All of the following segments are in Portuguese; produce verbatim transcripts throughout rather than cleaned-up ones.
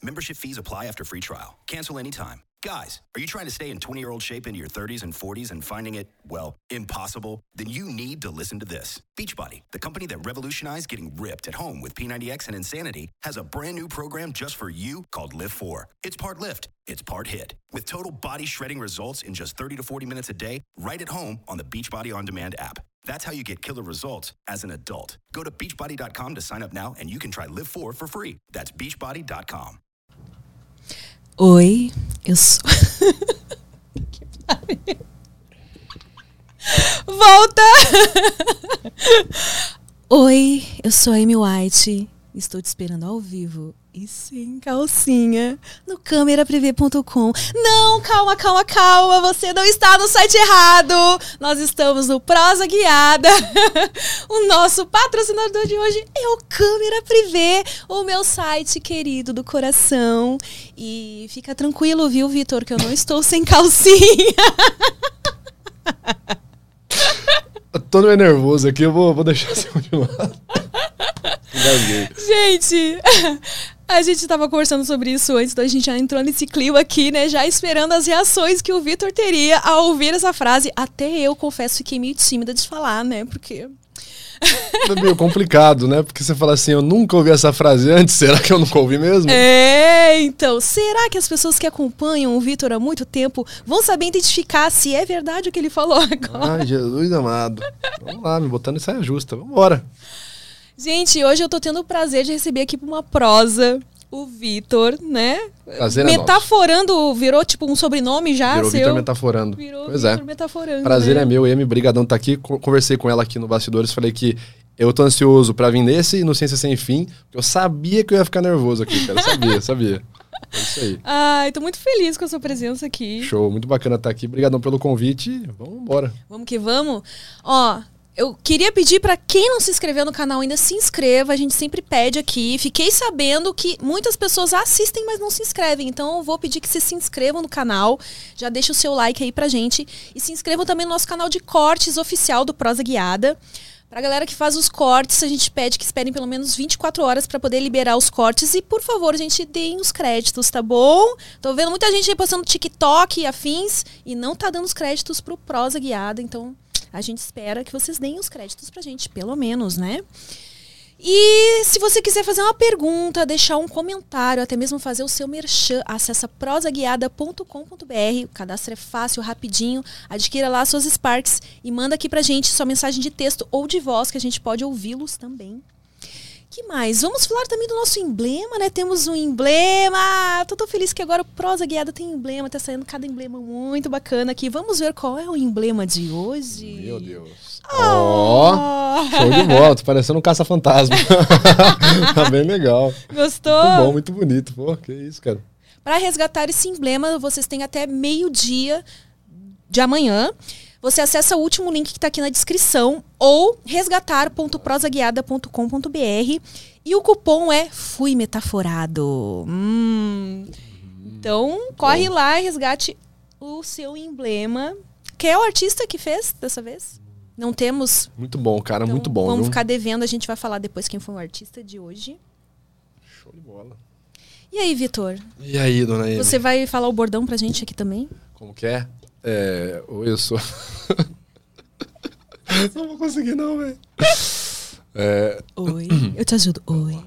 Membership fees apply after free trial. Cancel anytime. Guys, are you trying to stay in twenty-year-old shape into your thirties and forties and finding it, well, impossible? Then you need to listen to this. Beachbody, the company that revolutionized getting ripped at home with P ninety X and Insanity, has a brand new program just for you called Lift four. It's part lift, it's part hit, with total body shredding results in just thirty to forty minutes a day, right at home on the Beachbody On Demand app. That's how you get killer results as an adult. Go to beachbody dot com to sign up now and you can try Lift four for free. That's beachbody dot com. Oi, eu sou... Que pariu. Volta! Oi, eu sou a Amy White. Estou te esperando ao vivo e sem calcinha no câmera privê ponto com. Não, calma, calma, calma. Você não está no site errado. Nós estamos no Prosa Guiada. O nosso patrocinador de hoje é o Câmera Privê, o meu site querido do coração. E fica tranquilo, viu, Vitor, que eu não estou sem calcinha. Eu tô meio nervoso aqui, eu vou, vou deixar assim de lado. Gente, a gente tava conversando sobre isso antes, então a gente já entrou nesse clima aqui, né? Já esperando as reações que o Vitor teria ao ouvir essa frase. Até eu, confesso, fiquei meio tímida de falar, né? Porque... É meio complicado, né? Porque você fala assim, eu nunca ouvi essa frase antes, será que eu nunca ouvi mesmo? É, então, será que as pessoas que acompanham o Vitor há muito tempo vão saber identificar se é verdade o que ele falou agora? Ai, Jesus amado. Vamos lá, me botando em saia justa, vambora. Gente, hoje eu tô tendo o prazer de receber aqui pra uma prosa o Vitor, né? Prazer é Metaforando, nosso. Virou tipo um sobrenome já? Virou seu? Vitor Metaforando. Virou pois Vitor é. Metaforando. Prazer né? é meu, Amy, brigadão tá aqui. Conversei com ela aqui no Bastidores, falei que eu tô ansioso pra vir nesse Inocência Sem Fim, porque eu sabia que eu ia ficar nervoso aqui, cara. Sabia, sabia. É isso aí. Ai, tô muito feliz com a sua presença aqui. Show, muito bacana estar aqui. Brigadão pelo convite. Vamos embora. Vamos que vamos. Ó... Eu queria pedir para quem não se inscreveu no canal ainda, se inscreva. A gente sempre pede aqui. Fiquei sabendo que muitas pessoas assistem, mas não se inscrevem. Então eu vou pedir que vocês se inscrevam no canal. Já deixa o seu like aí pra gente. E se inscrevam também no nosso canal de cortes oficial do Prosa Guiada. Pra galera que faz os cortes, a gente pede que esperem pelo menos vinte e quatro horas para poder liberar os cortes. E, por favor, gente, deem os créditos, tá bom? Tô vendo muita gente aí postando TikTok e afins e não tá dando os créditos pro Prosa Guiada. Então... a gente espera que vocês deem os créditos pra gente, pelo menos, né? E se você quiser fazer uma pergunta, deixar um comentário, até mesmo fazer o seu merchan, acessa prosa guiada ponto com ponto br. O cadastro é fácil, rapidinho. Adquira lá suas Sparks e manda aqui pra gente sua mensagem de texto ou de voz, que a gente pode ouvi-los também. Que mais? Vamos falar também do nosso emblema, né? Temos um emblema. Tô tão feliz que agora o Prosa Guiada tem emblema. Tá saindo cada emblema muito bacana aqui. Vamos ver qual é o emblema de hoje. Meu Deus. Ó, oh, show de bola. Tô parecendo um caça-fantasma. Tá bem legal. Gostou? Muito bom, muito bonito. Pô, que isso, cara. Para resgatar esse emblema, vocês têm até meio-dia de amanhã. Você acessa o último link que está aqui na descrição ou resgatar ponto prosa guiada ponto com ponto br e o cupom é Fui Metaforado. Hum. Então, corre lá e resgate o seu emblema. Quem é o artista que fez dessa vez? Não temos? Muito bom, cara, então, muito bom. Vamos viu? ficar devendo, a gente vai falar depois quem foi o artista de hoje. Show de bola. E aí, Vitor? E aí, dona Amy? Você vai falar o bordão pra gente aqui também? Como que é? É, oi, eu sou... Não vou conseguir não, velho. É... Oi, eu te ajudo. Oi.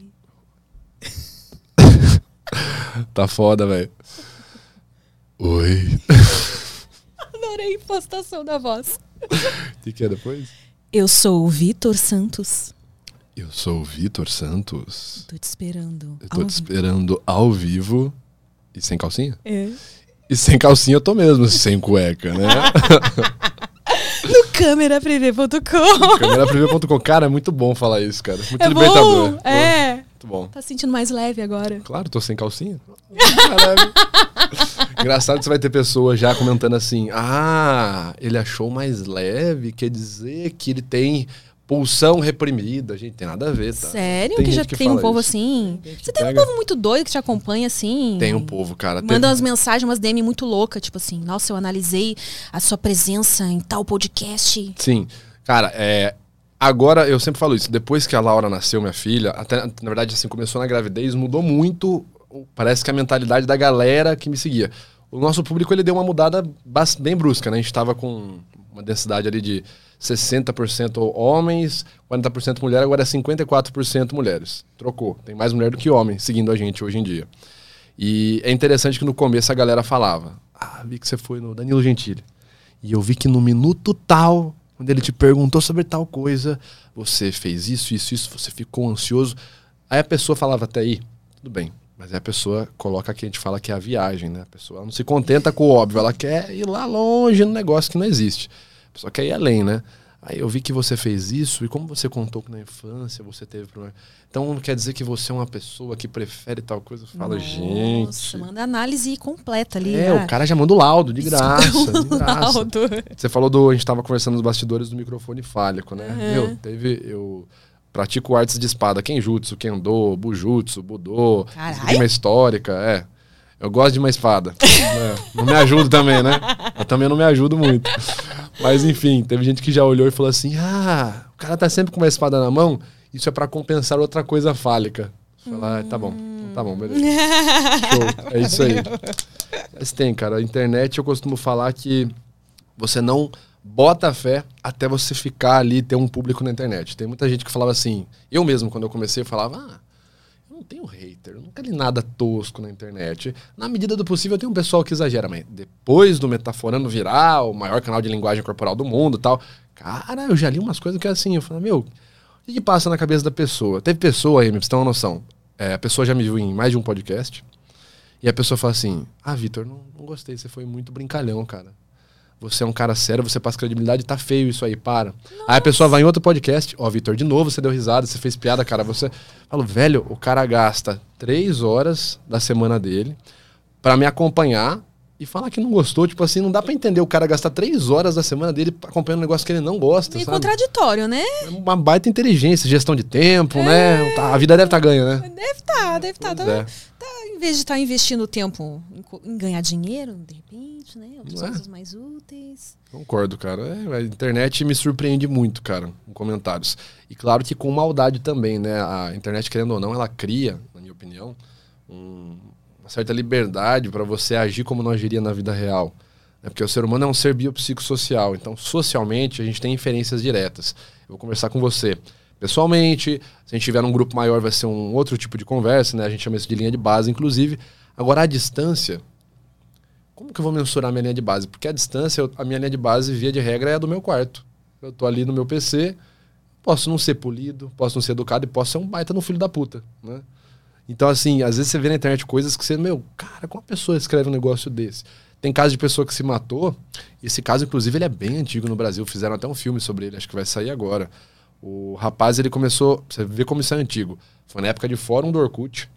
Tá foda, velho. Oi. Adorei a impostação da voz. O que, que é depois? Eu sou o Vitor Santos. Eu sou o Vitor Santos. Tô te esperando. Eu tô te esperando ao vivo. E sem calcinha? É. E sem calcinha eu tô mesmo, sem cueca, né? No câmera privê ponto com. câmera privê ponto com. Cara, é muito bom falar isso, cara. Muito é libertador. Bom, é. Muito bom. Tá se sentindo mais leve agora? Claro, tô sem calcinha. Caralho. Engraçado que você vai ter pessoas já comentando assim: ah, ele achou mais leve, quer dizer que ele tem pulsão reprimida. Gente, tem nada a ver, tá? Sério? Tem que já que tem um povo isso. assim? Tem Você tem pega... um povo muito doido que te acompanha assim? Tem um povo, cara. Manda tem... umas mensagens, umas D M muito loucas, tipo assim, nossa, eu analisei a sua presença em tal podcast. Sim. Cara, é... agora eu sempre falo isso. Depois que a Laura nasceu, minha filha, até, na verdade, assim, começou na gravidez, mudou muito parece que a mentalidade da galera que me seguia. O nosso público, ele deu uma mudada bem brusca, né? A gente tava com uma densidade ali de sessenta por cento homens, quarenta por cento mulher, agora é cinquenta e quatro por cento mulheres. Trocou. Tem mais mulher do que homem seguindo a gente hoje em dia. E é interessante que no começo a galera falava, ah, vi que você foi no Danilo Gentili. E eu vi que no minuto tal, quando ele te perguntou sobre tal coisa, você fez isso, isso, isso, você ficou ansioso. Aí a pessoa falava, até aí, tudo bem. Mas aí a pessoa coloca aqui, a gente fala que é a viagem, né? A pessoa não se contenta com o óbvio, ela quer ir lá longe no negócio que não existe. A pessoa quer ir além, né? Aí eu vi que você fez isso, e como você contou que na infância você teve problema. Então quer dizer que você é uma pessoa que prefere tal coisa? Fala, Nossa, gente. Nossa, manda análise completa ali. É, né? o cara já manda o laudo, de graça. De graça. Laudo. Você falou do. A gente tava conversando nos bastidores do microfone fálico, né? Uhum. Meu, teve. Eu pratico artes de espada, Kenjutsu, Kendo, Bujutsu, Budô, esgrima histórica, é. Eu gosto de uma espada. É, não me ajudo também, né? Eu também não me ajudo muito. Mas enfim, teve gente que já olhou e falou assim: ah, o cara tá sempre com uma espada na mão, isso é pra compensar outra coisa fálica. Falar, ah, tá bom, tá bom, beleza. Show, é isso aí. Mas tem, cara, a internet eu costumo falar que você não bota fé até você ficar ali, ter um público na internet. Tem muita gente que falava assim, eu mesmo, quando eu comecei, eu falava, ah, eu não tenho hater, eu nunca li nada tosco na internet. Na medida do possível, tem um pessoal que exagera, mas depois do Metaforando virar o maior canal de linguagem corporal do mundo e tal, cara, eu já li umas coisas que é assim, eu falei, meu, o que, que passa na cabeça da pessoa? Teve pessoa aí, pra você ter uma noção, é, a pessoa já me viu em mais de um podcast, e a pessoa fala assim, ah, Vitor, não, não gostei, você foi muito brincalhão, cara. Você é um cara sério, você passa credibilidade, tá feio isso aí, para. Nossa. Aí a pessoa vai em outro podcast, ó, Vitor, de novo você deu risada, você fez piada, cara, você... Falo, velho, o cara gasta três horas da semana dele pra me acompanhar e falar que não gostou, tipo assim, não dá pra entender o cara gastar três horas da semana dele acompanhando um negócio que ele não gosta, meio sabe? contraditório, né? É uma baita inteligência, gestão de tempo, é. né? Tá, a vida deve estar tá ganha, né? Deve estar, tá, deve estar. Tá, tá, é. tá, em vez de estar tá investindo tempo em, em ganhar dinheiro, de repente, né? Outras coisas é. mais úteis. Concordo, cara. É, a internet me surpreende muito, cara, em comentários. E claro que com maldade também, né? A internet, querendo ou não, ela cria, na minha opinião, um... uma certa liberdade para você agir como não agiria na vida real. Né? Porque o ser humano é um ser biopsicossocial, então socialmente a gente tem inferências diretas. Eu vou conversar com você pessoalmente, se a gente tiver num grupo maior vai ser um outro tipo de conversa, né? A gente chama isso de linha de base, inclusive. Agora, a distância, como que eu vou mensurar a minha linha de base? Porque a distância, eu, a minha linha de base, via de regra, é a do meu quarto. Eu tô ali no meu P C, posso não ser polido, posso não ser educado e posso ser um baita no filho da puta, né? Então, assim, às vezes você vê na internet coisas que você, meu, cara, como a pessoa escreve um negócio desse? Tem caso de pessoa que se matou, esse caso, inclusive, ele é bem antigo no Brasil, fizeram até um filme sobre ele, acho que vai sair agora. O rapaz, ele começou, você vê como isso é antigo, foi na época de fórum do Orkut.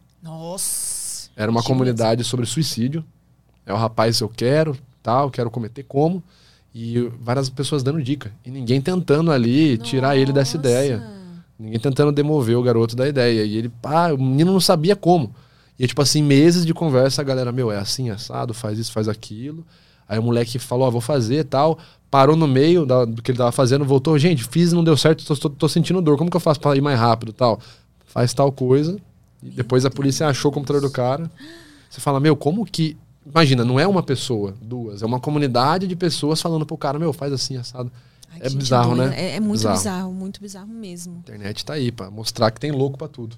Nossa! Era uma comunidade sobre suicídio. É o rapaz, eu quero, tal, quero cometer como, e várias pessoas dando dica, e ninguém tentando ali Nossa. tirar ele dessa ideia. Ninguém tentando demover o garoto da ideia. E ele, pá, o menino não sabia como. E tipo assim, meses de conversa, a galera, meu, é assim, assado, faz isso, faz aquilo. Aí o moleque falou, ó, ah, vou fazer e tal. Parou no meio da, do que ele tava fazendo, voltou, gente, fiz, não deu certo, tô, tô, tô sentindo dor. Como que eu faço pra ir mais rápido tal? Faz tal coisa. E depois a polícia achou o computador do cara. Você fala, meu, como que... Imagina, não é uma pessoa, duas. É uma comunidade de pessoas falando pro cara, meu, faz assim, assado. Ai, é bizarro, né? É, é muito bizarro. bizarro, muito bizarro mesmo. A internet tá aí pra mostrar que tem louco pra tudo.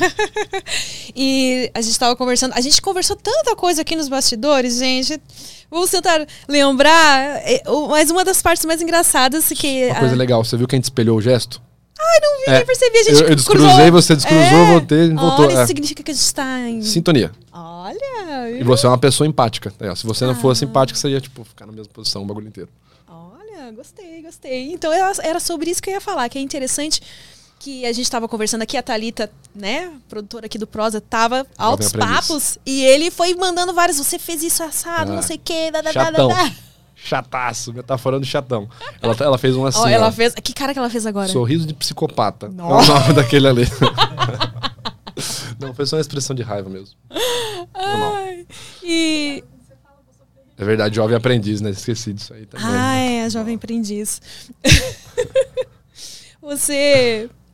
E a gente tava conversando, a gente conversou tanta coisa aqui nos bastidores, gente. Vamos tentar lembrar, mas uma das partes mais engraçadas que... Uma coisa a... legal, você viu que a gente espelhou o gesto? Ai, não vi, é, nem percebi, a gente eu, eu descruzei, cruzou. Você descruzou, é. voltei e voltou. Olha, isso é. significa que a gente tá em... Sintonia. Olha... E você é uma pessoa empática. É, se você não ah. fosse empática, você ia, tipo, ficar na mesma posição o bagulho inteiro. Olha, gostei, gostei. Então era sobre isso que eu ia falar, que é interessante que a gente estava conversando aqui, a Thalita, né, produtora aqui do Prosa, tava altos papos e ele foi mandando vários, você fez isso assado, ah. não sei o quê, da, da, chatão. Da, da. Chataço, metaforando chatão. Ela, ela fez um assim, oh, ela ó, fez, que cara que ela fez agora? Sorriso de psicopata. Nossa. É o nome daquele ali. Não, foi só uma expressão de raiva mesmo. Ai, e... É verdade, jovem aprendiz, né? Esqueci disso aí também. Ah, é, a jovem aprendiz. Você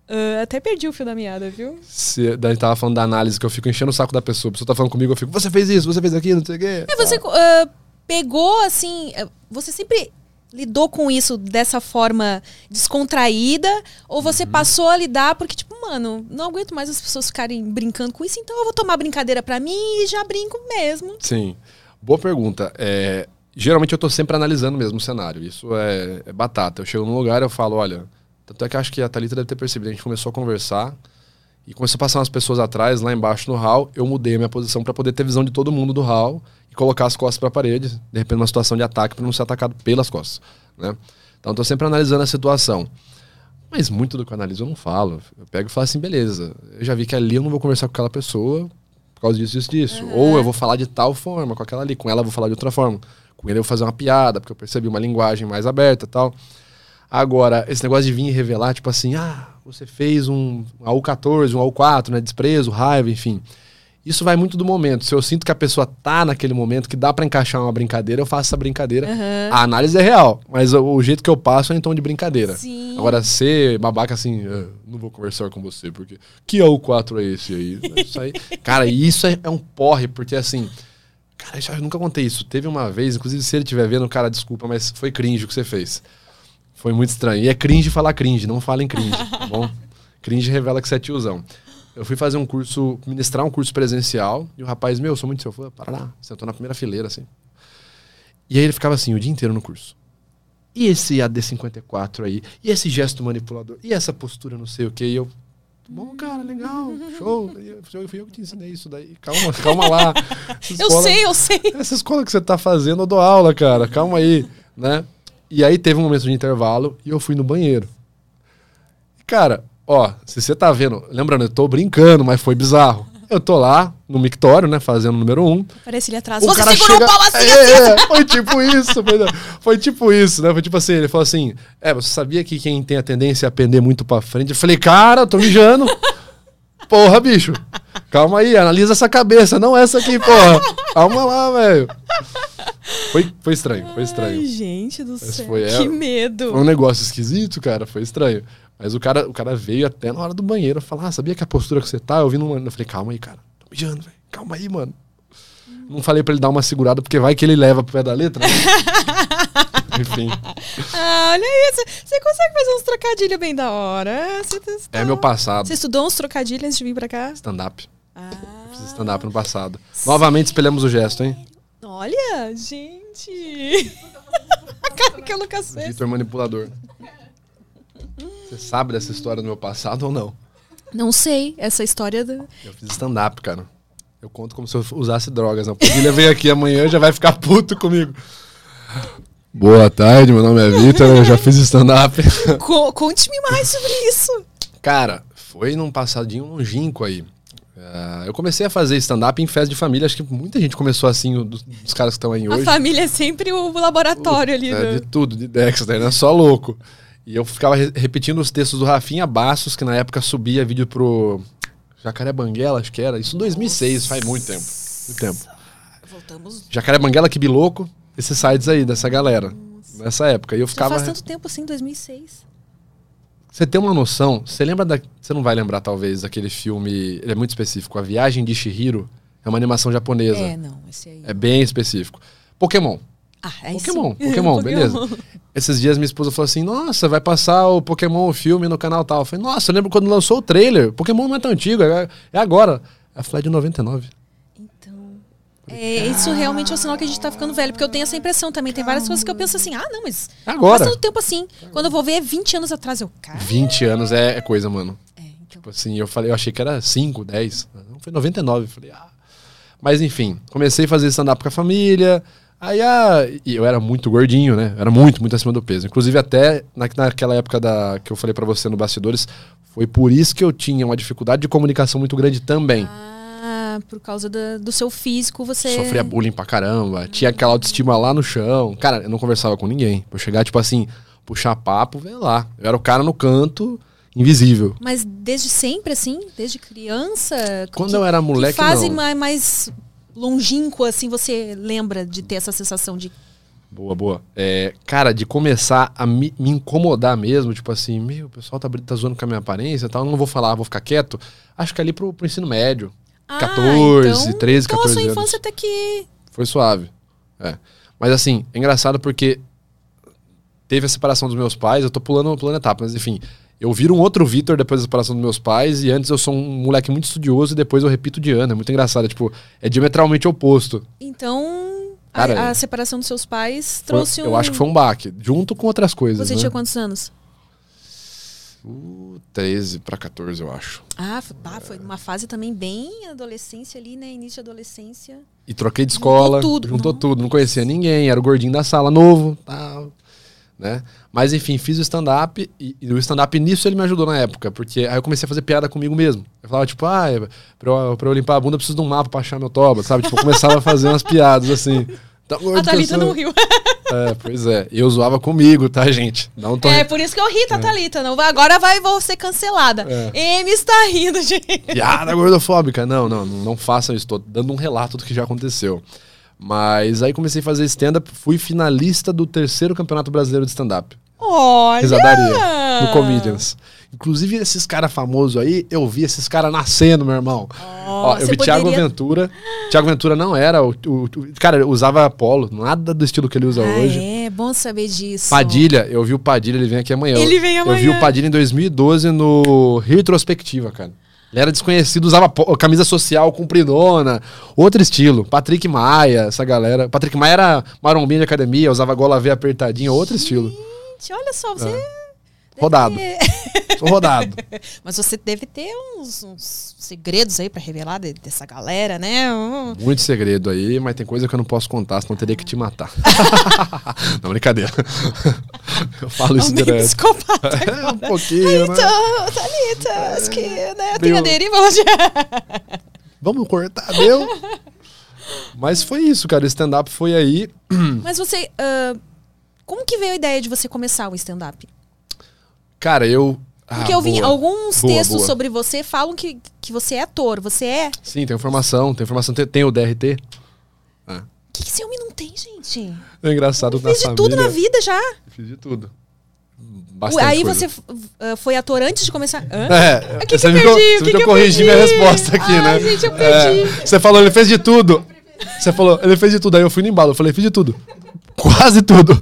Uh, até perdi o fio da meada, viu? Se, daí tava falando da análise, que eu fico enchendo o saco da pessoa. A pessoa tá falando comigo, eu fico, você fez isso, você fez aquilo, não sei o quê. É, você uh, pegou, assim... Você sempre lidou com isso dessa forma descontraída? Ou você uhum. passou a lidar porque, tipo, mano, não aguento mais as pessoas ficarem brincando com isso, então eu vou tomar brincadeira pra mim e já brinco mesmo. Sim. Boa pergunta. É, geralmente eu tô sempre analisando mesmo o cenário. Isso é, é batata. Eu chego num lugar e eu falo, olha... Tanto é que acho que a Thalita deve ter percebido. A gente começou a conversar e começou a passar umas pessoas atrás, lá embaixo no hall. Eu mudei a minha posição para poder ter visão de todo mundo do hall e colocar as costas para a parede, de repente numa situação de ataque, para não ser atacado pelas costas, né? Então eu tô sempre analisando a situação. Mas muito do que eu analiso eu não falo. Eu pego e falo assim, beleza, eu já vi que ali eu não vou conversar com aquela pessoa por causa disso, disso, disso. Uhum. Ou eu vou falar de tal forma com aquela ali, com ela eu vou falar de outra forma. Com ele eu vou fazer uma piada, porque eu percebi uma linguagem mais aberta e tal. Agora, esse negócio de vir e revelar, tipo assim, ah, você fez um A U quatorze, um A U quatro, né, desprezo, raiva, enfim. Isso vai muito do momento. Se eu sinto que a pessoa tá naquele momento, que dá pra encaixar uma brincadeira, eu faço essa brincadeira. Uhum. A análise é real, mas o, o jeito que eu passo é em tom de brincadeira. Sim. Agora, ser babaca assim, ah, não vou conversar com você, porque que A U quatro é esse aí? Isso aí. Cara, isso é, é um porre, porque assim... Cara, eu nunca contei isso. Teve uma vez, inclusive se ele estiver vendo, cara, desculpa, mas foi cringe o que você fez. Foi muito estranho. E é cringe falar cringe, não falem cringe, tá bom? Cringe revela que você é tiozão. Eu fui fazer um curso, ministrar um curso presencial, e o rapaz, meu, eu sou muito seu fã, para lá, sentou na primeira fileira, assim. E aí ele ficava assim, o dia inteiro no curso. E esse A D cinquenta e quatro aí, e esse gesto manipulador, e essa postura não sei o que, e eu, bom, cara, legal, show, eu fui eu que te ensinei isso daí, calma, calma lá. Escola, eu sei, eu sei. Essa escola que você tá fazendo, eu dou aula, cara, calma aí, né? E aí teve um momento de intervalo e eu fui no banheiro. Cara, ó, se você tá vendo... Lembrando, eu tô brincando, mas foi bizarro. Eu tô lá, no mictório, né, fazendo o número um. Parece ele atrás. O Você cara segurou chega... o pau assim, é, assim. É, foi tipo isso. Foi, foi tipo isso, né? Foi tipo assim, ele falou assim... É, você sabia que quem tem a tendência a pender muito pra frente... Eu falei, cara, eu tô mijando. Porra, bicho. Calma aí, analisa essa cabeça, não essa aqui, porra. Calma lá, velho. Foi, foi estranho, foi estranho. Ai, gente do Mas céu, foi, é, que medo. Foi um negócio esquisito, cara, foi estranho. Mas o cara, o cara veio até na hora do banheiro falar, ah, sabia que a postura que você tá? Eu vi numa... Eu falei, calma aí, cara, tô mijando, velho. Calma aí, mano. Hum. Não falei pra ele dar uma segurada, porque vai que ele leva pro pé da letra, né? Enfim. Ah, olha isso. Você consegue fazer uns trocadilhos bem da hora. Você tá... É meu passado. Você estudou uns trocadilhos antes de vir pra cá? Stand-up. Ah. Eu fiz stand-up no passado. Sério? Novamente espelhamos o gesto, hein? Olha, gente. A cara que o Lucas fez. Vitor manipulador. Você sabe dessa história do meu passado ou não? Não sei. Essa história... Do... Eu fiz stand-up, cara. Eu conto como se eu usasse drogas. Né? O Padilha vem aqui amanhã e já vai ficar puto comigo. Boa tarde, meu nome é Vitor, eu já fiz stand-up. Co- Conte-me mais sobre isso. Cara, foi num passadinho longínquo aí. Uh, eu comecei a fazer stand-up em festa de família. Acho que muita gente começou assim, dos, dos caras que estão aí hoje. A família é sempre o laboratório o, ali. É, do... De tudo, de Dexter, né? Só louco. E eu ficava re- repetindo os textos do Rafinha Bastos, que na época subia vídeo pro Jacaré Banguela, acho que era. Isso em dois mil e seis, faz muito tempo. Muito tempo. Voltamos. Jacaré Banguela, que biloco. Esses sites aí, dessa galera. Nossa. Nessa época. E eu ficava... Já faz tanto tempo assim, dois mil e seis. Você tem uma noção... Você lembra da... Você não vai lembrar, talvez, daquele filme... Ele é muito específico. A Viagem de Chihiro. É uma animação japonesa. É, não. Esse aí... É bem específico. Pokémon. Ah, é isso. Pokémon. Pokémon, beleza. Esses dias minha esposa falou assim... Nossa, vai passar o Pokémon, o filme no canal tal. Eu falei, nossa, eu lembro quando lançou o trailer. Pokémon não é tão antigo. É, é agora. A Fly de noventa e nove. É, isso realmente é um sinal que a gente tá ficando velho, porque eu tenho essa impressão também. Tem várias coisas que eu penso assim, ah, não, mas agora. Faz tanto tempo assim. Quando eu vou ver é vinte anos atrás, eu, cara. vinte anos é, é coisa, mano. É, então... Tipo assim, eu falei, eu achei que era cinco, dez. Não, foi noventa e nove. Eu falei, ah. Mas enfim, comecei a fazer stand-up com a família. Aí, ah, e eu era muito gordinho, né? Eu era muito, muito acima do peso. Inclusive, até na, naquela época da, que eu falei pra você no Bastidores, foi por isso que eu tinha uma dificuldade de comunicação muito grande também. Ah. Por causa do, do seu físico, você... Sofria bullying pra caramba. Tinha aquela autoestima lá no chão. Cara, eu não conversava com ninguém. Pra eu chegar, tipo assim, puxar papo, vê lá. Eu era o cara no canto, invisível. Mas desde sempre, assim? Desde criança? Quando que, eu era moleque, que fase não. mais, mais longínqua, assim, você lembra de ter essa sensação de... Boa, boa. É, cara, de começar a me, me incomodar mesmo, tipo assim, meu, o pessoal tá, tá zoando com a minha aparência e tal, eu não vou falar, vou ficar quieto. Acho que ali pro, pro ensino médio. Ah, catorze, então, treze, então catorze a sua anos. infância até que... Foi suave. É. Mas assim, é engraçado porque teve a separação dos meus pais, eu tô pulando, pulando etapa, mas enfim, eu viro um outro Vitor depois da separação dos meus pais, e antes eu sou um moleque muito estudioso e depois eu repito de ano. É muito engraçado, é, tipo, é diametralmente oposto. Então, Cara, a, a é. separação dos seus pais Foi- trouxe um... Eu acho que foi um baque, junto com outras coisas, Você né? tinha quantos anos? Uh, treze pra catorze, eu acho. Ah, foi, ah, foi uma fase também bem adolescência ali, né? Início de adolescência. E troquei de escola, Juntou tudo. juntou Nossa. tudo, não conhecia ninguém, era o gordinho da sala, novo, tal, né? Mas enfim, fiz o stand-up e, e o stand-up nisso ele me ajudou na época, porque aí eu comecei a fazer piada comigo mesmo. Eu falava, tipo, ah, pra eu, pra eu limpar a bunda eu preciso de um mapa pra achar meu toba, sabe? Tipo, eu começava a fazer umas piadas assim. Tão gordo A que eu Thalita sou. não riu. É, pois é. E eu zoava comigo, tá, gente? Não tô... É, por isso que eu ri, tá, Thalita? Não, vai- agora vai, vou ser cancelada. É. M está rindo, gente. Piada gordofóbica. Não, não, não, não façam isso. Tô dando um relato do que já aconteceu. Mas aí comecei a fazer stand-up, fui finalista do terceiro Campeonato Brasileiro de Stand-up. Olha! Risadaria, no Comedians. Inclusive, esses caras famosos aí, eu vi esses caras nascendo, meu irmão. Oh, Ó, eu você vi Thiago poderia- Ventura. Thiago Ventura não era. O, o, o- cara, ele usava polo, nada do estilo que ele usa Ah, hoje. é, bom saber disso. Padilha, eu vi o Padilha, ele vem aqui amanhã. Ele vem Eu vi amanhã. o Padilha em dois mil e doze no Retrospectiva, cara. Ele era desconhecido, usava po- camisa social compridona, outro estilo. Patrick Maia, essa galera. Patrick Maia era marombinha de academia, usava gola V apertadinha, outro estilo. Gente, olha só, você... deve Rodado. ter- Sou rodado. Mas você deve ter uns, uns segredos aí pra revelar de- dessa galera, né? Hum. Muito segredo aí, mas tem coisa que eu não posso contar, senão eu teria que te matar. Não, brincadeira. Eu falo isso É um meio direto. psicopata É, agora. um pouquinho, né? Então, Thalita, acho que, né, tem Meu- a deriva hoje. Vamos cortar, meu? Mas foi isso, cara. O stand-up foi aí. Mas você, ah, como que veio a ideia de você começar o stand-up? Cara, eu... Ah, Porque eu vi boa. alguns Boa, textos boa. sobre você, falam que, que você é ator, você é... Sim, tem informação, tem informação. Tem, tem o D R T. É. O que, que esse homem não tem, gente? É engraçado na Fez de tudo na vida já. Fiz de tudo. Ué, Bastante aí coisa. você ah, foi ator antes de começar? Hã? É, O que você que eu viu que eu- perdi? O você que viu que que eu eu corrigi minha perdi? resposta aqui, Ai, né? gente, eu perdi. É, você falou, ele fez de tudo. Você falou, ele fez de tudo. Aí eu fui no embalo, eu falei, fiz de tudo. Quase tudo.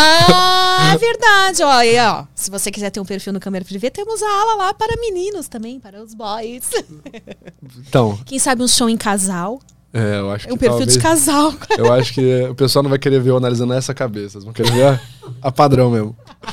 Ah, é verdade. Ó, e, ó, se você quiser ter um perfil no Câmera Privê, temos a ala lá para meninos também, para os boys. Então, Quem sabe um show em casal? é, eu acho que É um perfil talvez, de casal. eu acho que o pessoal não vai querer ver eu analisando essa cabeça. Eles vão querer ver a, a padrão mesmo.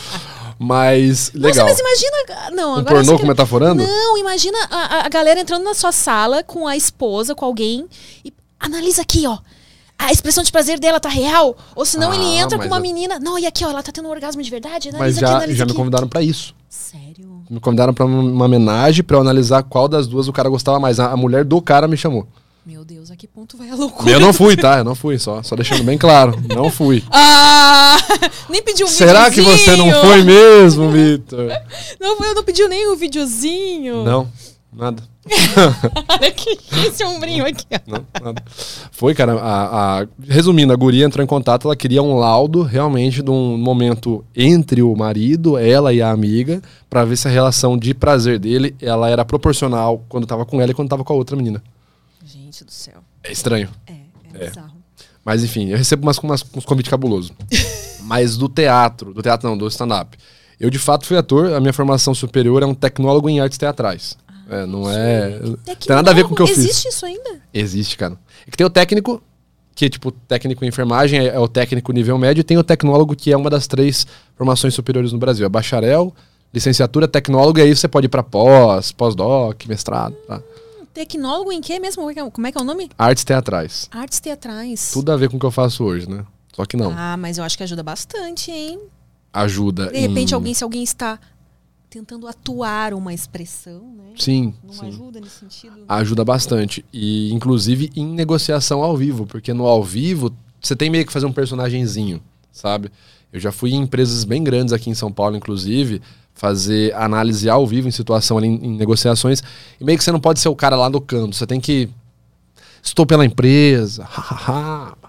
Mas, legal. Nossa, mas imagina... Não, Um agora pornô você com quer- metaforando? Não, imagina a, a- a galera entrando na sua sala com a esposa, com alguém, e analisa aqui, ó. A expressão de prazer dela tá real? Ou senão Ah, ele entra com mas uma eu- menina... Não, e aqui, ó, ela tá tendo um orgasmo de verdade? Analisa Mas aqui, já, analisa já me aqui. convidaram pra isso. Sério? Me convidaram pra uma homenagem pra eu analisar qual das duas o cara gostava mais. A, a mulher do cara me chamou. Meu Deus, a que ponto vai a loucura? Eu não fui, tá? Eu não fui, só, só deixando bem claro. Não fui. Ah! Nem pediu um Será que você não videozinho? foi mesmo, Vitor? Não foi, eu não pediu nem o videozinho. Não, nada. Olha que esse ombrinho aqui, ó. Não, nada. Foi, cara, a, a- resumindo, a guria entrou em contato, ela queria um laudo realmente de um momento entre o marido, ela e a amiga, pra ver se a relação de prazer dele, ela era proporcional quando tava com ela e quando tava com a outra menina. Gente do céu. É estranho. É, é, É. bizarro. Mas enfim, eu recebo umas, umas, uns convites cabulosos. Mas do teatro, do teatro não, do stand-up. Eu de fato fui ator, a minha formação superior é um tecnólogo em artes teatrais. É, não é. Não tem nada a ver com o que eu fiz. Existe isso ainda? Existe, cara. É que tem o técnico, que é tipo técnico em enfermagem, é, é o técnico nível médio, e tem o tecnólogo, que é uma das três formações superiores no Brasil. É bacharel, licenciatura, tecnólogo, e aí você pode ir pra pós, pós-doc, mestrado, tá? Tecnólogo em quê mesmo? Como é que é- Como é que é o nome? Artes teatrais. Artes teatrais. Tudo a ver com o que eu faço hoje, né? Só que não. Ah, mas eu acho que ajuda bastante, hein? Ajuda De repente, em... alguém, se alguém está tentando atuar uma expressão, né? Sim, Não sim. ajuda nesse sentido? Ajuda bastante. E, inclusive, em negociação ao vivo. Porque no ao vivo, você tem meio que fazer um personagenzinho, sabe? Eu já fui em empresas bem grandes aqui em São Paulo, inclusive, fazer análise ao vivo em situação ali, em, em negociações. E meio que você não pode ser o cara lá no canto. Você tem que... Estou pela empresa. Hahaha.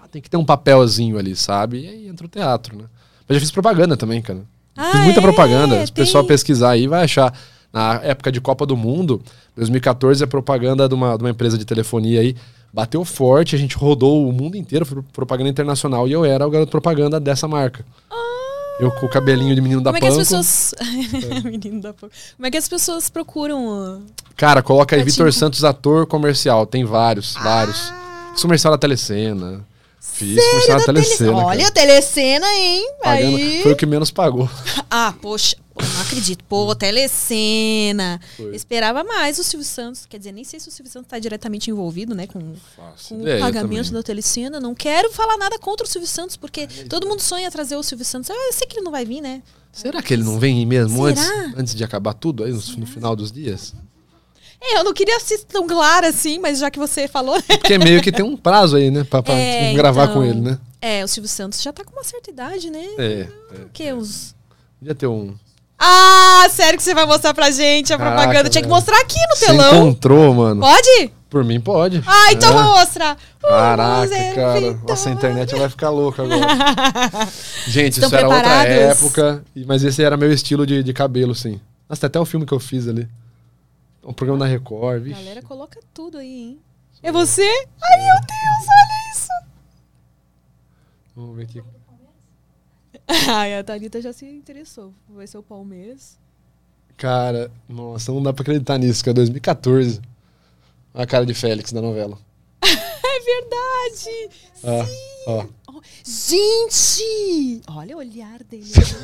tem que ter um papelzinho ali, sabe? E aí entra o teatro, né? Mas já fiz propaganda também, cara. Ah, fiz muita é? propaganda. Se o Tem... pessoal pesquisar aí, vai achar. Na época de Copa do Mundo, dois mil e quatorze, a propaganda de uma, de uma empresa de telefonia aí bateu forte, a gente rodou o mundo inteiro, foi propaganda internacional, e eu era o garoto propaganda dessa marca. Ah, eu com o cabelinho de menino da Como é que Panko. as pessoas... menino da Panko. Como é que as pessoas procuram... Cara, coloca aí Pra Vitor te- Santos, ator comercial. Tem vários, Ah. vários. Fiz comercial da Telecena. Fiz Sério, comercial da da Telecena. Tele... Olha, cara. a Telecena, hein? Pagando- Aí... Foi o que menos pagou. Ah, poxa, pô, não acredito. Pô, Telecena. Foi. Esperava mais o Silvio Santos. Quer dizer, nem sei se o Silvio Santos está diretamente envolvido, né, com, Faço com o ideia pagamento também. da Telecena. Não quero falar nada contra o Silvio Santos, porque todo mundo sonha trazer o Silvio Santos. Eu sei que ele não vai vir, né? Será que ele não vem mesmo antes, Será? antes de acabar tudo aí no, no final dos dias? É, eu não queria ser tão clara assim, mas já que você falou, né? Porque meio que tem um prazo aí, né? Pra, pra É, gravar então. com ele, né? É, o Silvio Santos já tá com uma certa idade, né? É. O que? Uns... Podia ter um. Ah, sério que você vai mostrar pra gente a Caraca, propaganda? Tinha que velho. mostrar aqui no Você telão. encontrou, mano. Pode? Por mim, pode. Ah, então É. vou mostrar. Uh, Caraca, zero, cara. então. Nossa, a internet vai ficar louca agora. Gente, Estão isso era outra preparados? época. e- Mas esse era meu estilo de, de cabelo, sim. Nossa, tem até o filme que eu fiz ali. Um programa da Record, A vixe. galera coloca tudo aí, hein? É você? Ai, meu Deus, olha isso. Vamos ver aqui. Ai, a Thalita já se interessou. Vai ser o Palmeiras. Cara, nossa, não dá pra acreditar nisso, que é dois mil e quatorze. Olha a cara de Félix da novela. É verdade. Ó, Sim. ó. Oh, gente! Olha o olhar dele.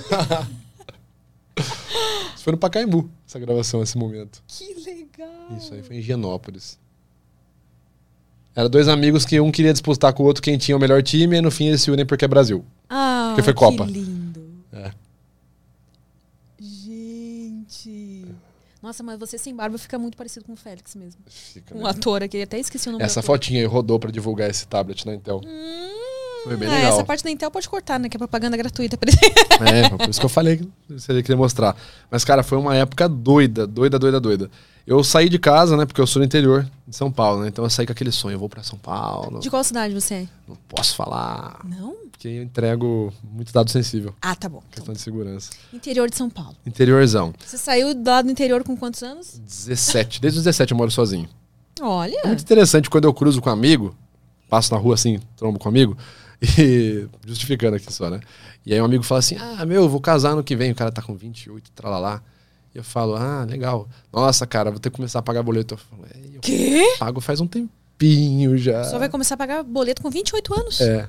Isso foi no Pacaembu, essa gravação, esse momento. Que legal. Isso aí foi em Higienópolis. Era dois amigos que um queria disputar com o outro quem tinha o melhor time, e no fim eles se unem porque é Brasil. Ah, Porque foi Copa. que lindo. É. Gente. Nossa, mas você sem barba fica muito parecido com o Félix mesmo. Fica, Um né? ator aqui, até esqueci o nome Essa do ator. fotinha aí rodou pra divulgar esse tablet na Intel. Hum, Foi bem ah, legal. essa parte da Intel pode cortar, né? Que é propaganda gratuita. É, por isso que eu falei que você queria mostrar. Mas, cara, foi uma época doida, doida, doida, doida. Eu saí de casa, né? Porque eu sou do interior de São Paulo, né? Então eu saí com aquele sonho, eu vou pra São Paulo. De qual cidade você é? Não posso falar, Não? porque eu entrego muito dado sensível. Ah, tá bom. Questão de segurança. Interior de São Paulo. Interiorzão. Você saiu lá do interior com quantos anos? dezessete. Desde os dezessete eu moro sozinho. Olha. É muito interessante quando eu cruzo com um amigo, passo na rua assim, trombo com um amigo, e justificando aqui só, né? E aí um amigo fala assim, ah, meu, eu vou casar ano que vem, o cara tá com vinte e oito, tralalá. E eu falo, ah, legal. Nossa, cara, vou ter que começar a pagar boleto. Eu falo, é, eu Quê? pago faz um tempinho já. Só vai começar a pagar boleto com vinte e oito anos? É.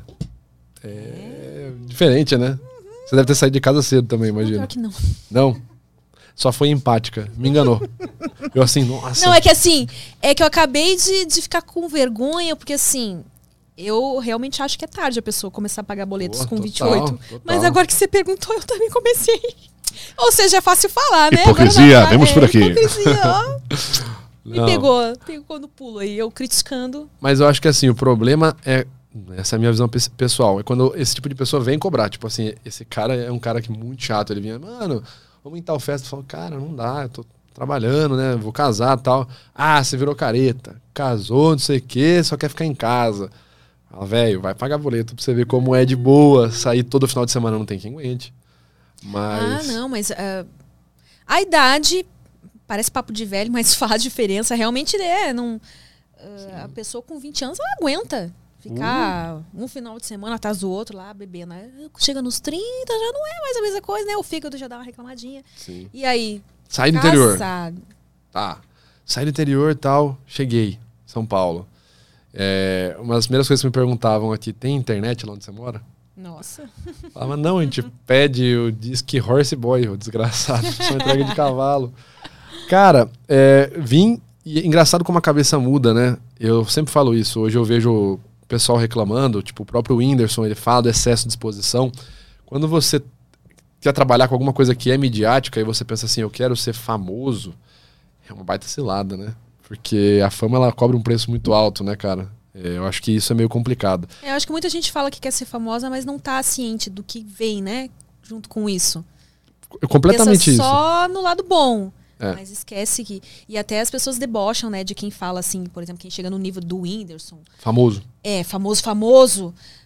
É diferente, né? Você deve ter saído de casa cedo também, Não, imagina. pior que não. Não? Só foi empática. Me enganou. Eu assim, nossa. Não, é que assim, é que eu acabei de, de ficar com vergonha, porque assim, eu realmente acho que é tarde a pessoa começar a pagar boletos Pô, com total, vinte e oito. total. Mas agora que você perguntou, eu também comecei. Ou seja, é fácil falar, né? Hipocrisia, Agora não, vemos é, por aqui. Hipocrisia, ó. Me Não. pegou, pegou no pulo aí, eu criticando. Mas eu acho que assim, o problema é. Essa é a minha visão pe- pessoal. É quando esse tipo de pessoa vem cobrar. Tipo assim, esse cara é um cara que é muito chato. Ele vinha, mano, vamos em tal festa. Eu falo, cara, não dá, eu tô trabalhando, né? Vou casar e tal. Ah, você virou careta. Casou, não sei o quê, só quer ficar em casa. Fala, velho, vai pagar boleto pra você ver como é de boa. Sair todo final de semana não tem quem aguente. Mas. Ah, não, mas ah, a idade parece papo de velho, mas faz diferença. Realmente é. Não, ah, a pessoa com vinte anos, ela aguenta ficar um final de semana atrás do outro lá, bebendo. Aí chega nos trinta, já não é mais a mesma coisa, né? O fígado já dá uma reclamadinha. Sim. E aí? Saí do interior. Casado. Tá. Saí do interior e tal. Cheguei. São Paulo. É, uma das primeiras coisas que me perguntavam aqui, tem internet lá onde você mora? Nossa. Falava, não, a gente pede o disque Horse Boy, o desgraçado, só entrega de cavalo. Cara, é, vim, e é engraçado como a cabeça muda, né? Eu sempre falo isso, hoje eu vejo o pessoal reclamando, tipo o próprio Whindersson, ele fala do excesso de exposição. Quando você quer trabalhar com alguma coisa que é midiática e você pensa assim, eu quero ser famoso, é uma baita cilada, né? Porque a fama, ela cobra um preço muito alto, né, cara? É, eu acho que isso é meio complicado. Eu acho que muita gente fala que quer ser famosa, mas não tá ciente do que vem, né? Junto com isso. É completamente Pensa isso. só no lado bom. É. Mas esquece que... E até as pessoas debocham, né? De quem fala assim, por exemplo, quem chega no nível do Whindersson. Famoso. É, famoso, famoso.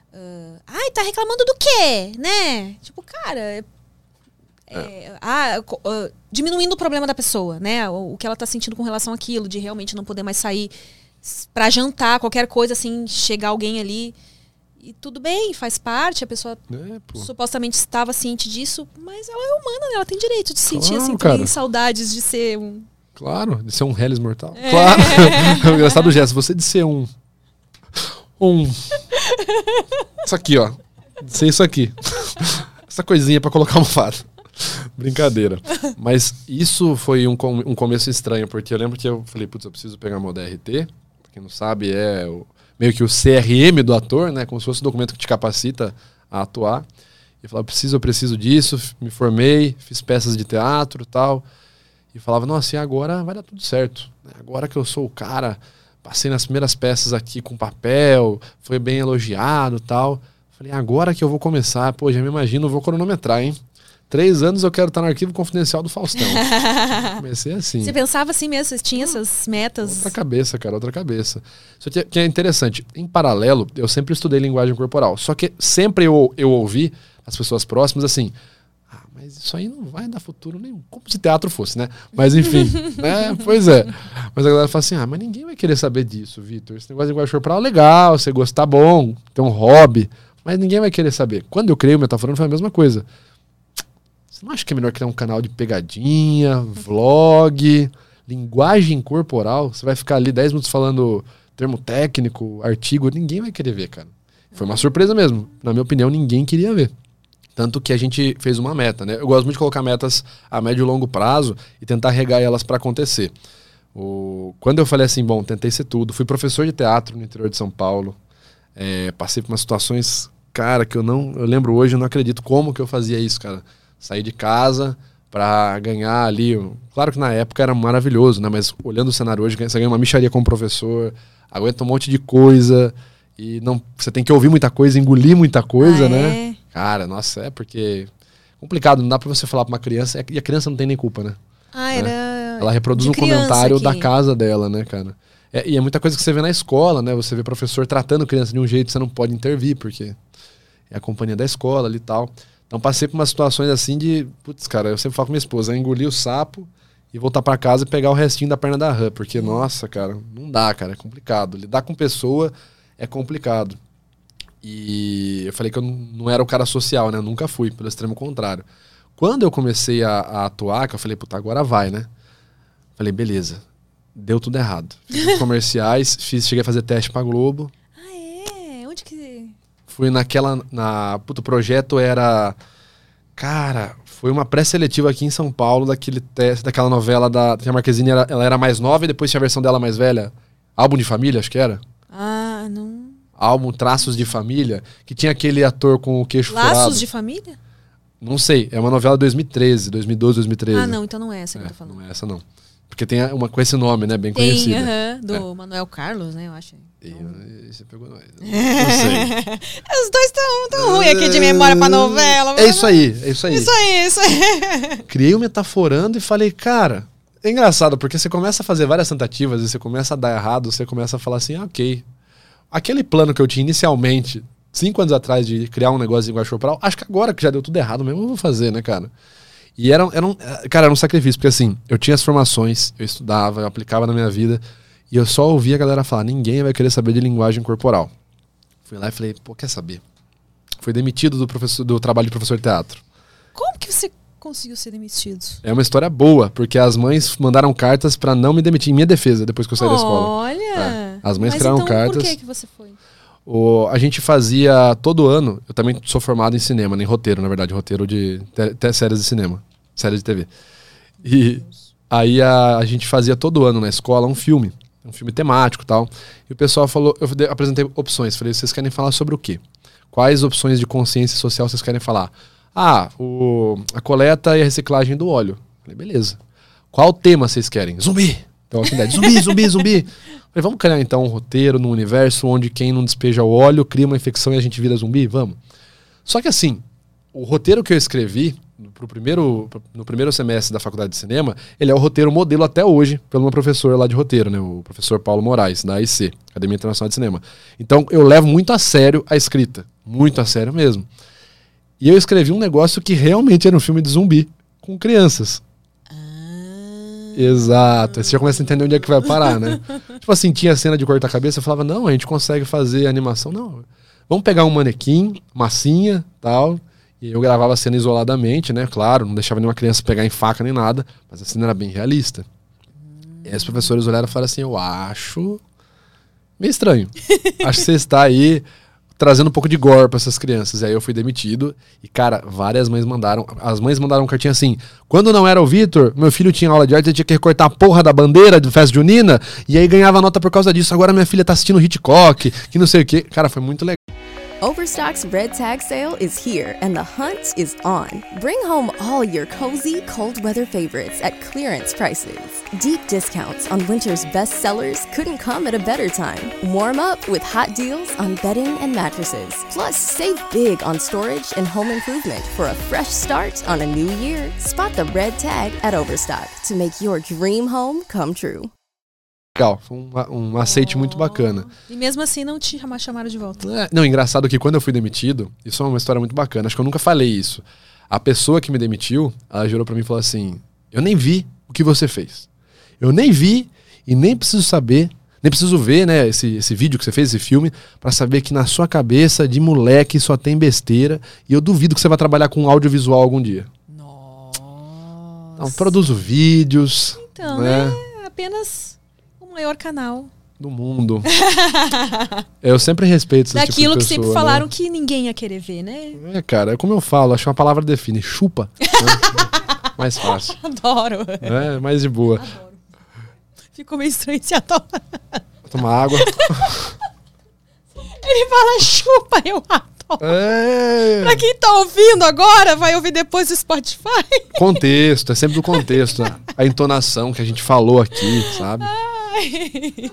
Uh, Ai, tá reclamando do quê? Né? Tipo, cara... É, é. Ah, uh, diminuindo o problema da pessoa, né? O, o que ela tá sentindo com relação àquilo, de realmente não poder mais sair pra jantar, qualquer coisa, assim, chegar alguém ali... E tudo bem, faz parte, a pessoa é, supostamente estava ciente disso, mas ela é humana, né? Ela tem direito de sentir, claro, assim, também saudades de ser um... Claro, de ser um Hellis mortal. É. Claro. É um engraçado gesto, você de ser um... Um... Isso aqui, ó. De ser isso aqui. Essa coisinha pra colocar almofada. Brincadeira. Mas isso foi um, com, um começo estranho, porque eu lembro que eu falei, putz, eu preciso pegar meu D R T. Pra quem não sabe, é... o meio que o C R M do ator, né? Como se fosse um documento que te capacita a atuar. E eu falava, preciso, eu preciso disso. Me formei, fiz peças de teatro e tal. E falava, nossa, e agora vai dar tudo certo. Agora que eu sou o cara, passei nas primeiras peças aqui com papel, foi bem elogiado e tal. Falei, agora que eu vou começar, pô, já me imagino, vou cronometrar, hein? Três anos eu quero estar no arquivo confidencial do Faustão. Comecei assim. Você pensava assim mesmo? Você tinha essas metas? Outra cabeça, cara, outra cabeça. Só que, que é interessante. Em paralelo, eu sempre estudei linguagem corporal. Só que sempre eu, eu ouvi as pessoas próximas assim... Ah, mas isso aí não vai dar futuro nenhum. Como se teatro fosse, né? Mas enfim, né? Pois é. Mas a galera fala assim, ah, mas ninguém vai querer saber disso, Vitor. Esse negócio de linguagem corporal é legal, você gosta, tá bom, tem um hobby. Mas ninguém vai querer saber. Quando eu criei o Metaforando foi a mesma coisa. Você não acha que é melhor criar um canal de pegadinha, vlog, linguagem corporal? Você vai ficar ali dez minutos falando termo técnico, artigo, ninguém vai querer ver, cara. Foi uma surpresa mesmo. Na minha opinião, ninguém queria ver. Tanto que a gente fez uma meta, né? Eu gosto muito de colocar metas a médio e longo prazo e tentar regar elas para acontecer. O... Quando eu falei assim, bom, tentei ser tudo, fui professor de teatro no interior de São Paulo, é, passei por umas situações, cara, que eu não... Eu lembro hoje, eu não acredito como que eu fazia isso, cara. Saí de casa para ganhar ali... Claro que na época era maravilhoso, né? Mas olhando o cenário hoje, você ganha uma mixaria como professor, aguenta um monte de coisa e não, você tem que ouvir muita coisa, engolir muita coisa, ah, né? É? Cara, nossa, é porque... Complicado, não dá pra você falar pra uma criança... E a criança não tem nem culpa, né? Ah, era... Né? Ela reproduz um comentário aqui da casa dela, né, cara? É, e é muita coisa que você vê na escola, né? Você vê professor tratando criança de um jeito que você não pode intervir, porque é a companhia da escola ali e tal... Então passei por umas situações assim de... Putz, cara, eu sempre falo com minha esposa, engolir o sapo e voltar pra casa e pegar o restinho da perna da rã. Porque, nossa, cara, não dá, cara, é complicado. Lidar com pessoa é complicado. E eu falei que eu não era o cara social, né? Eu nunca fui, pelo extremo contrário. Quando eu comecei a, a atuar, que eu falei, puta, agora vai, né? Falei, beleza, deu tudo errado. Fiz os comerciais, fiz, cheguei a fazer teste pra Globo. Ah, é? Onde que... Fui naquela... Na, puto, o projeto era... Cara, foi uma pré-seletiva aqui em São Paulo daquele teste, daquela novela da... Que a Marquezine era, ela era mais nova e depois tinha a versão dela mais velha. Álbum de Família, acho que era. Ah, não... Álbum Traços de Família, que tinha aquele ator com o queixo Laços furado. Laços de Família? Não sei, é uma novela de dois mil e treze, dois mil e doze, dois mil e treze. Ah, não, então não é essa que é, eu tô falando. Não é essa, não. Porque tem uma com esse nome, né, bem tem, conhecida. Uh-huh, do é. Manuel Carlos, né, eu acho. E, você pegou nós. Não, não sei. Os dois estão tão ruins aqui de memória pra novela. É isso aí, é isso aí. Isso aí, isso aí. Criei o Metaforando e falei, cara... É engraçado, porque você começa a fazer várias tentativas e você começa a dar errado, você começa a falar assim, ah, ok. Aquele plano que eu tinha inicialmente, cinco anos atrás, de criar um negócio de linguagem corporal, acho que agora que já deu tudo errado mesmo, eu vou fazer, né, cara? E era, era um, cara, era um sacrifício, porque assim, eu tinha as formações, eu estudava, eu aplicava na minha vida, e eu só ouvia a galera falar, ninguém vai querer saber de linguagem corporal. Fui lá e falei, pô, quer saber? Fui demitido do, professor, do trabalho de professor de teatro. Como que você conseguiu ser demitido? É uma história boa, porque as mães mandaram cartas pra não me demitir em minha defesa, depois que eu saí da escola. Olha! É. As mães Mas criaram então, cartas. Por que, que você foi? O, a gente fazia todo ano, eu também sou formado em cinema, em roteiro, na verdade, roteiro de te, te, séries de cinema, séries de T V. E aí a, a gente fazia todo ano na escola um filme, um filme temático e tal. E o pessoal falou, eu apresentei opções, falei, vocês querem falar sobre o quê? Quais opções de consciência social vocês querem falar? Ah, o, a coleta e a reciclagem do óleo. Falei, beleza. Qual tema vocês querem? Zumbi! Então, assim, zumbi, zumbi, zumbi. Falei, vamos criar então um roteiro num universo onde quem não despeja o óleo cria uma infecção e a gente vira zumbi? Vamos. Só que assim, o roteiro que eu escrevi pro primeiro, no primeiro semestre da faculdade de cinema, ele é o roteiro modelo até hoje pelo meu professor lá de roteiro, né? O professor Paulo Moraes, da A I C, Academia Internacional de Cinema. Então, eu levo muito a sério a escrita. muito a sério mesmo. E eu escrevi um negócio que realmente era um filme de zumbi, com crianças. Ah. Exato. Aí você já começa a entender onde é que vai parar, né? Tipo assim, tinha cena de cortar a cabeça, eu falava, não, a gente consegue fazer animação. Não, vamos pegar um manequim, massinha, tal. E eu gravava a cena isoladamente, né? Claro, não deixava nenhuma criança pegar em faca nem nada, mas a cena era bem realista. Hum. E aí os professores olharam e falaram assim, eu acho meio estranho. Acho que você está aí trazendo um pouco de gore pra essas crianças. E aí eu fui demitido. E, cara, várias mães mandaram. As mães mandaram um cartinha assim. Quando não era o Vitor, meu filho tinha aula de arte, ele tinha que recortar a porra da bandeira do festa junina. E aí ganhava nota por causa disso. Agora minha filha tá assistindo Hitchcock, que não sei o quê. Cara, foi muito legal. Overstock's Red Tag Sale is here and the hunt is on. Bring home all your cozy, cold weather favorites at clearance prices. Deep discounts on winter's best sellers couldn't come at a better time. Warm up with hot deals on bedding and mattresses. Plus, save big on storage and home improvement for a fresh start on a new year. Spot the red tag at Overstock to make your dream home come true. Legal, foi um, um aceite oh. muito bacana. E mesmo assim não te chamaram de volta. É, não, engraçado que quando eu fui demitido, isso é uma história muito bacana, acho que eu nunca falei isso. A pessoa que me demitiu, ela jurou pra mim e falou assim, eu nem vi o que você fez. Eu nem vi e nem preciso saber, nem preciso ver, né, esse, esse vídeo que você fez, esse filme, pra saber que na sua cabeça de moleque só tem besteira e eu duvido que você vai trabalhar com audiovisual algum dia. Nossa. Então, produzo vídeos. Então, né? é apenas... maior canal do mundo. Eu sempre respeito esse daquilo tipo de que pessoa, sempre falaram, né? que ninguém ia querer ver, né? É, cara, é como eu falo, acho que uma palavra define, chupa. Né? Mais fácil. Adoro. É, mais de boa. Adoro. Ficou meio estranho se adora. Tomar água. Ele fala chupa, eu adoro. É. Pra quem tá ouvindo agora, vai ouvir depois do Spotify. Contexto, é sempre do contexto. Né? A entonação que a gente falou aqui, sabe? Ai.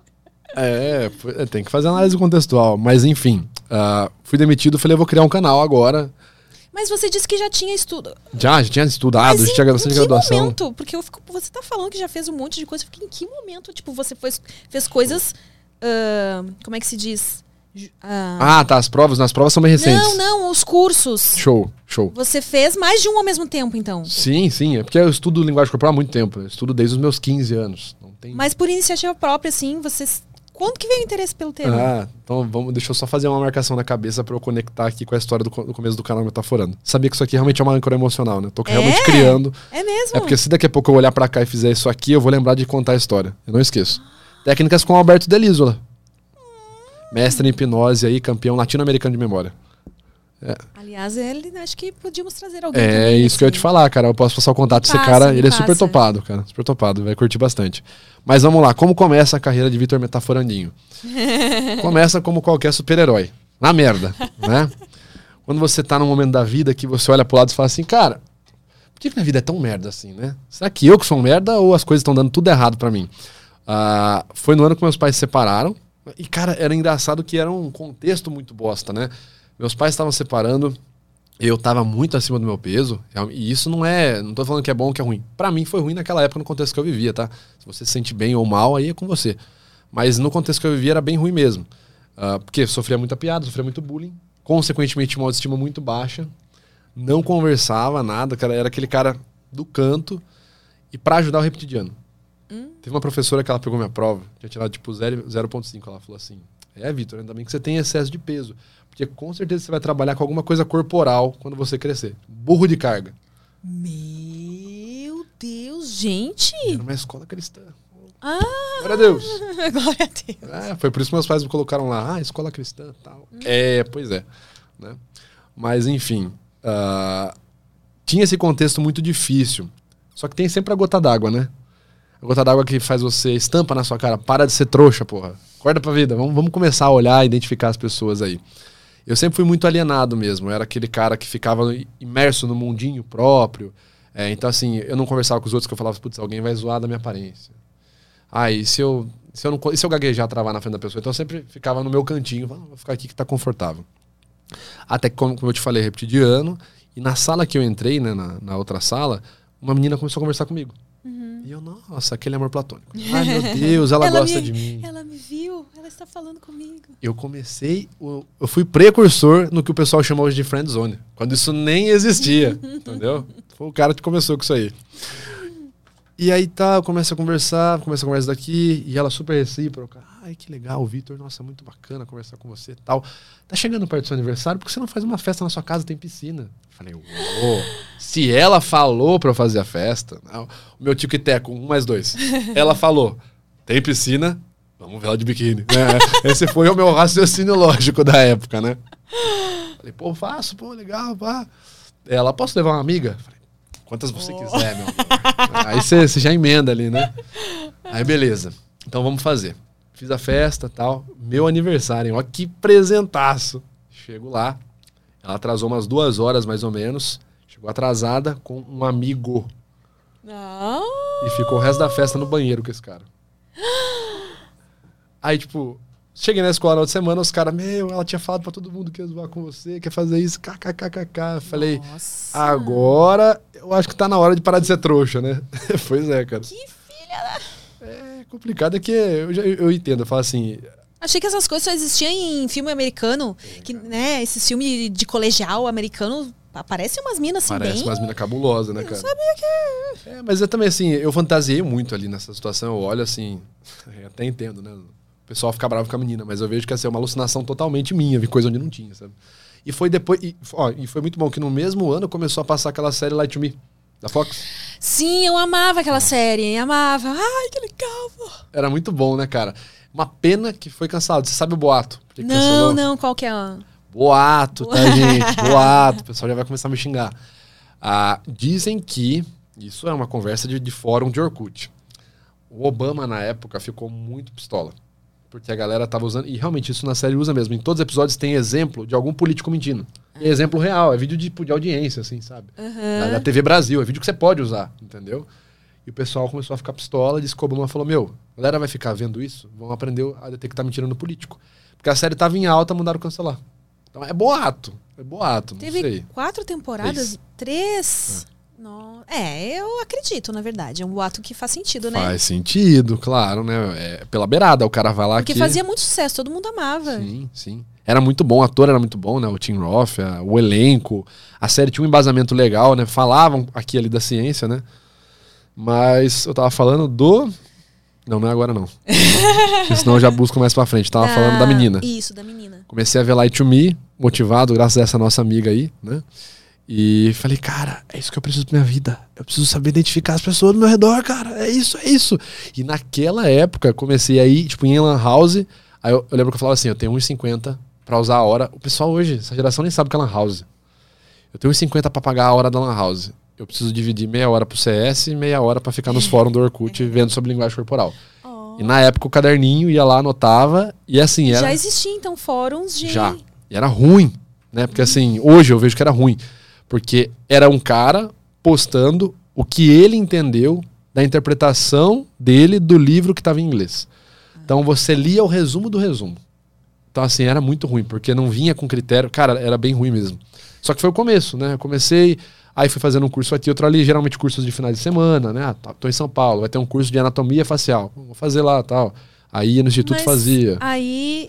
É, tem que fazer análise contextual. Mas enfim, uh, fui demitido, falei, eu vou criar um canal agora. Mas você disse que já tinha estudo. Já, já tinha estudado, Mas já tinha bastante graduação. Em que momento? Porque eu fico, você tá falando que já fez um monte de coisa. Eu fiquei, em que momento, tipo, você fez, fez coisas... Uh, como é que se diz? Uh... Ah, tá, as provas, nas provas são bem recentes. Não, não, os cursos. Show, show. Você fez mais de um ao mesmo tempo, então? Sim, sim, é porque eu estudo linguagem corporal há muito tempo. Eu estudo desde os meus quinze anos. Não tem... Mas por iniciativa própria, assim, vocês... Quando que veio o interesse pelo tema? Ah, então vamos, deixa eu só fazer uma marcação na cabeça pra eu conectar aqui com a história do, do começo do canal Metaforando. Sabia que isso aqui realmente é uma âncora emocional, né? Tô é? realmente criando. É mesmo? É porque se daqui a pouco eu olhar pra cá e fizer isso aqui, eu vou lembrar de contar a história. Eu não esqueço. Técnicas com Alberto Delísola. Mestre em hipnose aí, campeão latino-americano de memória. É. Aliás, ele acho que podíamos trazer alguém. É também, isso assim. que eu ia te falar, cara. Eu posso passar o contato desse passa, cara. Ele é passa. super topado, cara. Super topado. Vai curtir bastante. Mas vamos lá. Como começa a carreira de Vitor Metaforandinho? Começa como qualquer super-herói. Na merda, né? Quando você tá num momento da vida que você olha pro lado e fala assim, cara, por que minha vida é tão merda assim, né? Será que eu que sou um merda ou as coisas estão dando tudo errado pra mim? Uh, foi no ano que meus pais se separaram. E, cara, era engraçado que era um contexto muito bosta, né? Meus pais estavam separando, eu tava muito acima do meu peso, e isso não é... Não tô falando que é bom ou que é ruim. Pra mim foi ruim naquela época, no contexto que eu vivia, tá? Se você se sente bem ou mal, aí é com você. Mas no contexto que eu vivia era bem ruim mesmo. Uh, porque sofria muita piada, sofria muito bullying, consequentemente uma autoestima muito baixa, não conversava nada, cara, era aquele cara do canto, e pra ajudar eu repeti de ano. Hum? Teve uma professora que ela pegou minha prova, tinha tirado tipo zero vírgula cinco, ela falou assim, é, Vitor, ainda bem que você tem excesso de peso, porque com certeza você vai trabalhar com alguma coisa corporal quando você crescer. Burro de carga. Meu Deus, gente! Era uma escola cristã. Ah! Glória a Deus! Glória a Deus! É, foi por isso que meus pais me colocaram lá, ah, escola cristã e tal. Hum. É, pois é. Né? Mas, enfim, uh, tinha esse contexto muito difícil. Só que tem sempre a gota d'água, né? A gota d'água que faz você estampa na sua cara. Para de ser trouxa, porra. Acorda pra vida. Vamos, vamos começar a olhar e identificar as pessoas aí. Eu sempre fui muito alienado mesmo. Eu era aquele cara que ficava imerso no mundinho próprio. É, então, assim, eu não conversava com os outros, que eu falava, putz, alguém vai zoar da minha aparência. Ah, e se eu, se eu, não, e se eu gaguejar, travar na frente da pessoa? Então eu sempre ficava no meu cantinho. Ah, vou ficar aqui que tá confortável. Até que, como, como eu te falei, repeti de ano. E na sala que eu entrei, né, na, na outra sala, uma menina começou a conversar comigo. Uhum. E eu, nossa, aquele amor platônico. Ai, meu Deus, ela, ela gosta me, de mim. Ela me viu. Ju, ela está falando comigo. Eu comecei, o- eu fui precursor no que o pessoal chama hoje de friend zone, quando isso nem existia, entendeu? Foi o cara que começou com isso aí. E aí tá, eu começo a conversar, começo a conversa daqui, e ela super recíproca. Ai, que legal, Vitor, nossa, muito bacana conversar com você e tal. Tá chegando perto do seu aniversário, por que você não faz uma festa na sua casa, tem piscina? Falei, uou, se ela falou pra eu fazer a festa, não, o meu tico e teco, um mais dois, ela falou, tem piscina, vamos ver ela de biquíni. É, esse foi o meu raciocínio lógico da época, né? Falei, pô, faço, pô, legal, pá. Ela, posso levar uma amiga? Falei, quantas você oh. quiser, meu amor. Aí você já emenda ali, né? Aí beleza, então vamos fazer. Fiz a festa e tal, meu aniversário, hein? Ó que presentaço. Chego lá, ela atrasou umas duas horas mais ou menos, chegou atrasada com um amigo. Não. E ficou o resto da festa no banheiro com esse cara. Aí, tipo, cheguei na escola na outra semana, os caras, meu, ela tinha falado pra todo mundo que ia zoar com você, quer fazer isso, kkkk. Falei, nossa, agora eu acho que tá na hora de parar de ser trouxa, né? Pois é, cara. Que filha da... É complicado, é que eu, já, eu entendo, eu falo assim... Achei que essas coisas só existiam em filme americano, é, que, né, esses filmes de colegial americano, aparecem umas minas assim, Parece bem... umas minas cabulosas, né, cara? Eu sabia que... É, mas eu também, assim, eu fantasiei muito ali nessa situação, eu olho assim, eu até entendo, né? O pessoal fica bravo com a menina, mas eu vejo que assim, é uma alucinação totalmente minha, vi coisa onde não tinha, sabe? E foi depois, e, ó, e foi muito bom que no mesmo ano começou a passar aquela série Lie to Me, da Fox. Sim, eu amava aquela Nossa. série, amava. Ai, que legal, pô. Era muito bom, né, cara? Uma pena que foi cancelado. Você sabe o boato? Por que não, cancelou? não, qual que é? Boato, tá, gente? Boato. O pessoal já vai começar a me xingar. Ah, dizem que, isso é uma conversa de, de fórum de Orkut. O Obama, na época, ficou muito pistola. Porque a galera tava usando... E realmente isso na série usa mesmo. Em todos os episódios tem exemplo de algum político mentindo. É exemplo real. É vídeo de, de audiência, assim, sabe? Uhum. Da, da T V Brasil. É vídeo que você pode usar, entendeu? E o pessoal começou a ficar pistola. Disse que o Obama falou, meu, a galera vai ficar vendo isso? Vão aprender a detectar mentira no político. Porque a série tava em alta, mandaram cancelar. Então é boato. É boato, não Teve sei. quatro temporadas? Três? É. Não. É, eu acredito, na verdade. É um boato que faz sentido, né? Faz sentido, claro, né? É pela beirada, o cara vai lá Porque que... fazia muito sucesso, todo mundo amava. Sim, sim. Era muito bom, o ator era muito bom, né? O Tim Roth, a, o elenco. A série tinha um embasamento legal, né? Falavam aqui ali da ciência, né? Mas eu tava falando do... Não, não é agora não. Senão eu já busco mais pra frente. Tava da... falando da menina. Isso, da menina. Comecei a ver Lie to Me, motivado, graças a essa nossa amiga aí, né? E falei, cara, é isso que eu preciso pra minha vida. Eu preciso saber identificar as pessoas do meu redor, cara. É isso, é isso. E naquela época, comecei a ir, tipo, em Lan House. Aí eu, eu lembro que eu falava assim, eu tenho um e cinquenta pra usar a hora. O pessoal hoje, essa geração nem sabe o que é Lan House. Eu tenho um e cinquenta pra pagar a hora da Lan House. Eu preciso dividir meia hora pro C S e meia hora pra ficar nos fóruns do Orkut vendo sobre linguagem corporal. Oh. E na época o caderninho ia lá, anotava, e assim era... Já existia, então, fóruns de... Já. E era ruim, né? Porque assim, hoje eu vejo que era ruim. Porque era um cara postando o que ele entendeu da interpretação dele do livro que estava em inglês. Então você lia o resumo do resumo. Então assim, era muito ruim, porque não vinha com critério. Cara, era bem ruim mesmo. Só que foi o começo, né? Eu comecei, aí fui fazendo um curso aqui, outro ali, geralmente cursos de finais de semana, né? Ah, tô em São Paulo, vai ter um curso de anatomia facial. Vou fazer lá, tal. Aí no instituto Mas fazia. Aí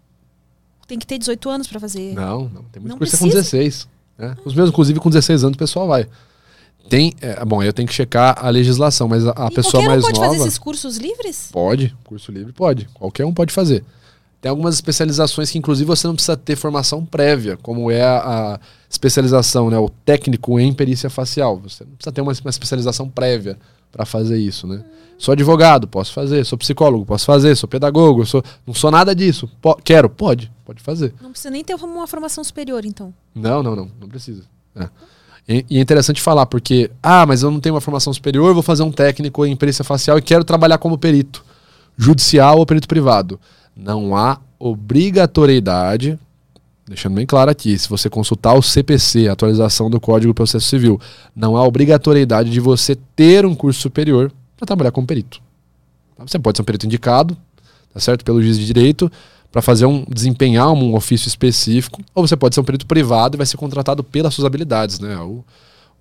tem que ter dezoito anos para fazer. Não, não. Tem muito não curso precisa? com dezesseis. Né? Os meus, inclusive, com dezesseis anos, o pessoal vai. Tem, é, bom, eu tenho que checar a legislação, mas a, a pessoa mais nova... Qualquer um pode fazer esses cursos livres? Pode, curso livre pode. Qualquer um pode fazer. Tem algumas especializações que, inclusive, você não precisa ter formação prévia, como é a, a especialização, né? O técnico em perícia facial. Você não precisa ter uma, uma especialização prévia para fazer isso, né? Hum. Sou advogado, posso fazer. Sou psicólogo, posso fazer. Sou pedagogo, sou, não sou nada disso. Po- quero, pode, pode fazer. Não precisa nem ter uma formação superior, então. Não, não, não, não precisa. É. E, e é interessante falar, porque, ah, mas eu não tenho uma formação superior, vou fazer um técnico em perícia facial e quero trabalhar como perito judicial ou perito privado. Não há obrigatoriedade, deixando bem claro aqui, se você consultar o C P C, a atualização do Código de Processo Civil, não há obrigatoriedade de você ter um curso superior para trabalhar como perito. Você pode ser um perito indicado, tá certo, pelo juiz de direito, para fazer um, desempenhar um ofício específico, ou você pode ser um perito privado e vai ser contratado pelas suas habilidades, né? O,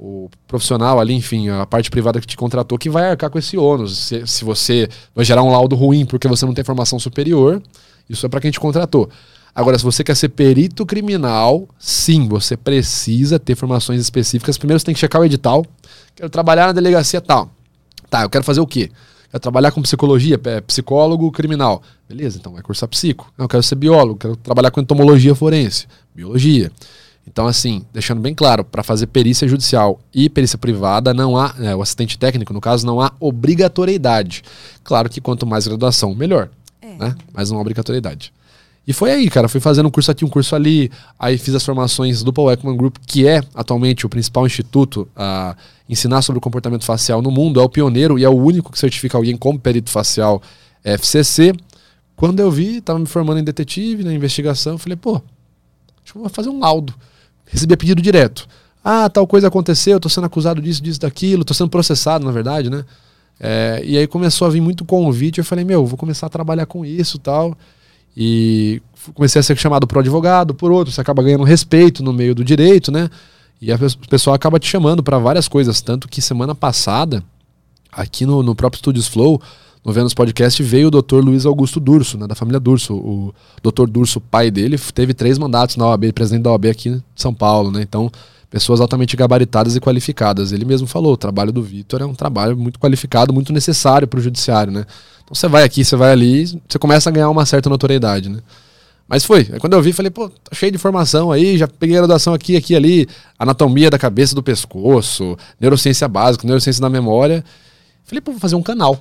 o profissional ali, enfim, a parte privada que te contratou, que vai arcar com esse ônus. Se, se você vai gerar um laudo ruim porque você não tem formação superior, isso é para quem te contratou. Agora, se você quer ser perito criminal, sim, você precisa ter formações específicas. Primeiro você tem que checar o edital. Quero trabalhar na delegacia tal. Tá, eu quero fazer o quê? Quero trabalhar com psicologia, psicólogo criminal. Beleza, então vai cursar psico. Não, eu quero ser biólogo, quero trabalhar com entomologia forense, biologia. Então, assim, deixando bem claro, para fazer perícia judicial e perícia privada, não há, é, o assistente técnico, no caso, não há obrigatoriedade. Claro que quanto mais graduação, melhor. É. Né? Mas não há obrigatoriedade. E foi aí, cara, fui fazendo um curso aqui, um curso ali, aí fiz as formações do Paul Ekman Group, que é atualmente o principal instituto a ensinar sobre o comportamento facial no mundo, é o pioneiro e é o único que certifica alguém como perito facial F C C. Quando eu vi, tava me formando em detetive, na investigação, falei, pô, acho que eu vou fazer um laudo. Recebia pedido direto. Ah, tal coisa aconteceu, tô sendo acusado disso, disso, daquilo, tô sendo processado, na verdade, né? É, e aí começou a vir muito convite, eu falei, meu, vou começar a trabalhar com isso e tal. E comecei a ser chamado por um advogado, por outro, você acaba ganhando respeito no meio do direito, né? E a o pessoal acaba te chamando para várias coisas, tanto que semana passada, aqui no, no próprio Studios Flow, no Vênus Podcast, veio o doutor Luiz Augusto Durso, né, da família Durso. O doutor Durso, pai dele, teve três mandatos na O A B, presidente da O A B aqui em São Paulo, né? Então, pessoas altamente gabaritadas e qualificadas. Ele mesmo falou, o trabalho do Vitor é um trabalho muito qualificado, muito necessário para o judiciário, né? Então você vai aqui, você vai ali, você começa a ganhar uma certa notoriedade, né? Mas foi. Aí quando eu vi, falei, pô, tá cheio de informação aí, já peguei graduação aqui, aqui, ali, anatomia da cabeça, do pescoço, neurociência básica, neurociência da memória. Falei, pô, vou fazer um canal.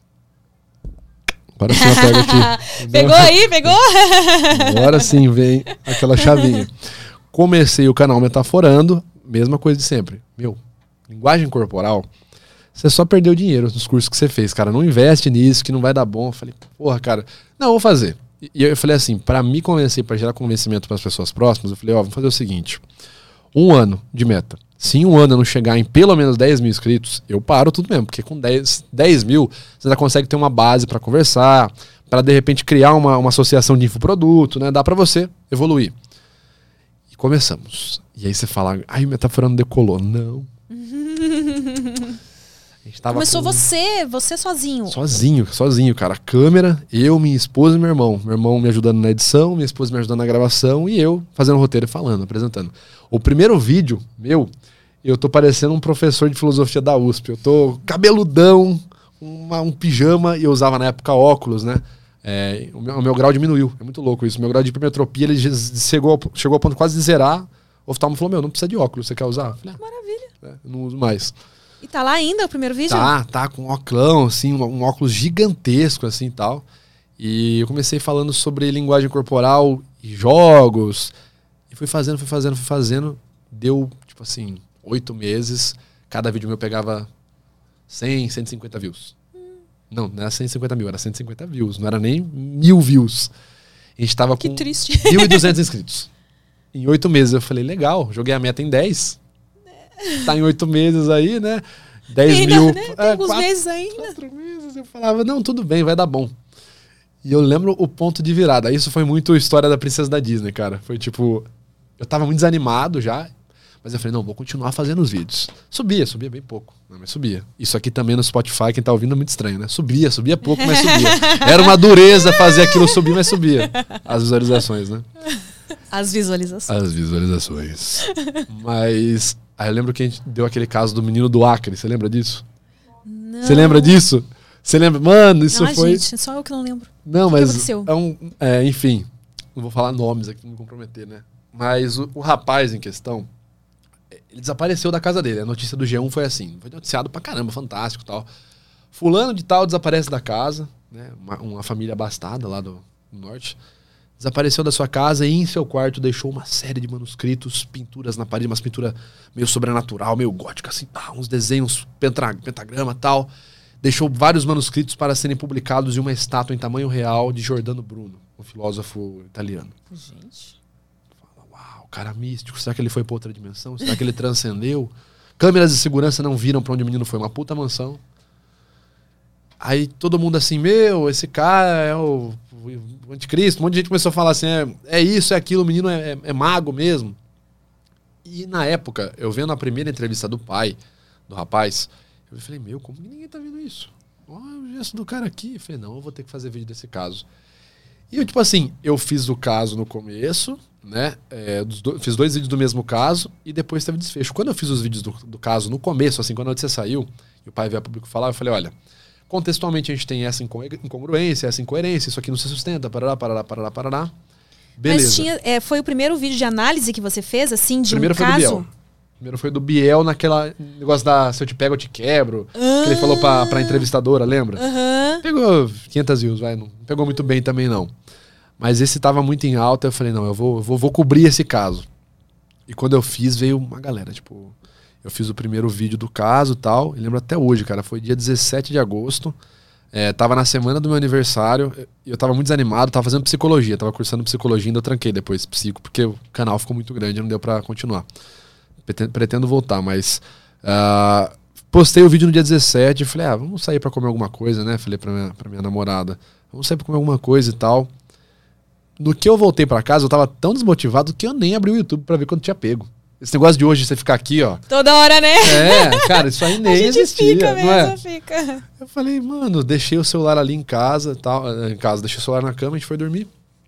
Agora sim eu pego aqui. Pegou aí, pegou? Agora sim vem aquela chavinha. Comecei o canal Metaforando, mesma coisa de sempre. Meu, linguagem corporal, você só perdeu dinheiro nos cursos que você fez, cara. Não investe nisso, que não vai dar bom. Eu falei, porra, cara, não, vou fazer. E eu falei assim, pra me convencer, pra gerar convencimento para as pessoas próximas, eu falei, ó, vamos fazer o seguinte, um ano de meta. Se em um ano eu não chegar em pelo menos dez mil inscritos, eu paro tudo mesmo, porque com dez, dez mil você já consegue ter uma base para conversar, para de repente criar uma, uma associação de infoproduto, né? Dá para você evoluir. E começamos. E aí você fala, ai, o Metaforando decolou. Não. A gente tava Começou com... você, você sozinho. Sozinho, sozinho, cara. A câmera, eu, minha esposa e meu irmão. Meu irmão me ajudando na edição, minha esposa me ajudando na gravação e eu fazendo roteiro e falando, apresentando. O primeiro vídeo meu, eu tô parecendo um professor de filosofia da U S P. Eu tô cabeludão, uma, um pijama e eu usava na época óculos, né? É, o, meu, o meu grau diminuiu. É muito louco isso. O meu grau de hipermetropia ele chegou, ao, chegou ao ponto de quase de zerar. O oftalmo falou, meu, não precisa de óculos, você quer usar? Eu falei, ah, maravilha. É, eu não uso mais. E tá lá ainda o primeiro vídeo? Tá, tá, com um óculão, assim, um, um óculos gigantesco, assim, e tal. E eu comecei falando sobre linguagem corporal e jogos. E fui fazendo, fui fazendo, fui fazendo. Deu, tipo assim, oito meses. Cada vídeo meu pegava cem, cento e cinquenta views. Hum. Não, não era cento e cinquenta mil, era cento e cinquenta views. Não era nem mil views. A gente tava que com triste. mil e duzentos inscritos. Em oito meses eu falei, legal, joguei a meta em dez. Tá em oito meses aí, né? dez mil. Né? Tem é, alguns quatro, meses ainda. Quatro meses. Eu falava, não, tudo bem, vai dar bom. E eu lembro o ponto de virada. Isso foi muito história da princesa da Disney, cara. Foi tipo, eu tava muito desanimado já, mas eu falei, não, vou continuar fazendo os vídeos. Subia, subia bem pouco, não, mas subia. Isso aqui também no Spotify, quem tá ouvindo é muito estranho, né? Subia, subia pouco, mas subia. Era uma dureza fazer aquilo subir, mas subia. As visualizações, né? As visualizações. As visualizações. Mas aí eu lembro que a gente deu aquele caso do menino do Acre. Você lembra disso? Não. Você lembra disso? Você lembra? Mano, isso não, foi... gente, só eu que não lembro. Não, o mas... que aconteceu? É um, é, enfim, não vou falar nomes aqui, não me comprometer, né? Mas o, o rapaz em questão, ele desapareceu da casa dele. A notícia do G um foi assim. Foi noticiado pra caramba, fantástico e tal. Fulano de tal desaparece da casa, né? Uma, uma família abastada lá do, do norte. Desapareceu da sua casa e em seu quarto deixou uma série de manuscritos, pinturas na parede, umas pinturas meio sobrenatural, meio gótica, assim, pá, uns desenhos, pentra, pentagrama e tal. Deixou vários manuscritos para serem publicados em uma estátua em tamanho real de Giordano Bruno, um filósofo italiano. Gente. Fala, uau, cara místico, será que ele foi para outra dimensão? Será que ele transcendeu? Câmeras de segurança não viram para onde o menino foi, uma puta mansão. Aí todo mundo assim, meu, esse cara é o... o anticristo, um monte de gente começou a falar assim, é, é isso, é aquilo, o menino é, é, é mago mesmo. E na época, eu vendo a primeira entrevista do pai, do rapaz, eu falei, meu, como que ninguém tá vendo isso? Olha o gesto do cara aqui. Eu falei, não, eu vou ter que fazer vídeo desse caso. E eu, tipo assim, eu fiz o caso no começo, né? É, dos do, fiz dois vídeos do mesmo caso e depois teve desfecho. Quando eu fiz os vídeos do, do caso no começo, assim, quando a notícia saiu, e o pai veio a público falar, eu falei, olha, contextualmente a gente tem essa incongruência, essa incoerência, isso aqui não se sustenta, parará, parará, parará, parará. Beleza. Mas tinha, é, foi o primeiro vídeo de análise que você fez, assim, de Primeiro um foi caso? do Biel. Primeiro foi do Biel naquela negócio da se eu te pego, eu te quebro. Ah. Que ele falou pra, pra entrevistadora, lembra? Uhum. Pegou quinhentas views, vai. Não pegou muito bem também, não. Mas esse tava muito em alta, eu falei, não, eu vou, vou, vou cobrir esse caso. E quando eu fiz, veio uma galera, tipo... Eu fiz o primeiro vídeo do caso e tal. Eu lembro até hoje, cara. Foi dia dezessete de agosto. É, tava na semana do meu aniversário. E eu tava muito desanimado, tava fazendo psicologia. Tava cursando psicologia, ainda eu tranquei depois psico, porque o canal ficou muito grande, não deu pra continuar. Pretendo voltar, mas... Uh, postei o vídeo no dia dezessete e falei, ah, vamos sair pra comer alguma coisa, né? Falei pra minha, pra minha namorada. Vamos sair pra comer alguma coisa e tal. No que eu voltei pra casa, eu tava tão desmotivado que eu nem abri o YouTube pra ver quando tinha pego. Esse negócio de hoje, você ficar aqui, ó. Toda hora, né? É, cara, isso aí nem a gente existia, fica não mesmo, é? Fica. Eu falei, mano, deixei o celular ali em casa, tal, em casa, deixei o celular na cama, a gente foi dormir.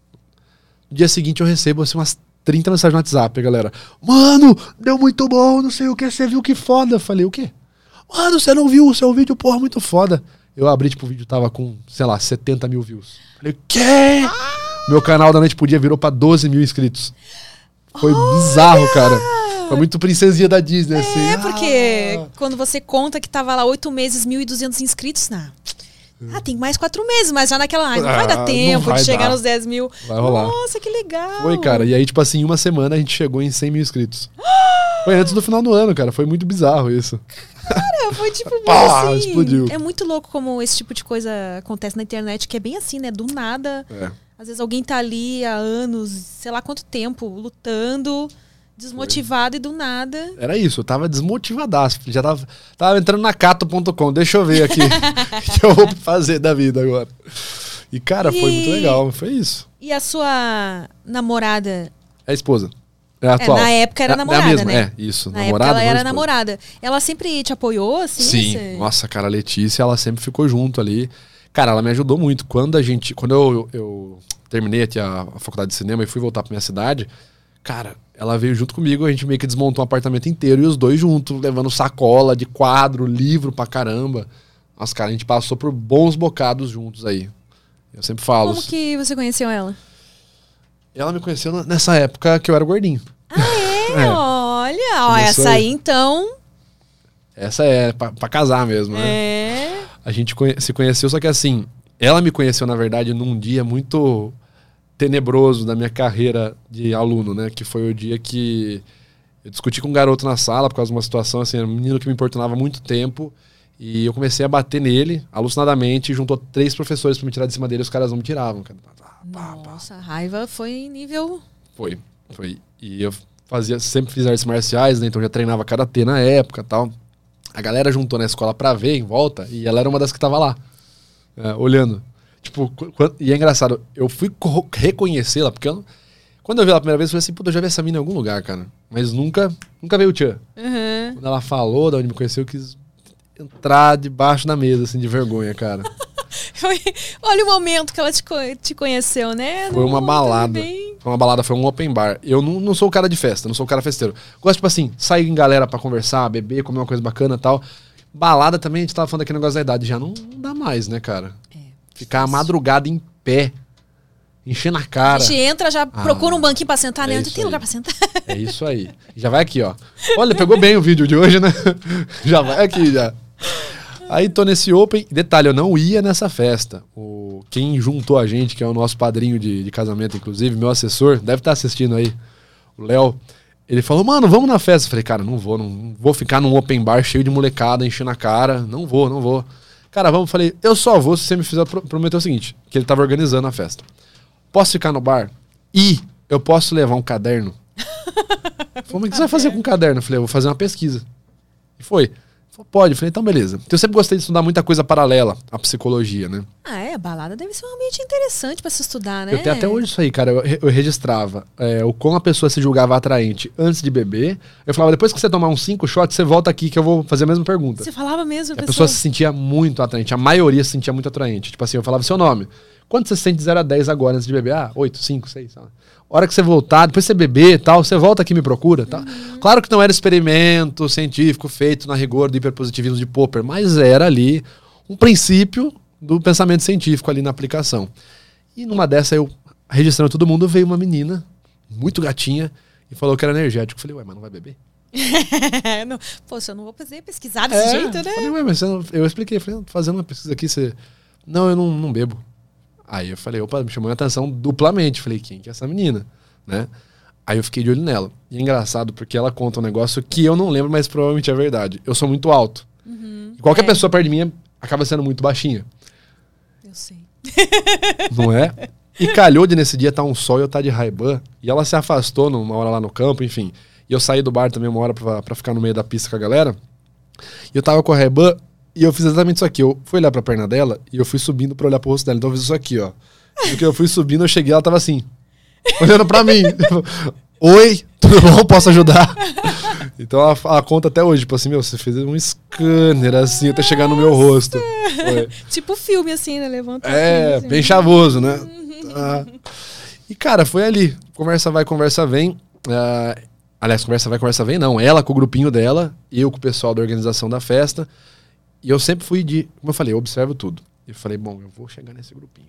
No dia seguinte eu recebo assim umas trinta mensagens no WhatsApp, galera. Mano, deu muito bom, não sei o que, você viu que foda. Eu falei, o quê? Mano, você não viu o seu vídeo, porra, muito foda. Eu abri, tipo, o vídeo tava com, sei lá, setenta mil views. Falei, quê? Ah! Meu canal da Noite Podia virou pra doze mil inscritos. Foi oh, bizarro, cara. Foi muito princesinha da Disney, é, assim. É, porque ah. quando você conta que tava lá oito meses, mil e duzentos inscritos, não. Ah, tem mais quatro meses, mas já naquela... Ah, não vai dar tempo vai de chegar dar. nos dez mil. Vai rolar. Nossa, que legal. Foi, cara. E aí, tipo assim, em uma semana a gente chegou em cem mil inscritos. Foi antes do final do ano, cara. Foi muito bizarro isso. Cara, foi tipo muito Pá, assim. Explodiu. É muito louco como esse tipo de coisa acontece na internet, que é bem assim, né? Do nada. É. Às vezes alguém tá ali há anos, sei lá quanto tempo, lutando... Desmotivado Foi. E do nada. Era isso, eu tava desmotivadaço. Já tava, tava entrando na cato ponto com. Deixa eu ver aqui o que eu vou fazer da vida agora. E, cara, e... foi muito legal. Foi isso. E a sua namorada? É a esposa. É a atual. É, na época era é, namorada, é a mesma, né? É, isso. Na namorada, época ela era esposa. namorada. Ela sempre te apoiou, assim? Sim. Você... Nossa, cara, a Letícia, ela sempre ficou junto ali. Cara, ela me ajudou muito. Quando a gente... Quando eu, eu terminei aqui a, a faculdade de cinema e fui voltar pra minha cidade... Cara, ela veio junto comigo, a gente meio que desmontou um apartamento inteiro e os dois juntos, levando sacola de quadro, livro pra caramba. Nossa, cara, a gente passou por bons bocados juntos aí. Eu sempre falo. Como que você conheceu ela? Ela me conheceu nessa época que eu era gordinho. Ah, é? é. Olha, ó, essa aí, então... Essa é pra, pra casar mesmo, né? É. A gente conhe- se conheceu, só que assim, ela me conheceu, na verdade, num dia muito... tenebroso da minha carreira de aluno, né? Que foi o dia que eu discuti com um garoto na sala por causa de uma situação, assim, era um menino que me importunava há muito tempo e eu comecei a bater nele, alucinadamente, e juntou três professores pra me tirar de cima dele e os caras não me tiravam, cara. Nossa, a raiva foi em nível... Foi, foi. E eu fazia, sempre fiz artes marciais, né? Então já treinava karatê na época e tal. A galera juntou na escola pra ver em volta e ela era uma das que tava lá, é, olhando. Tipo, quando, e é engraçado, eu fui reconhecê-la, porque eu, quando eu vi ela a primeira vez, eu falei assim, puta, eu já vi essa mina em algum lugar, cara. Mas nunca, nunca veio o tchan. Uhum. Quando ela falou, da onde me conheceu, eu quis entrar debaixo da mesa, assim, de vergonha, cara. Olha o momento que ela te, te conheceu, né? Foi uma Não, balada. bem... Foi uma balada, foi um open bar. Eu não, não sou o cara de festa, não sou o cara festeiro. Gosto, tipo assim, sair em galera pra conversar, beber, comer uma coisa bacana e tal. Balada também, a gente tava falando daquele negócio da idade, já não, não dá mais, né, cara? É. Ficar a madrugada em pé, enchendo a cara. A gente entra, já ah, procura um banquinho pra sentar, né? É Tem aí. lugar pra sentar. É isso aí. Já vai aqui, ó. Olha, pegou bem o vídeo de hoje, né? Já vai aqui, já. Aí tô nesse open. Detalhe, eu não ia nessa festa. O, quem juntou a gente, que é o nosso padrinho de, de casamento, inclusive, meu assessor, deve estar assistindo aí, o Léo. Ele falou, mano, vamos na festa. Eu falei, cara, não vou, não vou ficar num open bar cheio de molecada, enchendo a cara. Não vou, não vou. Cara, vamos, falei, eu só vou se você me fizer prometer o seguinte, que ele tava organizando a festa. Posso ficar no bar? E eu posso levar um caderno? Falei, mas o que você vai fazer com um caderno? Eu falei, eu vou fazer uma pesquisa. E foi. Falou, pode. Eu falei, então beleza. Então, eu sempre gostei de estudar muita coisa paralela à psicologia, né? Ah, é? A balada deve ser um ambiente interessante pra se estudar, né? Eu tenho até hoje isso aí, cara. Eu, eu registrava é, o como a pessoa se julgava atraente antes de beber. Eu falava, depois que você tomar uns cinco shots, você volta aqui que eu vou fazer a mesma pergunta. Você falava mesmo, A pessoa? pessoa se sentia muito atraente. A maioria se sentia muito atraente. Tipo assim, eu falava seu nome. Quanto você se sente de zero a dez agora antes de beber? Ah, oito, cinco, seis. A hora que você voltar, depois você beber e tal, você volta aqui e me procura, tá? Uhum. Claro que não era experimento científico feito na rigor do hiperpositivismo de Popper, mas era ali um princípio do pensamento científico ali na aplicação. E numa dessa, eu registrando todo mundo, veio uma menina, muito gatinha, e falou que era energético. Eu falei, ué, mas não vai beber? não, poxa, eu não vou fazer pesquisar desse é, jeito, né? Falei, ué, mas você não... eu expliquei, falei, tô fazendo uma pesquisa aqui, você... Não, eu não, não bebo. Aí eu falei, opa, me chamou a atenção duplamente. Falei, quem que é essa menina? Né? Aí eu fiquei de olho nela. E é engraçado porque ela conta um negócio que eu não lembro, mas provavelmente é verdade. Eu sou muito alto. Uhum, e qualquer é. pessoa perto de mim acaba sendo muito baixinha. Eu sei. Não é? E calhou de nesse dia tá um sol e eu tá de Ray-Ban. E ela se afastou numa hora lá no campo, enfim. E eu saí do bar também uma hora pra, pra ficar no meio da pista com a galera. E eu tava com a Ray-Ban. E eu fiz exatamente isso aqui. Eu fui olhar pra perna dela e eu fui subindo pra olhar pro rosto dela. Então eu fiz isso aqui, ó. Porque eu fui subindo, eu cheguei, ela tava assim, olhando pra mim. Oi, tudo bom? Posso ajudar? Então ela, ela conta até hoje, tipo assim, meu, você fez um scanner assim até chegar no meu rosto. Foi. Tipo filme assim, né? Levanta. É, assim. bem chavoso, né? Ah. E cara, foi ali. Conversa vai, conversa vem. Uh, aliás, conversa vai, conversa vem, não. Ela com o grupinho dela, eu com o pessoal da organização da festa. E eu sempre fui de, como eu falei, eu observo tudo. E eu falei, bom, eu vou chegar nesse grupinho.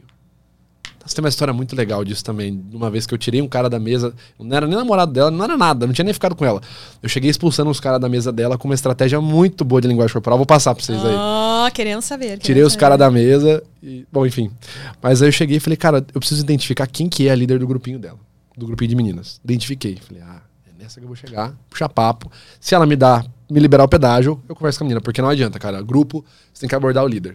Você tem uma história muito legal disso também. Uma vez que eu tirei um cara da mesa, não era nem namorado dela, não era nada, não tinha nem ficado com ela. Eu cheguei expulsando os caras da mesa dela com uma estratégia muito boa de linguagem corporal. Vou passar pra vocês aí. Oh, querendo saber. Querendo Tirei os saber. caras da mesa e, bom, enfim. Mas aí eu cheguei e falei, cara, eu preciso identificar quem que é a líder do grupinho dela. Do grupinho de meninas. Identifiquei. Falei, ah, é nessa que eu vou chegar, puxar papo. Se ela me dá, me liberar o pedágio, eu converso com a menina. Porque não adianta, cara. Grupo, você tem que abordar o líder.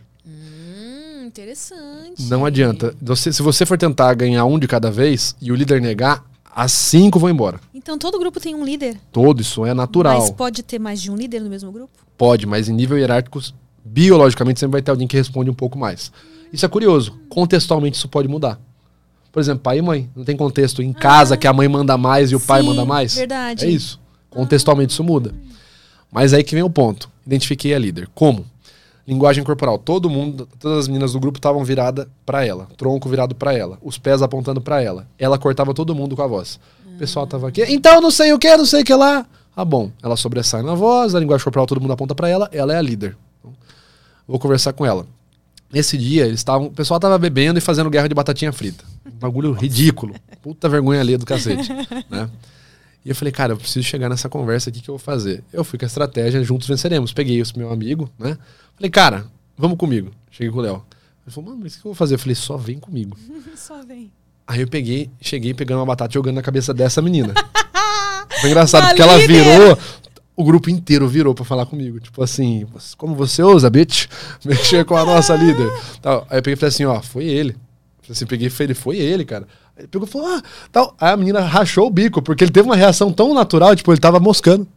Hum, interessante. Não adianta. Você, se você for tentar ganhar um de cada vez e o líder negar, as cinco vão embora. Então todo grupo tem um líder? Todo, isso é natural. Mas pode ter mais de um líder no mesmo grupo? Pode, mas em nível hierárquico, biologicamente, sempre vai ter alguém que responde um pouco mais. Isso é curioso. Contextualmente, isso pode mudar. Por exemplo, pai e mãe. Não tem contexto em casa ah, que a mãe manda mais e o sim, pai manda mais? Verdade. É isso. Contextualmente, isso muda. Mas aí que vem o ponto. Identifiquei a líder. Como? Linguagem corporal. Todo mundo, todas as meninas do grupo estavam viradas pra ela. Tronco virado pra ela. Os pés apontando pra ela. Ela cortava todo mundo com a voz. O pessoal tava aqui. Então, não sei o que, não sei o que lá. Ah, bom. Ela sobressai na voz. A linguagem corporal, todo mundo aponta pra ela. Ela é a líder. Então, vou conversar com ela. Nesse dia, eles estavam, o pessoal tava bebendo e fazendo guerra de batatinha frita. Um bagulho ridículo. Puta vergonha ali do cacete. Né? E eu falei, cara, eu preciso chegar nessa conversa aqui que eu vou fazer. Eu fui com a estratégia, juntos venceremos. Peguei esse meu amigo, né? Falei, cara, vamos comigo. Cheguei com o Léo. Ele falou, mano, mas o que eu vou fazer? Eu falei, só vem comigo. Só vem. Aí eu peguei, cheguei pegando uma batata e jogando na cabeça dessa menina. Foi engraçado, Uma porque ela líder. virou, o grupo inteiro virou pra falar comigo. Tipo assim, como você ousa, bitch, mexer com a nossa líder. Tal. Aí eu peguei e falei assim, ó, foi ele. Assim, peguei e falei, foi ele, cara. Aí ele pegou e falou, ah, tal. Aí a menina rachou o bico, porque ele teve uma reação tão natural, tipo, ele tava moscando.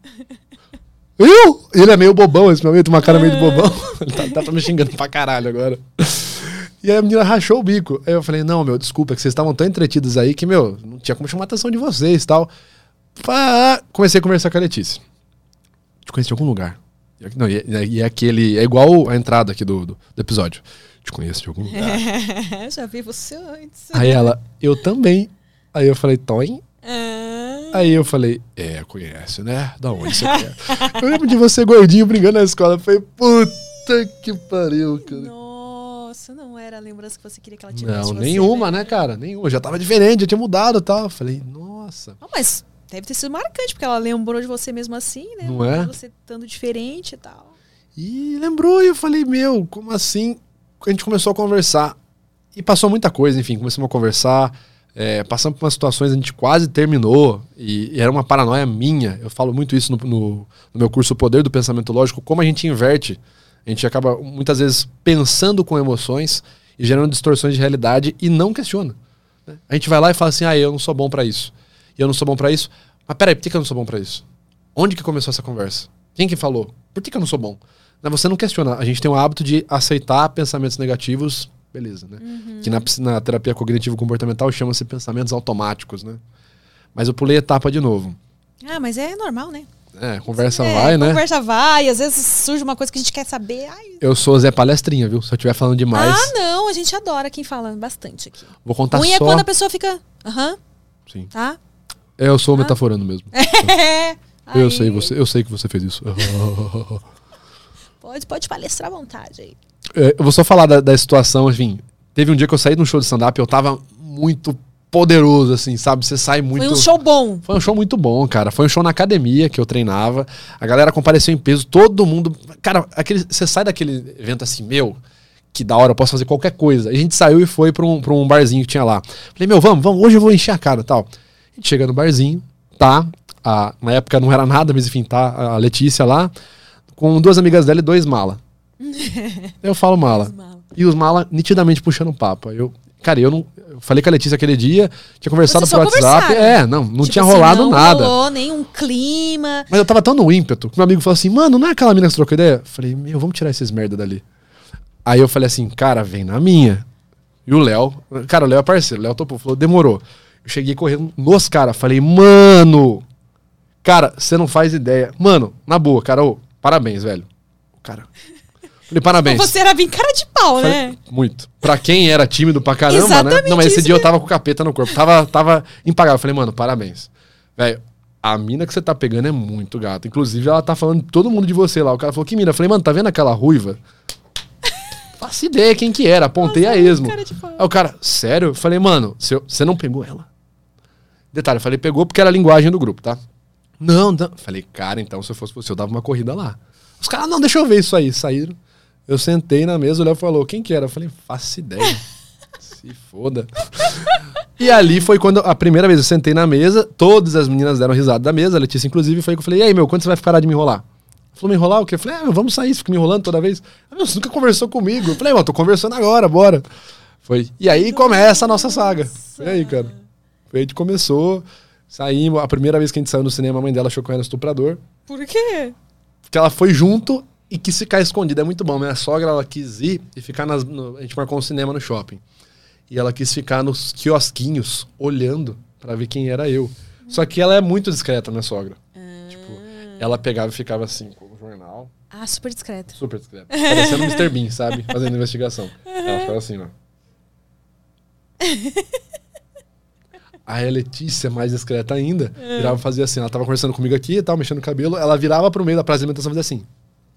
Eu? Ele é meio bobão, esse meu amigo, tem uma cara meio de bobão. Ele tá, tá me xingando pra caralho agora. E aí a menina rachou o bico. Aí eu falei, não, meu, desculpa, que vocês estavam tão entretidos aí que, meu, não tinha como chamar a atenção de vocês e tal. Pá, comecei a conversar com a Letícia. Te conheci em algum lugar. Não, e, é, e é aquele. É igual a entrada aqui do, do, do episódio. Te conheço de algum lugar. É, já vi você antes. Aí ela, eu também. Aí eu falei, Toin. Ah. Aí eu falei, é, conhece, né? Da onde você quer? Eu lembro de você gordinho brincando na escola. Eu falei, puta que pariu, cara. Nossa, não era a lembrança que você queria que ela tivesse. Não, de você, nenhuma, né, cara? Nenhuma. Já tava diferente, já tinha mudado e tal. Eu falei, nossa. Ah, mas deve ter sido marcante, porque ela lembrou de você mesmo assim, né? Não é? Você estando diferente e tal. E lembrou, e eu falei, meu, como assim? A gente começou a conversar. E passou muita coisa, enfim, começamos a conversar. É, passamos por umas situações, a gente quase terminou. E, e era uma paranoia minha. Eu falo muito isso no, no, no meu curso O Poder do Pensamento Lógico. Como a gente inverte. A gente acaba, muitas vezes, pensando com emoções e gerando distorções de realidade e não questiona. Né? A gente vai lá e fala assim, ah, eu não sou bom pra isso. E eu não sou bom pra isso. Mas peraí, por que eu não sou bom pra isso? Onde que começou essa conversa? Quem que falou? Por que que eu não sou bom? Você não questiona. A gente tem o hábito de aceitar pensamentos negativos, beleza, né? Uhum. Que na, na terapia cognitivo-comportamental chama-se pensamentos automáticos, né? Mas eu pulei etapa de novo. Ah, mas é normal, né? É, conversa é, vai, né? Conversa vai, às vezes surge uma coisa que a gente quer saber. Ai. Eu sou Zé Palestrinha, viu? Se eu estiver falando demais... Ah, não, a gente adora quem fala bastante aqui. Vou contar ruim só... é quando a pessoa fica... Aham. Uhum, sim. tá? Eu sou ah. metaforando mesmo. É. Eu aí. sei, você, eu sei que você fez isso. Pode, pode palestrar à vontade aí. É, eu vou só falar da, da situação, enfim. Teve um dia que eu saí de um show de stand-up e eu tava muito poderoso, assim, sabe? Você sai muito... Foi um show bom. Foi um show muito bom, cara. Foi um show na academia que eu treinava. A galera compareceu em peso, todo mundo... Cara, aquele, você sai daquele evento assim, meu, que da hora, eu posso fazer qualquer coisa. E a gente saiu e foi pra um, pra um barzinho que tinha lá. Falei, meu, vamos, vamos, hoje eu vou encher a cara e tal. A gente chega no barzinho, tá? A, na época não era nada, mas enfim, tá a Letícia lá, com duas amigas dela e dois mala. Eu falo mala. mala. E os mala nitidamente puxando papo. Eu, cara, eu não... Eu falei com a Letícia aquele dia, tinha conversado pro WhatsApp. É, não, não tipo tinha assim, rolado não nada. Não rolou nenhum clima. Mas eu tava tão no ímpeto que meu amigo falou assim, mano, não é aquela mina que você trocou ideia? Eu falei, meu, vamos tirar esses merda dali. Aí eu falei assim, cara, vem na minha. E o Léo, cara, o Léo é parceiro, o Léo topou, falou, demorou. Eu cheguei correndo nos caras, falei, mano, cara, você não faz ideia. Mano, na boa, cara, ô, parabéns, velho. O cara... Falei, parabéns. Você era bem cara de pau, Falei, né? Muito. Pra quem era tímido pra caramba, Exatamente né? Não, mas esse isso dia eu mesmo. tava com o capeta no corpo. Tava, tava impagável. Falei, mano, parabéns. Velho, a mina que você tá pegando é muito gata. Inclusive, ela tá falando de todo mundo de você lá. O cara falou, que mina? Eu falei, mano, tá vendo aquela ruiva? Faço ideia quem que era. Apontei Nossa, a esmo. cara de pau. Aí o cara, sério? Eu falei, mano, você não pegou ela? Detalhe, eu falei, pegou porque era a linguagem do grupo, tá? Não, não. Falei, cara, então se eu fosse você, eu dava uma corrida lá. Os caras, não, deixa eu ver isso aí. Saíram. Eu sentei na mesa, o Léo falou, quem que era? Eu falei, faço ideia. Se foda. E ali foi quando, a primeira vez eu sentei na mesa, todas as meninas deram risada da mesa, a Letícia inclusive, foi que eu falei, e aí, meu, quando você vai parar de me enrolar? Falou, me enrolar o quê? Eu falei, ah, meu, vamos sair, você fica me enrolando toda vez. Ah, meu, você nunca conversou comigo. Eu falei, mano, tô conversando agora, bora. Foi. E aí começa a nossa saga. Foi aí, cara. Foi aí que começou, saímos, a primeira vez que a gente saiu no cinema, a mãe dela achou que eu era estuprador. Por quê? Porque ela foi junto... E que ficar escondida é muito bom. Minha sogra, ela quis ir e ficar nas... No, a gente marcou um cinema no shopping. E ela quis ficar nos quiosquinhos, olhando pra ver quem era eu. Só que ela é muito discreta, minha sogra. Ah. Tipo, ela pegava e ficava assim, com o jornal. Ah, super discreta. Super discreta. Parecendo o mister Bean, sabe? Fazendo investigação. Ela ficava assim, ó. Aí a Letícia, mais discreta ainda, virava e fazia assim. Ela tava conversando comigo aqui e tal, mexendo o cabelo. Ela virava pro meio da praça de alimentação e fazia assim.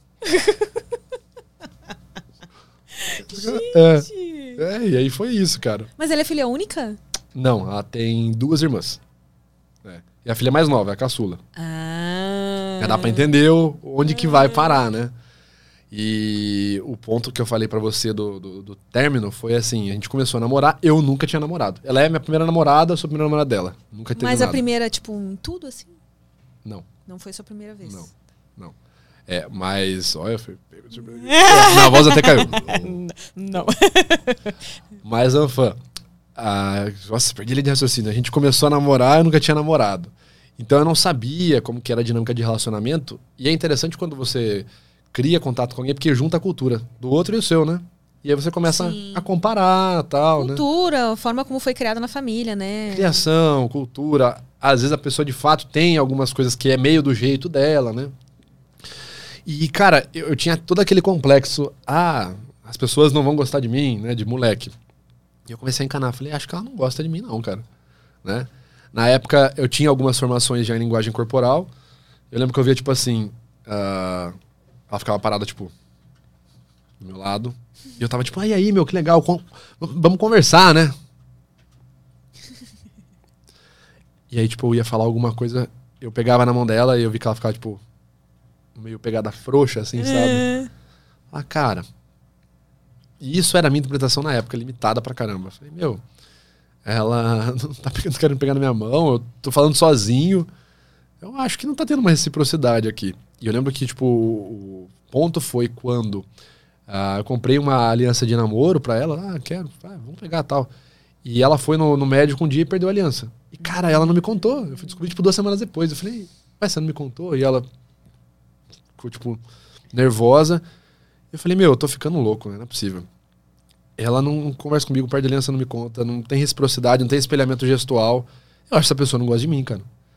Gente. É, é, e aí foi isso, cara. Mas ela é filha única? Não, ela tem duas irmãs. É. E a filha mais nova, é a caçula. Ah. Já dá pra entender onde que vai parar, né? E o ponto que eu falei pra você do, do, do término foi assim, a gente começou a namorar, eu nunca tinha namorado. Ela é minha primeira namorada, eu sou a primeira namorada dela. Nunca teve Mas nada. a primeira, tipo, em tudo assim? Não. Não foi sua primeira vez? Não, não. É, mas, olha, foi... Minha voz até caiu. Não. Mas, Anfã, a... nossa, perdi ele de raciocínio. A gente começou a namorar, eu nunca tinha namorado. Então eu não sabia como que era a dinâmica de relacionamento. E é interessante quando você cria contato com alguém, porque junta a cultura do outro e o seu, né? E aí você começa Sim. a comparar, tal, né? Cultura, a forma como foi criada na família, né? Criação, cultura. Às vezes a pessoa de fato tem algumas coisas que é meio do jeito dela, né? E, cara, eu, eu tinha todo aquele complexo. Ah, as pessoas não vão gostar de mim, né? De moleque. E eu comecei a encanar. Falei, acho que ela não gosta de mim, não, cara. Né? Na época, eu tinha algumas formações já em linguagem corporal. Eu lembro que eu via, tipo assim... Uh, ela ficava parada, tipo... Do meu lado. E eu tava, tipo, ah, e aí, meu, que legal. Com... Vamos conversar, né? E aí, tipo, eu ia falar alguma coisa... Eu pegava na mão dela e eu vi que ela ficava, tipo... meio pegada frouxa, assim, sabe? É. Ah, cara... E isso era a minha interpretação na época, limitada pra caramba. Eu falei, meu... Ela não tá querendo pegar na minha mão, eu tô falando sozinho. Eu acho que não tá tendo uma reciprocidade aqui. E eu lembro que, tipo, o ponto foi quando uh, eu comprei uma aliança de namoro pra ela. Ah, quero, ah, vamos pegar tal. E ela foi no, no médico um dia e perdeu a aliança. E, cara, ela não me contou. Eu fui descobrir, tipo, duas semanas depois. Eu falei, mas você não me contou? E ela... ficou, tipo, nervosa. Eu falei, meu, eu tô ficando louco, né? Não é possível. Ela não conversa comigo, perde aliança, não me conta, não tem reciprocidade, não tem espelhamento gestual. Eu acho que essa pessoa não gosta de mim, cara.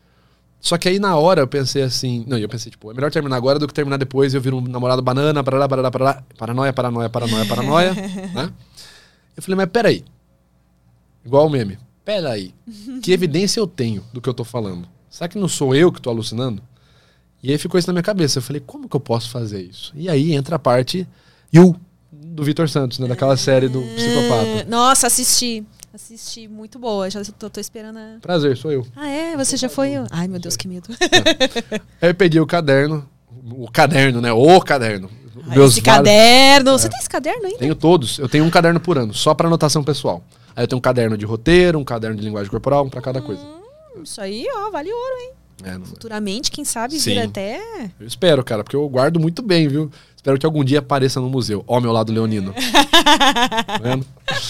Só que aí na hora eu pensei assim... Não, eu pensei, tipo, é melhor terminar agora do que terminar depois e eu viro um namorado banana, parará, parará, parará, paranoia, paranoia, paranoia, paranoia, né? Eu falei, mas peraí. Igual o meme. Peraí. Que evidência eu tenho do que eu tô falando? Será que não sou eu que tô alucinando? E aí ficou isso na minha cabeça. Eu falei, como que eu posso fazer isso? E aí entra a parte You, do Vitor Santos, né? Daquela série do Psicopata. Nossa, assisti. Assisti, muito boa. Já tô, tô esperando a... Prazer, sou eu. Ah, é? Você já foi? Ai, meu Deus, que medo. É. Aí eu peguei o caderno. O caderno, né? O caderno. Ai, esse caderno. É. Você tem esse caderno ainda? Tenho todos. Eu tenho um caderno por ano, só para anotação pessoal. Aí eu tenho um caderno de roteiro, um caderno de linguagem corporal, um para cada coisa. Hum, isso aí, ó, vale ouro, hein? É, não... Futuramente, quem sabe, Sim. vira até... Eu espero, cara, porque eu guardo muito bem, viu? Espero que algum dia apareça no museu. Ó, meu lado leonino. Tá vendo?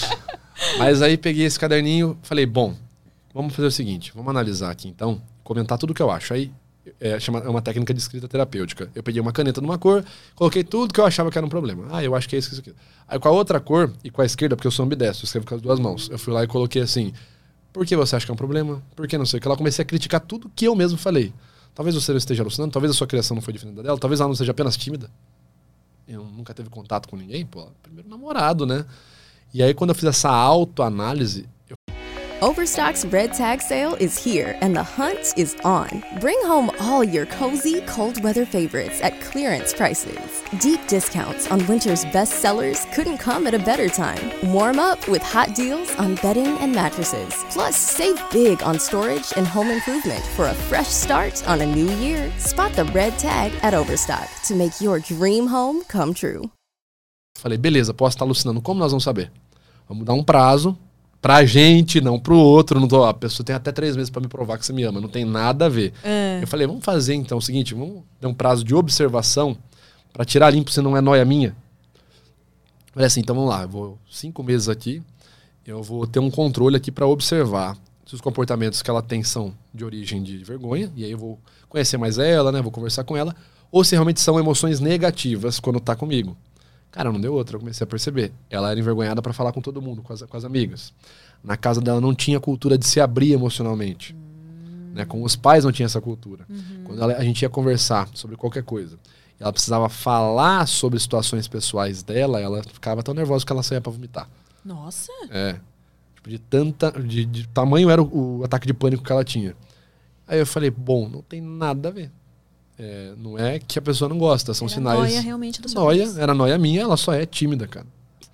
Mas aí peguei esse caderninho, falei, bom, vamos fazer o seguinte, vamos analisar aqui então, comentar tudo que eu acho. Aí é, chama, é uma técnica de escrita terapêutica. Eu peguei uma caneta numa cor, coloquei tudo que eu achava que era um problema. Ah, eu acho que é isso, isso, aquilo. Aí com a outra cor e com a esquerda, porque eu sou ambidestro, eu escrevo com as duas mãos. Eu fui lá e coloquei assim, por que você acha que é um problema? Por que não sei o que? Ela comecei a criticar tudo que eu mesmo falei. Talvez você não esteja alucinando, talvez a sua criação não foi diferente da dela, talvez ela não seja apenas tímida. Eu nunca teve contato com ninguém, pô, primeiro namorado, né? E aí, quando eu fiz essa autoanálise... Eu... Overstock's Red Tag Sale is here and the hunt is on. Bring home all your cozy, cold weather favorites at clearance prices. Deep discounts on winter's best sellers couldn't come at a better time. Warm up with hot deals on bedding and mattresses. Plus, save big on storage and home improvement for a fresh start on a new year. Spot the red tag at Overstock to make your dream home come true. Falei, beleza, posso estar alucinando. Como nós vamos saber? Vamos dar um prazo pra gente, não pro outro. Não tô, a pessoa tem até três meses pra me provar que você me ama. Não tem nada a ver. É. Eu falei, vamos fazer então o seguinte, vamos dar um prazo de observação pra tirar limpo se não é nóia minha. Eu falei assim, então vamos lá, eu vou cinco meses aqui, eu vou ter um controle aqui pra observar se os comportamentos que ela tem são de origem de vergonha, e aí eu vou conhecer mais ela, né, vou conversar com ela, ou se realmente são emoções negativas quando tá comigo. Cara, não deu outra, eu comecei a perceber. Ela era envergonhada pra falar com todo mundo, com as, com as amigas. Na casa dela não tinha cultura de se abrir emocionalmente. Uhum. Né? Com os pais não tinha essa cultura. Uhum. Quando ela, a gente ia conversar sobre qualquer coisa, ela precisava falar sobre situações pessoais dela, ela ficava tão nervosa que ela saía pra vomitar. Nossa! É. Tipo, de tanta... De, de tamanho era o, o ataque de pânico que ela tinha. Aí eu falei, bom, não tem nada a ver. É, não é que a pessoa não gosta, são era sinais... Noia realmente do seu Noia, caso. era noia minha, ela só é tímida, cara.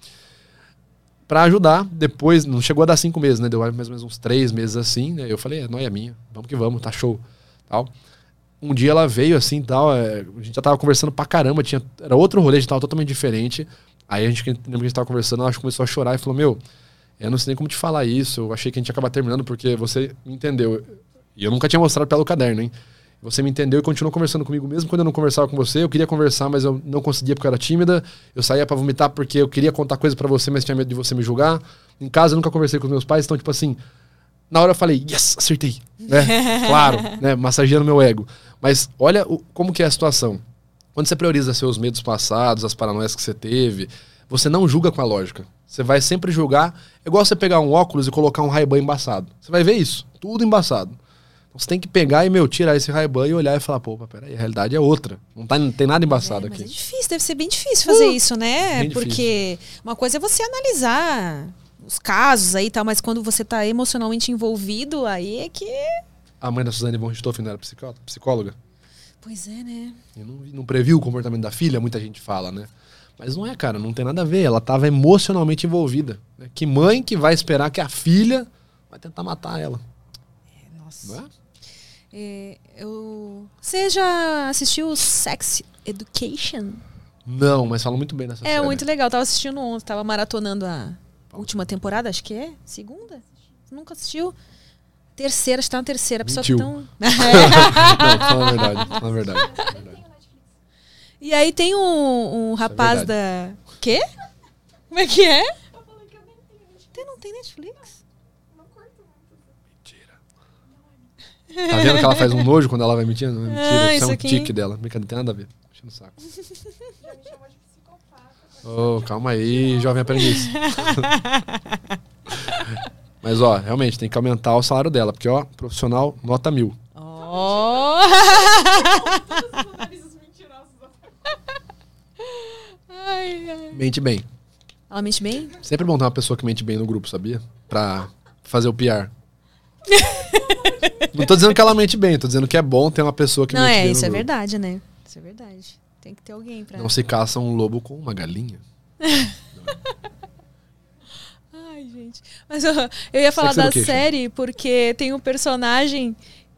Pra ajudar, depois, não chegou a dar cinco meses, né? Deu mais ou menos uns três meses assim, né? Eu falei, é noia minha, vamos que vamos, tá show. Tal. Um dia ela veio assim e tal, é, a gente já tava conversando pra caramba, tinha, era outro rolê, a gente tava totalmente diferente. Aí a gente, lembra que a gente tava conversando, ela começou a chorar e falou, meu, eu não sei nem como te falar isso, eu achei que a gente ia acabar terminando porque você me entendeu. E eu nunca tinha mostrado pra ela o caderno, hein? Você me entendeu e continuou conversando comigo mesmo quando eu não conversava com você. Eu queria conversar, mas eu não conseguia porque eu era tímida. Eu saía pra vomitar porque eu queria contar coisa pra você, mas tinha medo de você me julgar. Em casa eu nunca conversei com os meus pais, então tipo assim, na hora eu falei, yes, acertei, né? Claro, né? Massageando meu ego. Mas olha o, como que é a situação. Quando você prioriza seus medos passados, as paranoias que você teve, você não julga com a lógica. Você vai sempre julgar. É igual você pegar um óculos e colocar um Ray-Ban embaçado. Você vai ver isso, tudo embaçado. Você tem que pegar e, meu, tirar esse Ray-Ban e olhar e falar, pô, peraí, a realidade é outra. Não, tá, não tem nada embaçado é, aqui. Mas é difícil, deve ser bem difícil fazer uh, isso, né? Porque difícil. Uma coisa é você analisar os casos aí e tal, mas quando você tá emocionalmente envolvido, aí é que... A mãe da Suzane von Richthofen não era psicóloga? Pois é, né? Eu não, não previu o comportamento da filha, muita gente fala, né? Mas não é, cara, não tem nada a ver. Ela tava emocionalmente envolvida. Né? Que mãe que vai esperar que a filha vai tentar matar ela? É, nossa. Não é? É, eu... Você já assistiu Sex Education? Não, mas fala muito bem dessa é, série. É muito legal, tava assistindo ontem, tava maratonando a última temporada, acho que é? Segunda? Nunca assistiu? Terceira, acho que tá na terceira. A pessoa Mentiu. que tão... Não, fala a verdade, fala a verdade, fala a verdade. E aí tem um, um rapaz é da... Quê? Como é que é? Eu falei que eu nem tenho Netflix. Você não tem Netflix? Tá vendo que ela faz um nojo quando ela vai mentindo? Mentira, Ah, isso é um aqui... tique dela. Brincadeira, não tem nada a ver. enchendo o saco. Ô, oh, calma aí, jovem aprendiz. Mas, ó, realmente, tem que aumentar o salário dela. Porque, ó, profissional, nota mil. Oh! Ai, ai. Mente bem. Ela mente bem? Sempre bom ter uma pessoa que mente bem no grupo, sabia? Pra fazer o P R. Não tô dizendo que ela mente bem, tô dizendo que é bom ter uma pessoa que Não, mente é, bem isso no é grupo. verdade, né? Isso é verdade. Tem que ter alguém pra... Não se caça um lobo com uma galinha. Ai, gente. Mas eu, eu ia falar Sex da Education. série porque tem um personagem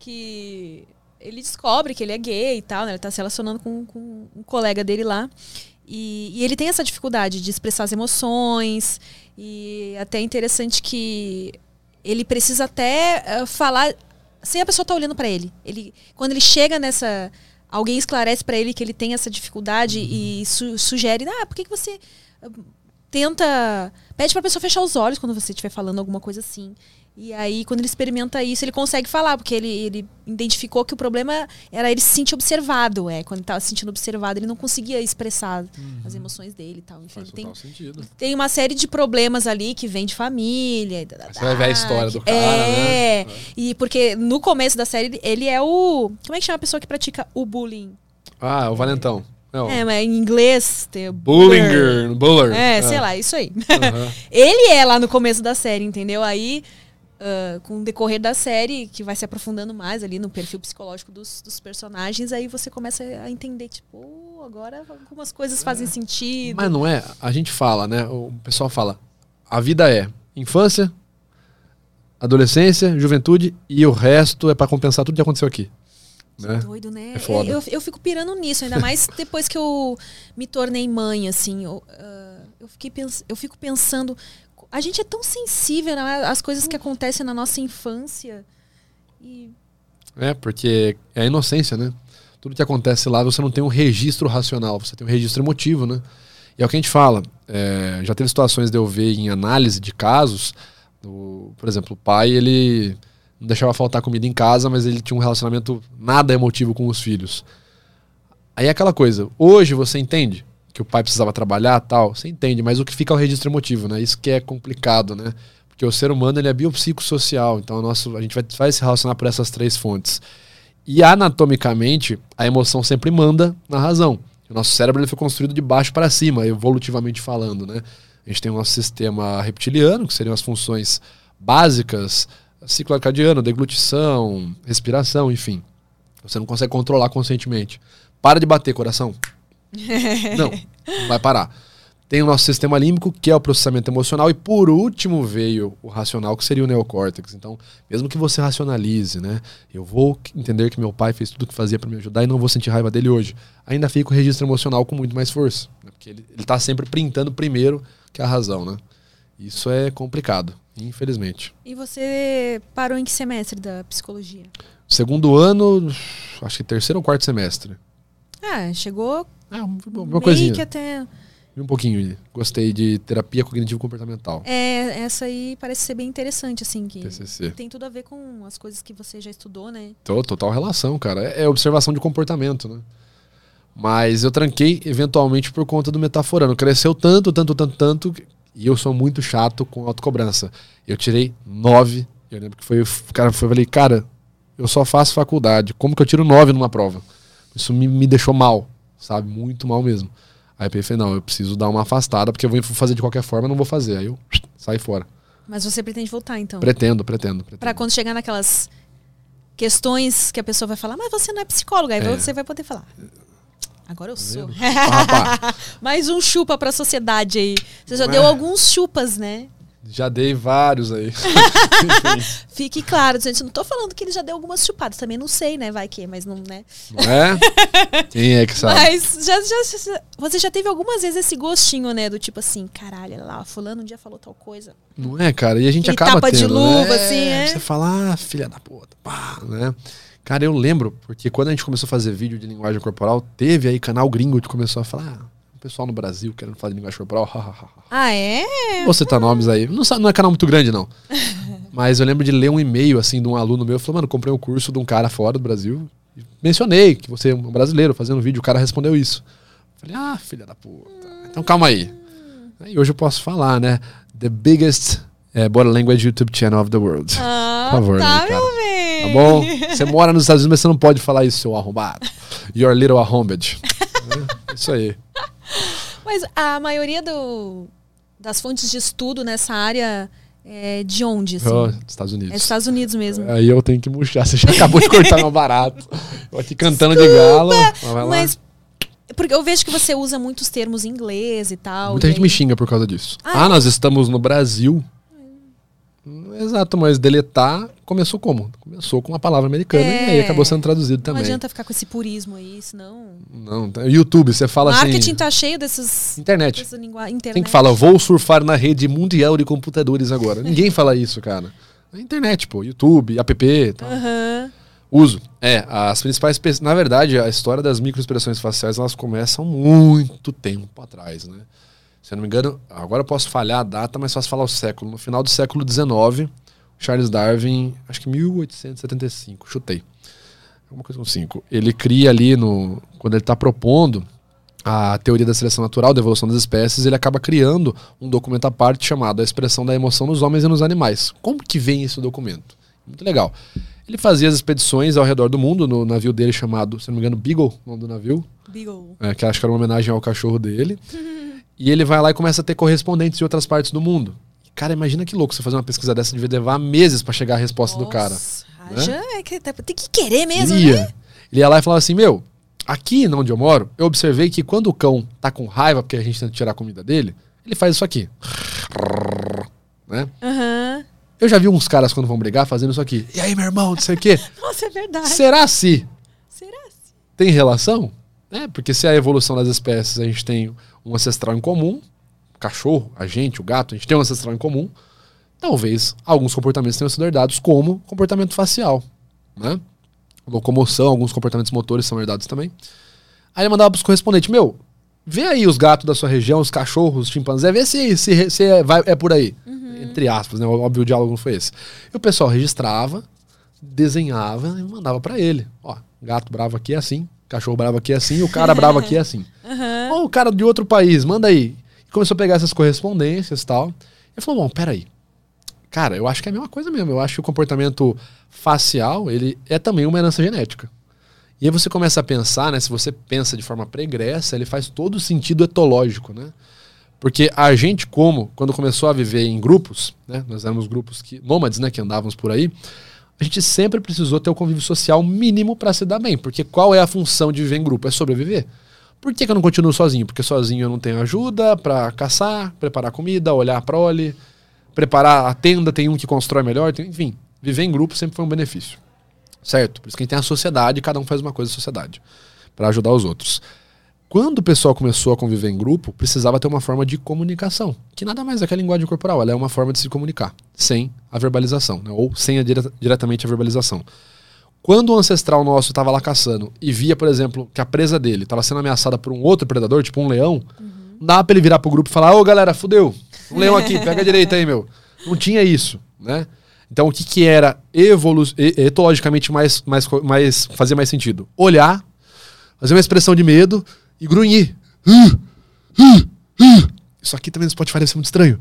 que ele descobre que ele é gay e tal, né? Ele tá se relacionando com, com um colega dele lá. E, e ele tem essa dificuldade de expressar as emoções. E até é interessante que ele precisa até uh, falar sem a pessoa estar olhando pra ele. ele. Quando ele chega nessa... Alguém esclarece pra ele que ele tem essa dificuldade uhum. e su- sugere, ah, por que, que você uh, tenta... Pede pra pessoa fechar os olhos quando você estiver falando alguma coisa assim. E aí, quando ele experimenta isso, ele consegue falar, porque ele, ele identificou que o problema era ele se sentir observado. É, quando ele estava se sentindo observado, ele não conseguia expressar uhum. as emoções dele e tal. Enfim, Faz tem, total sentido. Tem uma série de problemas ali que vem de família. Você vai ver a história do cara, é, né? E porque no começo da série, ele é o... Como é que chama a pessoa que pratica o bullying? Ah, o Valentão. Não. É, mas em inglês tem o Bullinger. Buller. É, é, sei lá, isso aí. Uhum. Ele é lá no começo da série, entendeu? Aí... Uh, com o decorrer da série, que vai se aprofundando mais ali no perfil psicológico dos, dos personagens, aí você começa a entender, tipo, oh, agora algumas coisas fazem sentido. Mas não é? A gente fala, né? O pessoal fala, a vida é infância, adolescência, juventude e o resto é pra compensar tudo que aconteceu aqui. Que Né? doido, né? É foda. Eu, eu fico pirando nisso, ainda mais depois que eu me tornei mãe, assim. Eu, uh, eu, fiquei pens- eu fico pensando... A gente é tão sensível, né? Às coisas que acontecem na nossa infância. E... É, porque é a inocência, né? Tudo que acontece lá, você não tem um registro racional, você tem um registro emotivo, né? E é o que a gente fala. É, já teve situações de eu ver em análise de casos, do, por exemplo, o pai, ele não deixava faltar comida em casa, mas ele tinha um relacionamento nada emotivo com os filhos. Aí é aquela coisa, hoje você entende que o pai precisava trabalhar e tal, você entende, mas o que fica é o registro emotivo, né? Isso que é complicado, né? Porque o ser humano, ele é biopsicossocial, então o nosso, a gente vai, vai se relacionar por essas três fontes. E anatomicamente, a emoção sempre manda na razão. O nosso cérebro ele foi construído de baixo para cima, evolutivamente falando, né? A gente tem o nosso sistema reptiliano, que seriam as funções básicas, ciclo circadiano, deglutição, respiração, enfim. Você não consegue controlar conscientemente. Para de bater, coração. Não, não vai parar. Tem o nosso sistema límbico, que é o processamento emocional, e por último veio o racional, que seria o neocórtex. Então, mesmo que você racionalize, né? Eu vou entender que meu pai fez tudo o que fazia para me ajudar e não vou sentir raiva dele hoje. Ainda fica o registro emocional com muito mais força, né? Porque ele, ele tá sempre printando primeiro que a razão, né? Isso é complicado, infelizmente. E você parou em que semestre da psicologia? Segundo ano, acho que terceiro ou quarto semestre. Ah, chegou Ah, uma, uma meio coisinha. que até... Um pouquinho. Gostei de terapia cognitivo-comportamental. É, essa aí parece ser bem interessante, assim, que T C C. tem tudo a ver com as coisas que você já estudou, né? Tô, total relação, cara. É, é observação de comportamento, né? Mas eu tranquei eventualmente por conta do metaforando. Cresceu tanto, tanto, tanto, tanto, e eu sou muito chato com autocobrança. Eu tirei nove. Eu lembro que foi, o cara foi, eu falei, cara, eu só faço faculdade. Como que eu tiro nove numa prova? Isso me, me deixou mal, sabe? Muito mal mesmo. Aí eu pensei, não, eu preciso dar uma afastada, porque eu vou fazer de qualquer forma, eu não vou fazer. Aí eu saí fora. Mas você pretende voltar, então? Pretendo, pretendo. pretendo. Pra quando chegar naquelas questões que a pessoa vai falar, mas você não é psicóloga, aí É. você vai poder falar. Agora eu sou. Ah, Mais um chupa pra sociedade aí. Você já Não deu é? alguns chupas, né? Já dei vários aí. Fique claro, gente, não tô falando que ele já deu algumas chupadas, também não sei, né, vai que, mas não, né? Não é? Quem é que sabe? Mas já, já, já- você já teve algumas vezes esse gostinho, né, do tipo assim, caralho, olha lá, fulano um dia falou tal coisa. Não é, cara? E a gente Aquele acaba tapa de tendo, luva, né? assim, é? Você fala, ah, filha da puta, pá, né? Cara, eu lembro, porque quando a gente começou a fazer vídeo de linguagem corporal, teve aí canal gringo que começou a falar, ah, o pessoal no Brasil querendo falar de linguagem corporal, hahaha. Ah, é? Vou citar nomes aí. Não, sa- não é canal muito grande, não. Mas eu lembro de ler um e-mail, assim, de um aluno meu. Falou, mano, comprei um curso de um cara fora do Brasil. Mencionei que você é um brasileiro fazendo vídeo, o cara respondeu isso. Falei, ah, filha da puta. Então calma aí. Aí hoje eu posso falar, né? The biggest uh, body language YouTube channel of the world. Ah, por favor, tá, né, cara? meu bem. Tá bom? Você mora nos Estados Unidos, mas você não pode falar isso, seu arrombado. You're little arrombed. É, isso aí. Mas a maioria do, das fontes de estudo nessa área é de onde, assim? Oh, Estados Unidos. É Estados Unidos mesmo. Aí eu tenho que murchar. Você já acabou de cortar meu barato. Eu aqui cantando de galo. Mas, mas porque eu vejo que você usa muitos termos em inglês e tal. Muita e gente aí... me xinga por causa disso. Ah, ah é? nós estamos no Brasil. Hum. Exato, mas deletar começou como? Começou com uma palavra americana É. e aí acabou sendo traduzido também. Não adianta ficar com esse purismo aí, senão... Não, YouTube, você fala O marketing assim... tá cheio desses... Internet. Dessa linguagem, internet. Quem que fala, vou surfar na rede mundial de computadores agora? Ninguém fala isso, cara. É internet, pô. YouTube, app, tal. Aham. Uso. É, as principais... pe- Na verdade, a história das microexpressões faciais, elas começam muito tempo atrás, né? Se eu não me engano, agora eu posso falhar a data, mas posso falar o século. No final do século dezenove, Charles Darwin, acho que mil oitocentos e setenta e cinco, chutei. Alguma coisa com cinco. Ele cria ali, no, quando ele está propondo a teoria da seleção natural, da evolução das espécies, ele acaba criando um documento à parte chamado A Expressão da Emoção nos Homens e nos Animais. Como que vem esse documento? Muito legal. Ele fazia as expedições ao redor do mundo, no navio dele chamado, se não me engano, Beagle, o nome do navio. Beagle. É, que acho que era uma homenagem ao cachorro dele. E ele vai lá e começa a ter correspondentes de outras partes do mundo. E, cara, imagina que louco você fazer uma pesquisa dessa, devia levar meses pra chegar a resposta do cara. Haja, é que tá- tem que querer mesmo, Ele ia. né? Ele ia lá e falava assim, meu, aqui onde eu moro, eu observei que quando o cão tá com raiva porque a gente tenta tirar a comida dele, ele faz isso aqui. Né? Aham. Eu já vi uns caras quando vão brigar fazendo isso aqui. E aí, meu irmão, não sei o quê. Nossa, é verdade. Será se Será? tem relação? É, porque se a evolução das espécies a gente tem um ancestral em comum, o cachorro, a gente, o gato, a gente tem um ancestral em comum, talvez alguns comportamentos tenham sido herdados, como comportamento facial, né? Locomoção, alguns comportamentos motores são herdados também. Aí ele mandava pros correspondentes, meu, vê aí os gatos da sua região, os cachorros, os chimpanzés, vê se, se, se é, vai, é por aí. Uhum. Entre aspas, né? Óbvio, o diálogo não foi esse. E o pessoal registrava, desenhava e mandava pra ele. Ó, gato bravo aqui é assim, cachorro bravo aqui é assim, o cara bravo aqui é assim. Uhum. Ou o cara de outro país, manda aí. E começou a pegar essas correspondências e tal. E falou, bom, peraí. Cara, eu acho que é a mesma coisa mesmo. Eu acho que o comportamento facial, ele é também uma herança genética. E aí você começa a pensar, né? Se você pensa de forma pregressa, ele faz todo o sentido etológico, né? Porque a gente, como, quando começou a viver em grupos, né? Nós éramos grupos que, nômades, né? Que andávamos por aí. A gente sempre precisou ter o convívio social mínimo para se dar bem. Porque qual é a função de viver em grupo? É sobreviver. Por que que eu não continuo sozinho? Porque sozinho eu não tenho ajuda para caçar, preparar comida, olhar a prole, preparar a tenda, tem um que constrói melhor, tem, enfim. Viver em grupo sempre foi um benefício. Certo? Por isso que a gente tem a sociedade, cada um faz uma coisa na sociedade, para ajudar os outros. Quando o pessoal começou a conviver em grupo, precisava ter uma forma de comunicação, que nada mais é que a linguagem corporal, ela é uma forma de se comunicar, sem a verbalização, né? Ou sem a dire- diretamente a verbalização. Quando o ancestral nosso estava lá caçando e via, por exemplo, que a presa dele estava sendo ameaçada por um outro predador, tipo um leão, uhum. não dava pra ele virar pro grupo e falar, ô galera, fudeu, um leão aqui, pega a direita aí, meu. Não tinha isso, né? Então, o que, que era evolu- etologicamente mais, mais, mais, fazia mais sentido? Olhar, fazer uma expressão de medo e grunhir. Isso aqui também no Spotify deve ser muito estranho.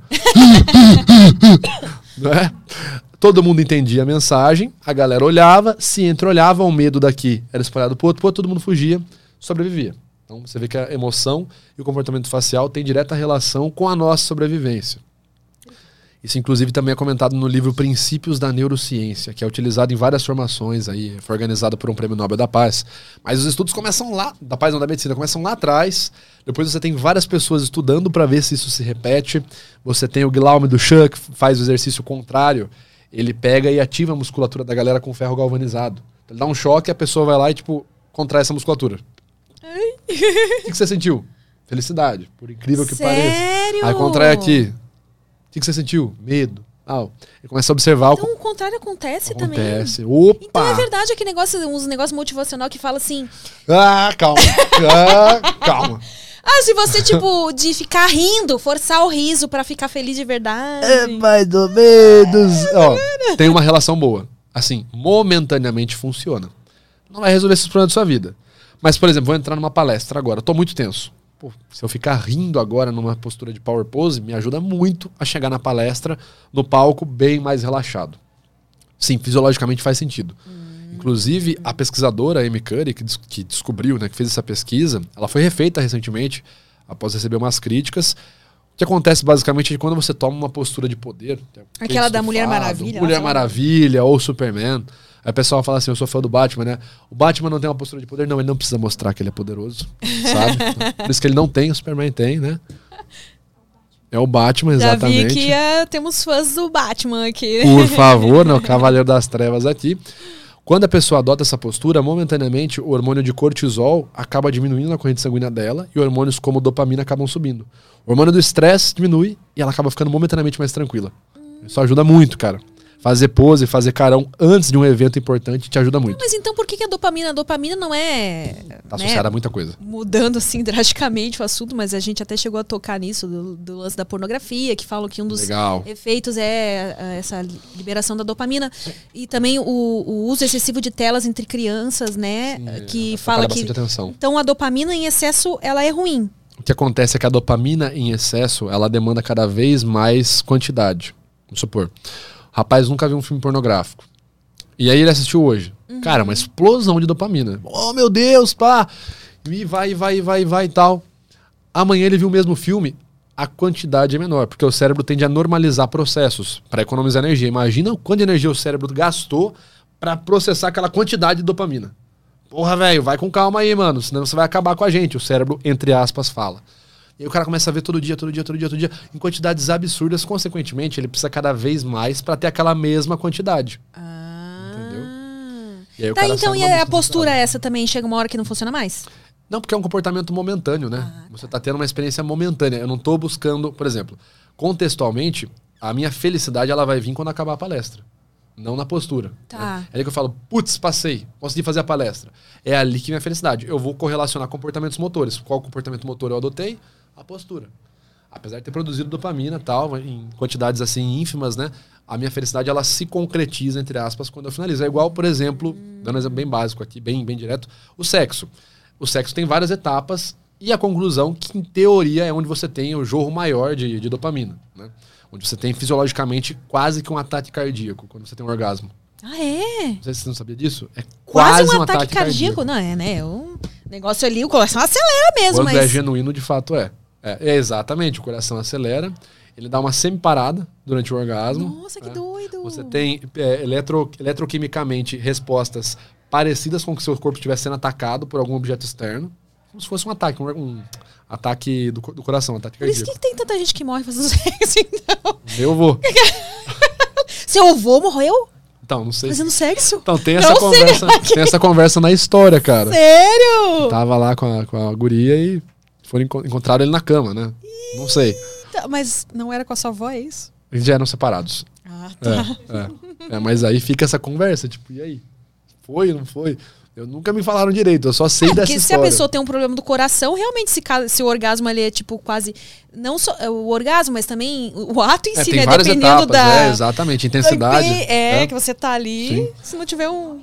Não é? Todo mundo entendia a mensagem, a galera olhava, se entreolhava, o medo daqui era espalhado pro outro, pro outro, todo mundo fugia, sobrevivia. Então, você vê que a emoção e o comportamento facial têm direta relação com a nossa sobrevivência. Isso, inclusive, também é comentado no livro Princípios da Neurociência, que é utilizado em várias formações, aí, foi organizado por um prêmio Nobel da Paz. Mas os estudos começam lá, da paz não da medicina, começam lá atrás. Depois você tem várias pessoas estudando para ver se isso se repete. Você tem o Guillaume Duchamp, que faz o exercício contrário. Ele pega e ativa a musculatura da galera com ferro galvanizado. Ele dá um choque e a pessoa vai lá e, tipo, contrai essa musculatura. O que, que você sentiu? Felicidade, por incrível que Sério? pareça. Aí contrai aqui. O que, que você sentiu? Medo. Ah, ele começa a observar Então o o contrário acontece, também. acontece. Opa! Então é verdade aquele negócio, uns negócios motivacional que fala assim, Ah, calma. Ah, calma. ah, se você, tipo, de ficar rindo, forçar o riso pra ficar feliz de verdade. É mais ou menos. Ó, tem uma relação boa. Assim, momentaneamente funciona. não vai resolver esses problemas da sua vida. Mas, por exemplo, vou entrar numa palestra agora, eu tô muito tenso. Pô, se eu ficar rindo agora numa postura de power pose, me ajuda muito a chegar na palestra, no palco, bem mais relaxado. Sim, fisiologicamente faz sentido. Hum. Inclusive, a pesquisadora Amy Cuddy, que, des que descobriu, né, que fez essa pesquisa, ela foi refeita recentemente, após receber umas críticas. O que acontece basicamente é que quando você toma uma postura de poder... Aquela da Mulher Maravilha. Mulher Maravilha ou Superman... Aí o pessoal fala assim, eu sou fã do Batman, né? O Batman não tem uma postura de poder. Não, ele não precisa mostrar que ele é poderoso, sabe? Por isso que ele não tem, o Superman tem, né? É o Batman, exatamente. Já vi que uh, temos fãs do Batman aqui. Por favor, né? O Cavaleiro das Trevas aqui. Quando a pessoa adota essa postura, momentaneamente o hormônio de cortisol acaba diminuindo na corrente sanguínea dela e hormônios como dopamina acabam subindo. O hormônio do estresse diminui e ela acaba ficando momentaneamente mais tranquila. Isso ajuda muito, cara. Fazer pose, fazer carão antes de um evento importante te ajuda muito. Mas então por que, que a dopamina? A dopamina não é... Tá associada né, a muita coisa. Mudando assim drasticamente o assunto, mas a gente até chegou a tocar nisso, do, do lance da pornografia, que falam que um dos Legal. efeitos é essa liberação da dopamina. E também o, o uso excessivo de telas entre crianças, né? Sim, que fala que... Atenção. Então a dopamina em excesso, ela é ruim. O que acontece é que a dopamina em excesso, ela demanda cada vez mais quantidade. Vamos supor... O rapaz nunca viu um filme pornográfico. E aí ele assistiu hoje. Uhum. Cara, uma explosão de dopamina. Oh, meu Deus, pá! E vai, vai, vai, vai e tal. Amanhã ele viu o mesmo filme, a quantidade é menor, porque o cérebro tende a normalizar processos para economizar energia. Imagina o quanto de energia o cérebro gastou para processar aquela quantidade de dopamina. Porra, velho, vai com calma aí, mano, senão você vai acabar com a gente. O cérebro, entre aspas, fala. E aí o cara começa a ver todo dia, todo dia, todo dia, todo dia, em quantidades absurdas. Consequentemente, ele precisa cada vez mais para ter aquela mesma quantidade. Ah. Entendeu? E aí o tá, cara então e a postura essa também chega uma hora que não funciona mais? Não, porque é um comportamento momentâneo, né? Ah, Você tá tendo uma experiência momentânea. Eu não tô buscando, por exemplo, contextualmente, a minha felicidade ela vai vir quando acabar a palestra. Não na postura. Tá. Né? É ali que eu falo, putz, passei, consegui fazer a palestra. É ali que vem a felicidade. Eu vou correlacionar comportamentos motores. Qual comportamento motor eu adotei? A postura. Apesar de ter produzido dopamina e tal, em quantidades assim ínfimas, né? A minha felicidade, ela se concretiza, entre aspas, quando eu finalizo. É igual, por exemplo, hum. dando um exemplo bem básico aqui, bem, bem direto, o sexo. O sexo tem várias etapas e a conclusão que, em teoria, é onde você tem o jorro maior de, de dopamina, né? Onde você tem, fisiologicamente, quase que um ataque cardíaco, quando você tem um orgasmo. Ah, é? Não sei se você não sabia disso. É quase, quase um, um ataque, ataque cardíaco. cardíaco. Não, é, né? O negócio ali, o coração acelera mesmo. Quando mas... é genuíno, de fato é. é. É exatamente, o coração acelera, ele dá uma semi-parada durante o orgasmo. Nossa, que né? doido! Você tem é, eletro, eletroquimicamente respostas parecidas com que seu corpo estivesse sendo atacado por algum objeto externo. Como se fosse um ataque, um, um ataque do, do coração, um ataque cardíaco. Por isso que tem tanta gente que morre fazendo sexo, então. Meu avô. Seu avô morreu? Então, não sei. Fazendo sexo? Então, tem essa, conversa, tem essa conversa na história, cara. Sério? Tava lá com a, com a guria e foram encontraram ele na cama, né? Eita, não sei. Mas não era com a sua avó, é isso? Eles já eram separados. Ah, tá. É, é. É, mas aí fica essa conversa, tipo, e aí? Foi, não foi? Eu nunca me falaram direito, eu só sei é, dessa porque história. Porque se a pessoa tem um problema do coração, realmente se, se o orgasmo ali é tipo quase... Não só o orgasmo, mas também o ato em é, si, tem né? várias Dependendo etapas, da... É, exatamente, intensidade. É, é, que você tá ali, sim. Se não tiver um...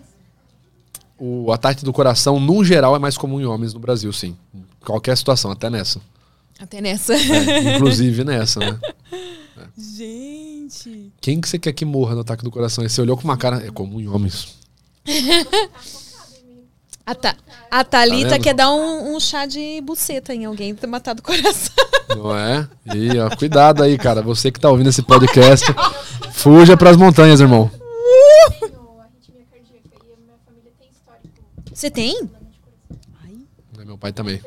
O ataque do coração, num geral, é mais comum em homens no Brasil, sim. Qualquer situação, até nessa. Até nessa. É, inclusive nessa, né? É. Gente... Quem que você quer que morra no ataque do coração? E você olhou com uma cara... É comum em homens. A, Ta a Thalita tá quer dar um, um chá de buceta em alguém ter matado o coração. Não é? E, ó, cuidado aí, cara. Você que tá ouvindo esse podcast, fuja pras montanhas, irmão. Você tem? É, meu pai também.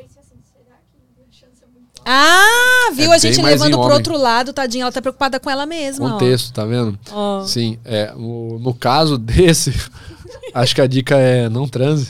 Ah, viu? É a gente levando pro homem. outro lado, tadinha. Ela tá preocupada com ela mesma. Contexto, ó. Tá vendo? Oh. Sim, é, no, no caso desse, acho que a dica é não transe.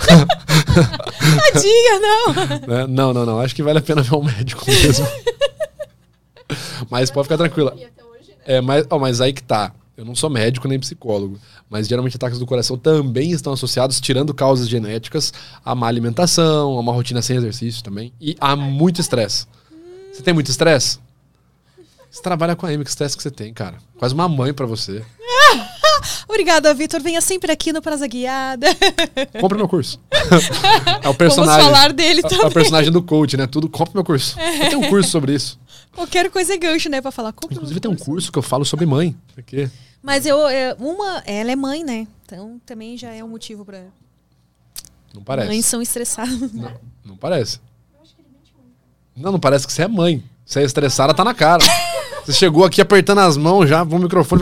Tadinha, não. É, não, não, não. Acho que vale a pena ver um médico mesmo. Mas pode ficar tranquila. É, mas, oh, mas aí que tá. Eu não sou médico nem psicólogo, mas geralmente ataques do coração também estão associados, tirando causas genéticas, a má alimentação, a uma rotina sem exercício também, e a muito estresse. Você tem muito estresse? Você trabalha com a Amy, que estresse que você tem, cara. Quase uma mãe pra você. Obrigada, Vitor. Venha sempre aqui no Praça Guiada. Compre meu curso. É o personagem. Vamos falar dele também. É o personagem do coach, né? Tudo, compre meu curso. Eu tenho um curso sobre isso. Qualquer coisa é gancho, né? Pra falar. Compre Inclusive tem um curso que eu falo sobre mãe. Porque... Mas eu, eu, uma, ela é mãe, né? Então também já é um motivo pra... Não parece. Mães são estressadas. Não, não parece. Não, não parece que você é mãe. Você é estressada, tá na cara. Você chegou aqui apertando as mãos já, pro microfone.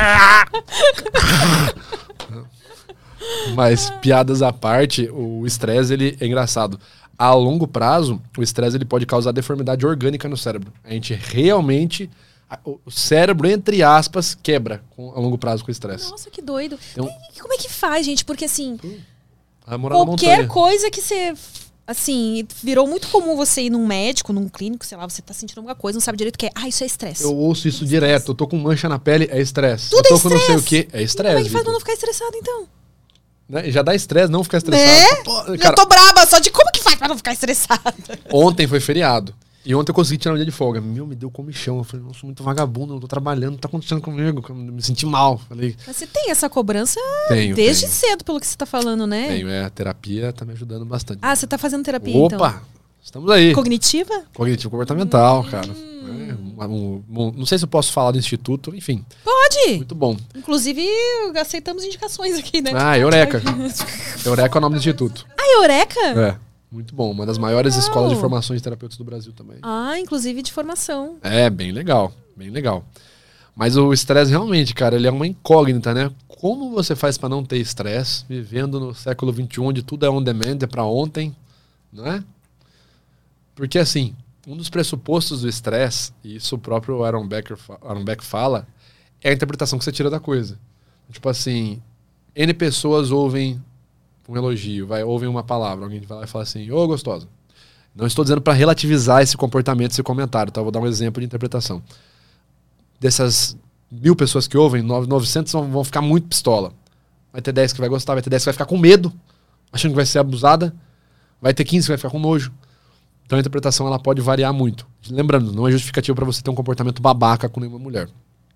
Mas, piadas à parte, o estresse, ele é engraçado. A longo prazo, o estresse ele pode causar deformidade orgânica no cérebro. A gente realmente... O cérebro, entre aspas, quebra com, a longo prazo com o estresse. Nossa, que doido. Então, e como é que faz, gente? Porque, assim, a morar na qualquer montanha. coisa que você... Assim, virou muito comum você ir num médico, num clínico, sei lá, você tá sentindo alguma coisa, não sabe direito o que é. Ah, isso é estresse. Eu ouço isso direto. Eu tô com mancha na pele, é estresse. Tudo eu tô é com não sei o estresse. que, é Como estresse. é que faz pra Vitor. não ficar estressado, então? Né? Já dá estresse não ficar estressado. Né? Pô, Já cara, tô braba só de como que faz pra não ficar estressada. Ontem foi feriado. E ontem eu consegui tirar um dia de folga. Meu, me deu comichão. Eu falei, nossa, sou muito vagabundo, não tô trabalhando, o que tá acontecendo comigo? Eu me senti mal. Falei, Mas você tem essa cobrança tenho, desde tenho. cedo, pelo que você tá falando, né? Tenho, é, a terapia tá me ajudando bastante. Ah, você tá fazendo terapia, Opa, então? estamos aí. Cognitiva? Cognitivo comportamental, Hum. cara. É, um- um- não sei se eu posso falar do instituto, enfim, Pode! muito bom. Inclusive, aceitamos indicações aqui, né? Ah, Eureka. Eureka é o nome do instituto. Ah, Eureka? É, muito bom. Uma das maiores Uau. escolas de formação de terapeutas do Brasil também. Ah, inclusive de formação. É, bem legal, bem legal. Mas o estresse realmente, cara, ele é uma incógnita, né? Como você faz pra não ter estresse, vivendo no século vinte e um, onde tudo é on demand, é pra ontem, não é? Porque assim, um dos pressupostos do estresse, e isso o próprio Aaron Becker, fa- Aaron Beck fala, é a interpretação que você tira da coisa. Tipo assim, N pessoas ouvem um elogio, vai, ouvem uma palavra, alguém vai lá e fala assim, ô gostosa. Não estou dizendo para relativizar esse comportamento, esse comentário, tá? Vou dar um exemplo de interpretação. Dessas mil pessoas que ouvem, novecentas vão, vão ficar muito pistola. Vai ter dez que vai gostar, vai ter dez que vai ficar com medo, achando que vai ser abusada, vai ter quinze que vai ficar com nojo. Então a interpretação ela pode variar muito. Lembrando, não é justificativo para você ter um comportamento babaca com nenhuma mulher.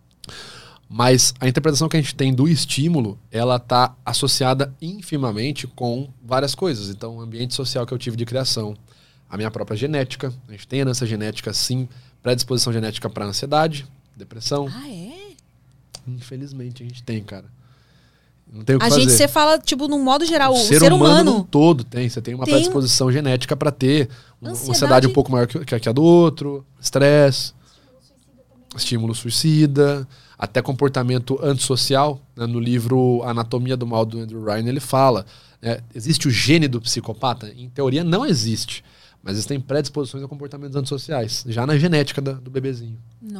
Mas a interpretação que a gente tem do estímulo, ela está associada infimamente com várias coisas. Então, o ambiente social que eu tive de criação, a minha própria genética, a gente tem herança genética, sim, predisposição genética para ansiedade, depressão. Ah, é? Infelizmente a gente tem, cara. Não tem o que A fazer. gente, você fala, tipo, no modo geral, o, O ser, ser, humano, humano. num todo tem. Você tem uma Tem predisposição genética para ter uma ansiedade. ansiedade um pouco maior que, que a do outro, estresse, estímulo suicida, até comportamento antissocial. Né? No livro Anatomia do Mal, do Andrew Ryan, ele fala, né? Existe o gene do psicopata? Em teoria não existe, mas existem predisposições a comportamentos antissociais, já na genética da- do bebezinho.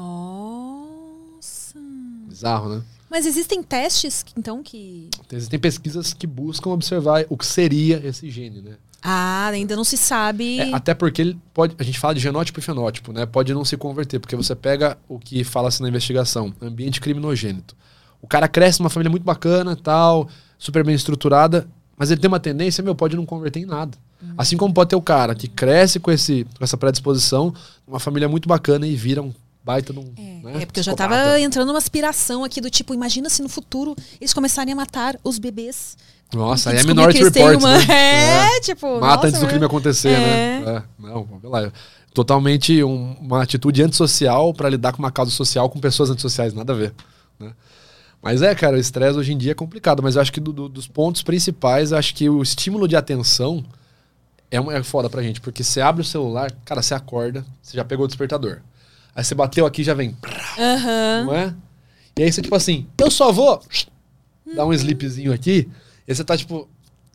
Nossa. Bizarro, né? Mas existem testes, então, que... Existem pesquisas que buscam observar o que seria esse gene, né? Ah, ainda não se sabe. É, até porque ele pode, a gente fala de genótipo e fenótipo, né? Pode não se converter, porque você pega o que fala-se na investigação, ambiente criminogênito. O cara cresce numa família muito bacana, tal, super bem estruturada, mas ele tem uma tendência, meu, pode não converter em nada. Uhum. Assim como pode ter o cara que cresce com, esse, com essa predisposição, uma família muito bacana e vira um baita de um, É, né, é porque eu já psicopata. tava entrando numa aspiração aqui do tipo, imagina se no futuro eles começarem a matar os bebês. Nossa, E aí é descobrir Minority que eles têm Report, uma... né? É, tipo... Mata nossa, antes do mas- crime acontecer, É. né? É, não, vamos lá. Totalmente um- uma atitude antissocial para lidar com uma causa social com pessoas antissociais, nada a ver. Né? Mas é, cara, o estresse hoje em dia é complicado, mas eu acho que do- do- dos pontos principais, eu acho que o estímulo de atenção é, um- é foda pra gente, porque você abre o celular, cara, você acorda, você já pegou o despertador. Aí você bateu aqui já vem, Aham. não é? E aí você, tipo assim, eu só vou dar um sleepzinho aqui, e você tá tipo...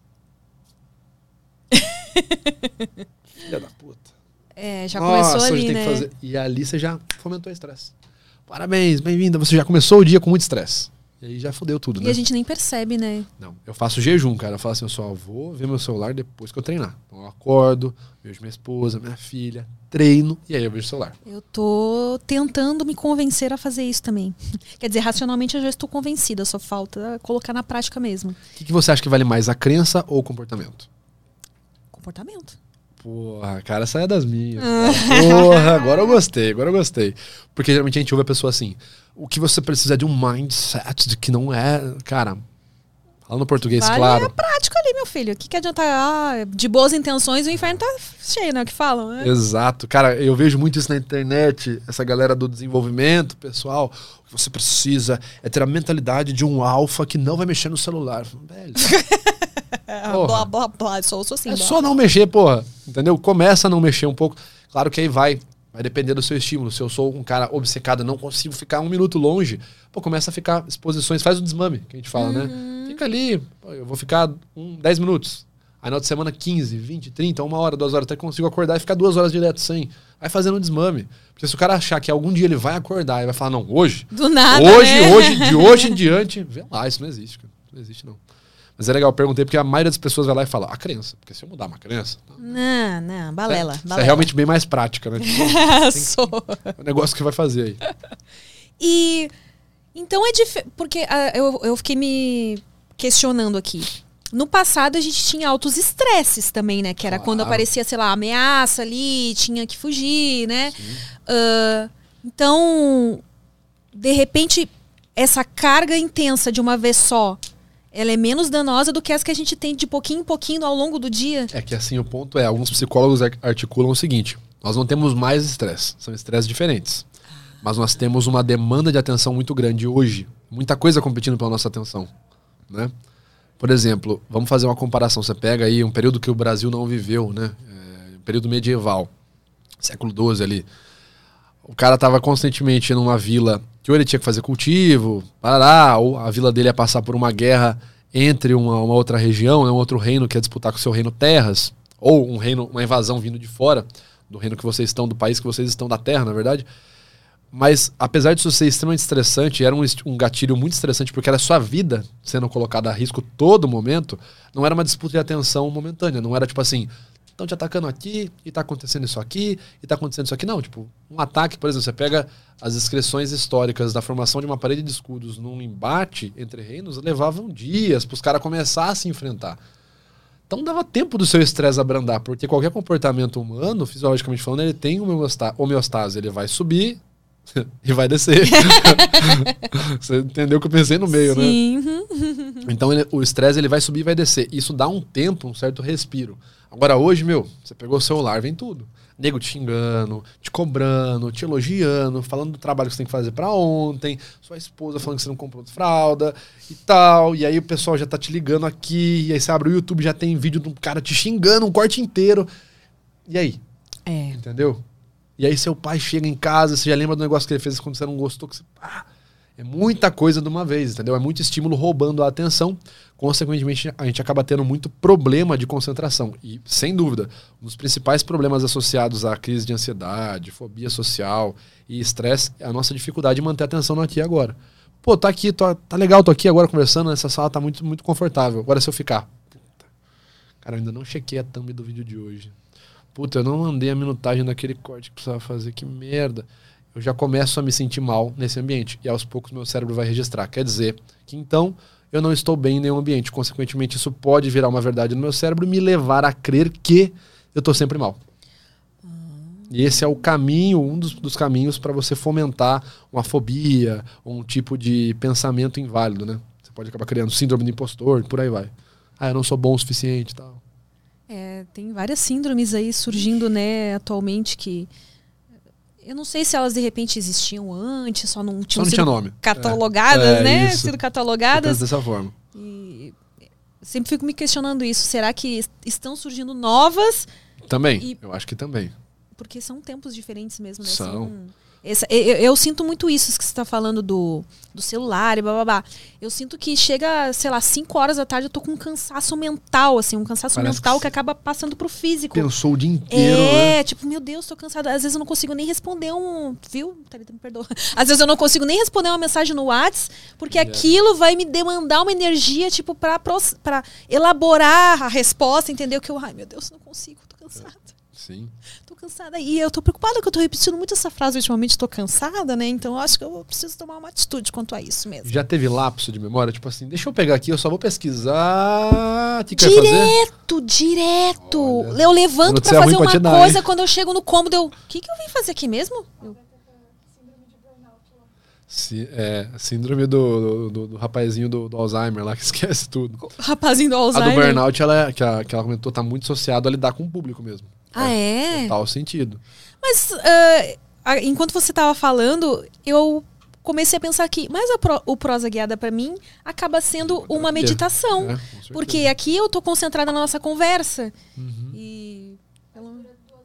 Filha da puta. É, já Nossa, começou hoje ali, tem né? que fazer. E ali você já fomentou o estresse. Parabéns, bem-vinda. Você já começou o dia com muito estresse. E aí já fodeu tudo, E né? a gente nem percebe, né? Não, eu faço jejum, cara. Eu falo assim, eu só vou ver meu celular depois que eu treinar. Então eu acordo, vejo minha esposa, minha filha, treino e aí eu vejo o celular. Eu tô tentando me convencer a fazer isso também. Quer dizer, racionalmente eu já estou convencida, só falta colocar na prática mesmo. O que, que você acha que vale mais, a crença ou o comportamento? Comportamento. Porra, cara, essa é das minhas. Cara. Porra, agora eu gostei, agora eu gostei. Porque geralmente a gente ouve a pessoa assim, o que você precisa é de um mindset de que não é... Cara, falando português, vale claro. É prático ali, meu filho. O que, que adianta? Ah, de boas intenções, o inferno tá cheio, né? O que falam, né? Exato. Cara, eu vejo muito isso na internet, essa galera do desenvolvimento, pessoal. O que você precisa é ter a mentalidade de um alfa que não vai mexer no celular. Velho. blá, blá, blá. Sou, sou assim. É blá. só não mexer, porra. Entendeu? Começa a não mexer um pouco. Claro que aí vai. Vai depender do seu estímulo. Se eu sou um cara obcecado, não consigo ficar um minuto longe, pô, começa a ficar exposições, faz o desmame, que a gente fala, uhum. né? Fica ali, pô, eu vou ficar um, dez minutos. Aí na outra semana, quinze, vinte, trinta, uma hora, duas horas, até que consigo acordar e ficar duas horas direto sem. Aí fazendo um desmame. Porque se o cara achar que algum dia ele vai acordar e vai falar, não, hoje. Do nada. Hoje, né? hoje, de hoje em diante, vê lá, isso não existe, cara. Não existe, não. Mas é legal, eu perguntei porque a maioria das pessoas vai lá e fala, a crença. Porque se eu mudar uma crença... Não, não, balela. É, isso balela. é realmente bem mais prática, né? Tipo, Sou. É um negócio que vai fazer aí. E... Então é diferente... Porque uh, eu, eu fiquei me questionando aqui. No passado a gente tinha altos estresses também, né? Que era claro. Quando aparecia, sei lá, ameaça ali, tinha que fugir, né? Uh, então, de repente, essa carga intensa de uma vez só... ela é menos danosa do que as que a gente tem de pouquinho em pouquinho ao longo do dia. É que assim, o ponto é, alguns psicólogos articulam o seguinte, nós não temos mais estresse, são estresses diferentes. Mas nós temos uma demanda de atenção muito grande hoje, muita coisa competindo pela nossa atenção, né? Por exemplo, vamos fazer uma comparação, você pega aí um período que o Brasil não viveu, né? É, um período medieval, século doze ali. O cara estava constantemente numa vila que ou ele tinha que fazer cultivo, parará, ou a vila dele ia passar por uma guerra entre uma, uma outra região, né, um outro reino que ia disputar com o seu reino terras, ou um reino, uma invasão vindo de fora, do reino que vocês estão, do país que vocês estão, da terra, na verdade. Mas, apesar disso ser extremamente estressante, era um, um gatilho muito estressante, porque era a sua vida sendo colocada a risco todo momento, não era uma disputa de atenção momentânea, não era tipo assim... estão te atacando aqui, e tá acontecendo isso aqui, e tá acontecendo isso aqui. Não, tipo, um ataque, por exemplo, você pega as inscrições históricas da formação de uma parede de escudos num embate entre reinos, levavam dias pros caras começar a se enfrentar. Então dava tempo do seu estresse abrandar, porque qualquer comportamento humano, fisiologicamente falando, ele tem uma homeostase, ele vai subir e vai descer. Você entendeu o que eu pensei no meio, Sim. né? Então ele, o estresse ele vai subir e vai descer. Isso dá um tempo, um certo respiro. Agora hoje, meu, você pegou o celular, vem tudo. Nego te xingando, te cobrando, te elogiando, falando do trabalho que você tem que fazer pra ontem, sua esposa falando que você não comprou fralda e tal. E aí o pessoal já tá te ligando aqui, e aí você abre o YouTube, já tem vídeo de um cara te xingando, um corte inteiro. E aí? É. Entendeu? E aí seu pai chega em casa, você já lembra do negócio que ele fez quando você não gostou, que você... Ah, é muita coisa de uma vez, entendeu? É muito estímulo roubando a atenção. Consequentemente, a gente acaba tendo muito problema de concentração. E, sem dúvida, um dos principais problemas associados à crise de ansiedade, fobia social e estresse é a nossa dificuldade de manter a atenção no aqui e agora. Pô, tá aqui, tô, tá legal, tô aqui agora conversando, essa sala tá muito, muito confortável. Agora se eu ficar... Puta, cara, eu ainda não chequei a thumb do vídeo de hoje. Puta, eu não mandei a minutagem daquele corte que precisava fazer, que merda. Eu já começo a me sentir mal nesse ambiente. E aos poucos meu cérebro vai registrar. Quer dizer que então eu não estou bem em nenhum ambiente. Consequentemente, isso pode virar uma verdade no meu cérebro e me levar a crer que eu estou sempre mal. Hum. E esse é o caminho, um dos, dos caminhos para você fomentar uma fobia, ou um tipo de pensamento inválido, né? Você pode acabar criando síndrome do impostor, por aí vai. Ah, eu não sou bom o suficiente e tal. É, tem várias síndromes aí surgindo, né, atualmente que... Eu não sei se elas de repente existiam antes, só não tinham só não sido tinha nome. catalogadas, é, é, né? Isso. Sido catalogadas. Dessa forma. E sempre fico me questionando isso. Será que estão surgindo novas? Também, e... eu acho que também. Porque são tempos diferentes mesmo, né? São. São... Essa, eu, eu sinto muito isso que você está falando do, do celular e blá, blá, blá. Eu sinto que chega, sei lá, cinco horas da tarde eu tô com um cansaço mental, assim, um cansaço Parece mental que que acaba passando pro físico. Pensou o dia inteiro, É, né? tipo, meu Deus, tô cansada. Às vezes eu não consigo nem responder um... Viu? Thalita, me perdoa. Às vezes eu não consigo nem responder uma mensagem no WhatsApp, porque yeah. aquilo vai me demandar uma energia, tipo, pra, pra elaborar a resposta, entendeu? Que eu, ai, meu Deus, não consigo, tô cansada. Sim. Tô cansada. E eu tô preocupada que eu tô repetindo muito essa frase ultimamente, tô cansada, né? Então eu acho que eu preciso tomar uma atitude quanto a isso mesmo. Já teve lapso de memória? Tipo assim, deixa eu pegar aqui, eu só vou pesquisar. O que, que vai fazer? Direto, direto. Olha, eu levanto quando pra você é fazer ruim, uma pode dar, coisa, hein? quando eu chego no cômodo, eu... O que, que eu vim fazer aqui mesmo? Eu... Si, é, síndrome do, do, do rapazinho do, do Alzheimer lá, que esquece tudo. Rapazinho do A Alzheimer. do burnout, ela, que, a, que ela comentou, tá muito associado a lidar com o público mesmo. Ah, é? Total sentido. Mas, uh, a- enquanto você tava falando, eu comecei a pensar que, mas a pro- o prosa guiada pra mim acaba sendo uma meditação. É, com certeza. Porque aqui eu tô concentrada na nossa conversa. Uhum. E... pelo-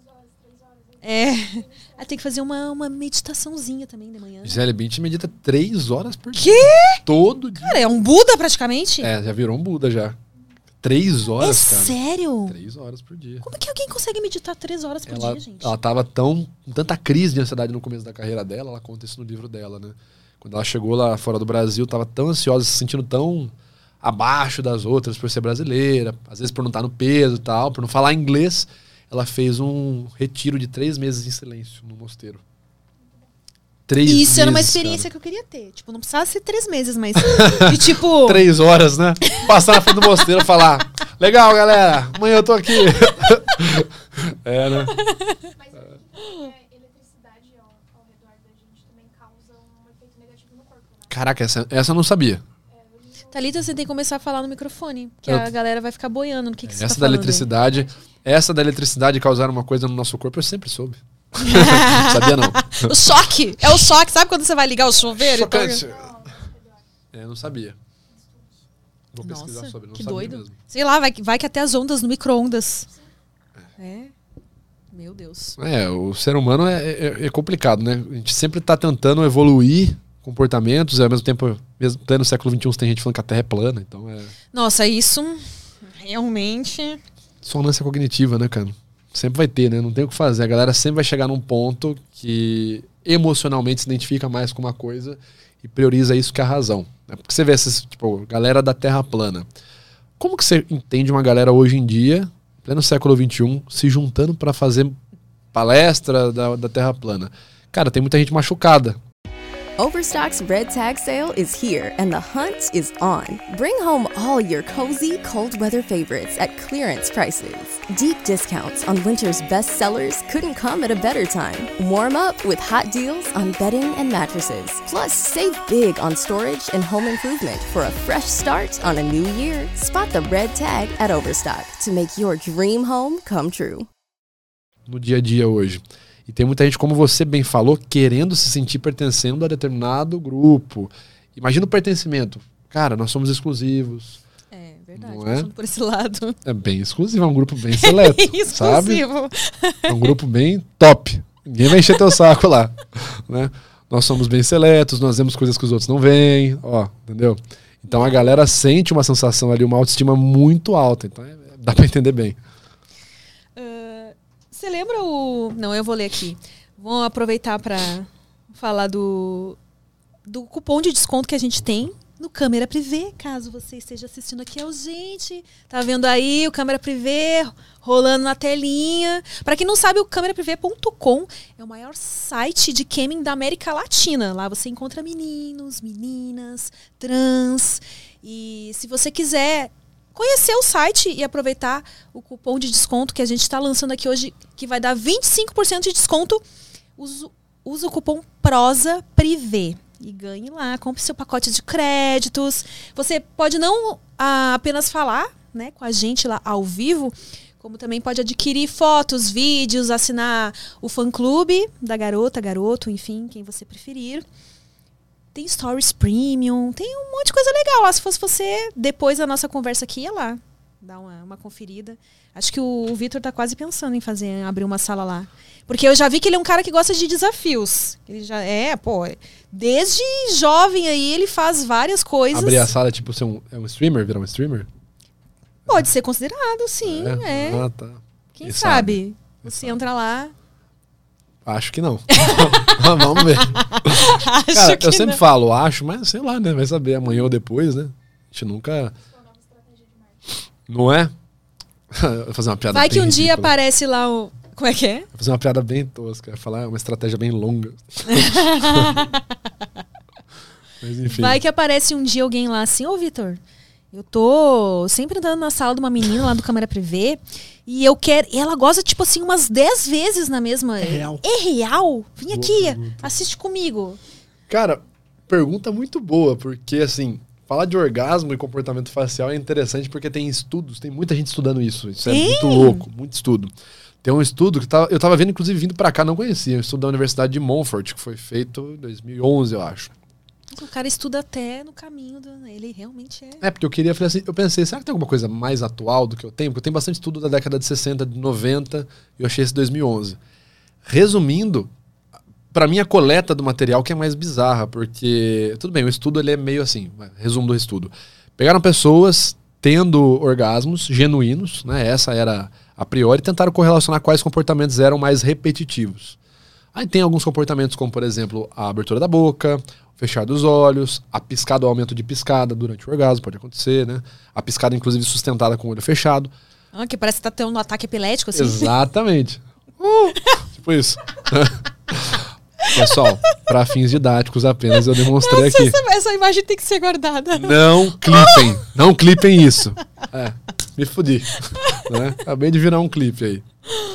É. Aí tem que fazer uma, uma meditaçãozinha também de manhã. Gisele Bündchen medita três horas por dia. Quê? Todo dia. Cara, é um Buda praticamente? É, já virou um Buda já. Três É horas, cara. sério? Três horas por dia. Como é que alguém consegue meditar três horas por Ela, dia, gente? ela tava tão, com tanta crise de ansiedade no começo da carreira dela, ela conta isso no livro dela, né? Quando ela chegou lá fora do Brasil, tava tão ansiosa, se sentindo tão abaixo das outras por ser brasileira, às vezes por não estar no peso e tal, por não falar inglês. Ela fez um retiro de três meses em silêncio no mosteiro. Três Isso meses, era uma experiência cara. que eu queria ter. Tipo, não precisava ser três meses, mas de tipo... Três horas, né? Passar na frente do mosteiro e falar: legal, galera, amanhã eu tô aqui. É, né? Mas eu acredito que a eletricidade ao, ao redor da gente também causa um efeito negativo no corpo, né? Caraca, essa, essa eu não sabia. Thalita, você tem que começar a falar no microfone, que Eu- a galera vai ficar boiando no que, que você Essa tá da falando. eletricidade, essa da eletricidade causar uma coisa no nosso corpo, eu sempre soube. Sabia não. Aí. O choque! É o choque, sabe quando você vai ligar o chuveiro? Chocante. É, não sabia. Vou Nossa, pesquisar sobre, não que sabia doido. mesmo. Sei lá, vai, que- vai que até as ondas no micro-ondas. É. Meu Deus. É, o ser humano é, é- é complicado, né? A gente sempre tá tentando evoluir comportamentos, e ao mesmo tempo, mesmo pleno século vinte e um, tem gente falando que a Terra é plana, então é Nossa, isso realmente... sonância cognitiva, né, cara? Sempre vai ter, né? Não tem o que fazer. A galera sempre vai chegar num ponto que emocionalmente se identifica mais com uma coisa e prioriza isso que a razão. Né? Porque você vê essas, tipo, galera da Terra plana. Como que você entende uma galera hoje em dia, pleno século vinte e um, se juntando pra fazer palestra da, da Terra plana? Cara, tem muita gente machucada. Overstock's Red Tag Sale is here and the hunt is on. Bring home all your cozy, cold weather favorites at clearance prices. Deep discounts on winter's best sellers couldn't come at a better time. Warm up with hot deals on bedding and mattresses. Plus, save big on storage and home improvement for a fresh start on a new year. Spot the red tag at Overstock to make your dream home come true. No dia a dia hoje. E tem muita gente, como você bem falou, querendo se sentir pertencendo a determinado grupo. Imagina o pertencimento. Cara, nós somos exclusivos. É verdade, Não é? passando por esse lado. É bem exclusivo, é um grupo bem seleto, sabe? Exclusivo. É um grupo bem top. Ninguém vai encher teu saco lá, né? Nós somos bem seletos, nós vemos coisas que os outros não veem, ó, entendeu? Então a galera sente uma sensação ali, uma autoestima muito alta. Então é- dá pra entender bem. Ah, você lembra o... Não, eu vou ler aqui. Vamos aproveitar para falar do, do cupom de desconto que a gente tem no Câmera Privé, caso você esteja assistindo aqui ao gente. Tá vendo aí o Câmera Privé rolando na telinha. Para quem não sabe, o câmera privé ponto com é o maior site de camming da América Latina. Lá você encontra meninos, meninas, trans. E se você quiser conhecer o site e aproveitar o cupom de desconto que a gente está lançando aqui hoje, que vai dar vinte e cinco por cento de desconto, usa, usa o cupom Prosa Privé. E ganhe lá, compre seu pacote de créditos. Você pode não ah, apenas falar, né, com a gente lá ao vivo, como também pode adquirir fotos, vídeos, assinar o fã-clube da garota, garoto, enfim, quem você preferir. Tem Stories Premium, tem um monte de coisa legal lá. Se fosse você, depois da nossa conversa aqui, ia lá dar uma, uma conferida. Acho que o, o Vitor tá quase pensando em fazer, abrir uma sala lá. Porque eu já vi que ele é um cara que gosta de desafios. Ele já é, pô, desde jovem aí ele faz várias coisas. Abrir a sala, tipo, ser um, é um streamer, virar um streamer? Pode ser considerado, sim, é. Ah, tá. Quem Quem sabe? sabe? Você sabe? entra lá. Acho que não. Vamos ver. Acho Cara, que eu sempre não. falo, acho, mas sei lá, né? Vai saber amanhã ou depois, né? A gente nunca... Não é? Eu vou fazer uma piada Vai que bem um dia ridícula. aparece lá o, Como é que é? Vou fazer uma piada bem tosca. Ia falar uma estratégia bem longa. Mas enfim. Vai que aparece um dia alguém lá assim, ô Vitor, eu tô sempre andando na sala de uma menina lá do câmera privê e eu quero... E ela gosta, tipo assim, umas dez vezes na mesma... É real. É real? Vem Boa aqui, pergunta. assiste comigo. Cara, pergunta muito boa, porque assim, falar de orgasmo e comportamento facial é interessante porque tem estudos, tem muita gente estudando isso. Isso é Tem? muito louco, muito estudo. Tem um estudo que tava, eu tava vendo, inclusive, vindo pra cá, não conhecia, um estudo da Universidade de Montfort, que foi feito em dois mil e onze, eu acho. O cara estuda até no caminho, do... ele realmente é... É, porque eu queria, falei assim, eu pensei, será que tem alguma coisa mais atual do que eu tenho? Porque eu tenho bastante estudo da década de sessenta, de noventa, e eu achei esse dois mil e onze. Resumindo, pra mim a coleta do material que é mais bizarra, porque, tudo bem, o estudo ele é meio assim, resumo do estudo. Pegaram pessoas tendo orgasmos genuínos, né, essa era a priori, e tentaram correlacionar quais comportamentos eram mais repetitivos. Aí tem alguns comportamentos como, por exemplo, a abertura da boca, o fechar dos olhos, a piscada ou aumento de piscada durante o orgasmo, pode acontecer, né? A piscada, inclusive, sustentada com o olho fechado. Ah, que parece que tá tendo um ataque epilético, assim. Exatamente. Uh, tipo isso. Pessoal, para fins didáticos apenas, eu demonstrei Nossa, aqui. essa, essa imagem tem que ser guardada. Não clipem, não clipem isso. É, me fudi. Né? Acabei de virar um clipe aí.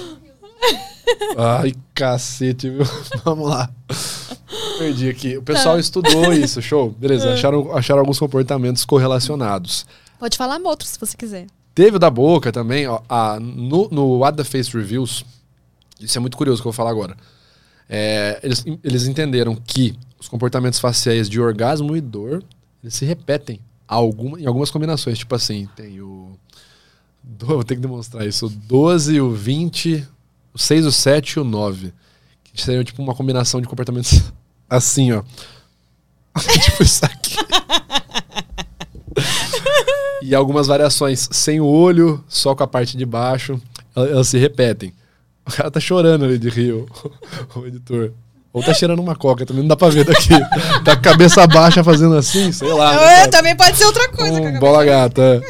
Ai, cacete, viu? Vamos lá. Perdi aqui. O pessoal Tá. estudou isso, show. Beleza, acharam, acharam alguns comportamentos correlacionados. Pode falar outros se você quiser. Teve o da boca também, ó, a, no, no What the Face Reviews, isso é muito curioso que eu vou falar agora. É, eles, eles entenderam que os comportamentos faciais de orgasmo e dor, eles se repetem alguma, em algumas combinações. Tipo assim, tem o... do- vou ter que demonstrar isso. O doze, o vinte, o seis, o sete e o nove. Que seriam tipo uma combinação de comportamentos assim, ó. Tipo isso aqui. E algumas variações sem o olho, só com a parte de baixo, elas, elas se repetem. O cara tá chorando ali de rir, o, o editor. Ou tá cheirando uma coca, também não dá pra ver daqui. Tá com a cabeça baixa fazendo assim, sei lá. né, É, cara? também pode ser outra coisa. Um bola gata.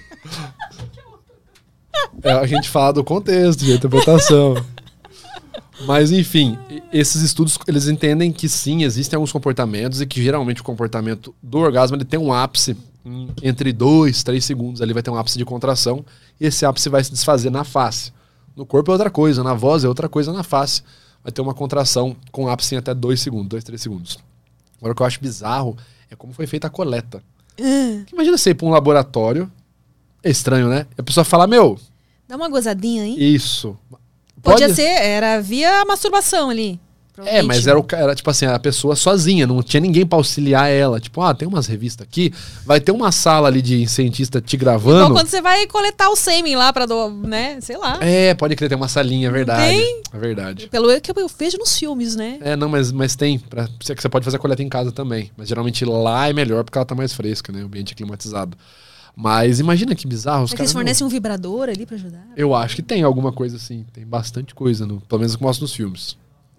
É. É, a gente fala do contexto, de interpretação. Mas, enfim, e- esses estudos, eles entendem que sim, existem alguns comportamentos e que geralmente o comportamento do orgasmo ele tem um ápice em- entre dois, três segundos. Ali vai ter um ápice de contração e esse ápice vai se desfazer na face. No corpo é outra coisa, na voz é outra coisa, na face vai ter uma contração com ápice em até dois segundos, dois, três segundos. Agora, o que eu acho bizarro é como foi feita a coleta. Que imagina você ir pra um laboratório, é estranho, né? E a pessoa fala, meu, Dá uma gozadinha aí. isso. Podia Pode- ser, era via masturbação ali. É, mas era, o, ca- era tipo assim, a pessoa sozinha, não tinha ninguém pra auxiliar ela. Tipo, ah, tem umas revistas aqui, vai ter uma sala ali de cientista te Igual gravando. quando você vai coletar o sêmen lá pra, do, né, sei lá. É, pode crer, tem uma salinha, é verdade. Tem? É verdade. Pelo que eu vejo nos filmes, né? É, não, mas, mas tem. Pra, você, você pode fazer a coleta em casa também. Mas geralmente lá é melhor porque ela tá mais fresca, né? O ambiente é climatizado. Mas imagina que bizarro. Os Será que eles caras, fornecem um vibrador ali pra ajudar? não, eu acho que tem alguma coisa assim. Tem bastante coisa, no, pelo menos que mostra nos filmes.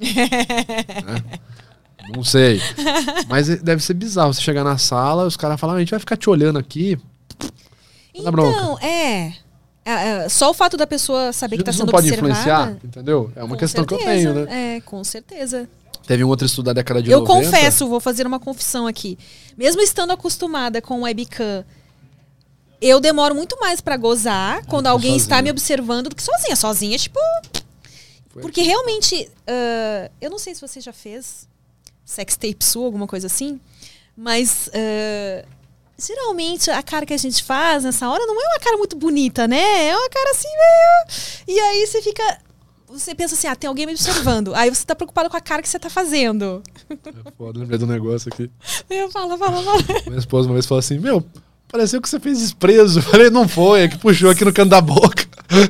Né? Não sei. Mas deve ser bizarro você chegar na sala, os caras falam, a gente vai ficar te olhando aqui. Dá bronca. Então, é, é, é, Só o fato da pessoa saber que tá Isso sendo não pode observada. influenciar, entendeu? É uma com questão que eu certeza, tenho, né? É, com certeza. Teve um outro estudo da década de Eu noventa. confesso, vou fazer uma confissão aqui. Mesmo estando acostumada com o webcam, eu demoro muito mais pra gozar quando alguém está sozinha. me observando do que sozinha. Sozinha, tipo... Porque realmente, ah, eu não sei se você já fez sextape sua, alguma coisa assim, mas ah, geralmente a cara que a gente faz nessa hora não é uma cara muito bonita, né? É uma cara assim meio... E aí você fica... Você pensa assim, ah, tem alguém me observando. Aí você tá preocupado com a cara que você tá fazendo. É foda, lembrei do negócio aqui. Eu falo, fala, fala. Minha esposa uma vez falou assim, meu, pareceu que você fez desprezo. Eu falei, não foi, é que puxou aqui no canto da boca.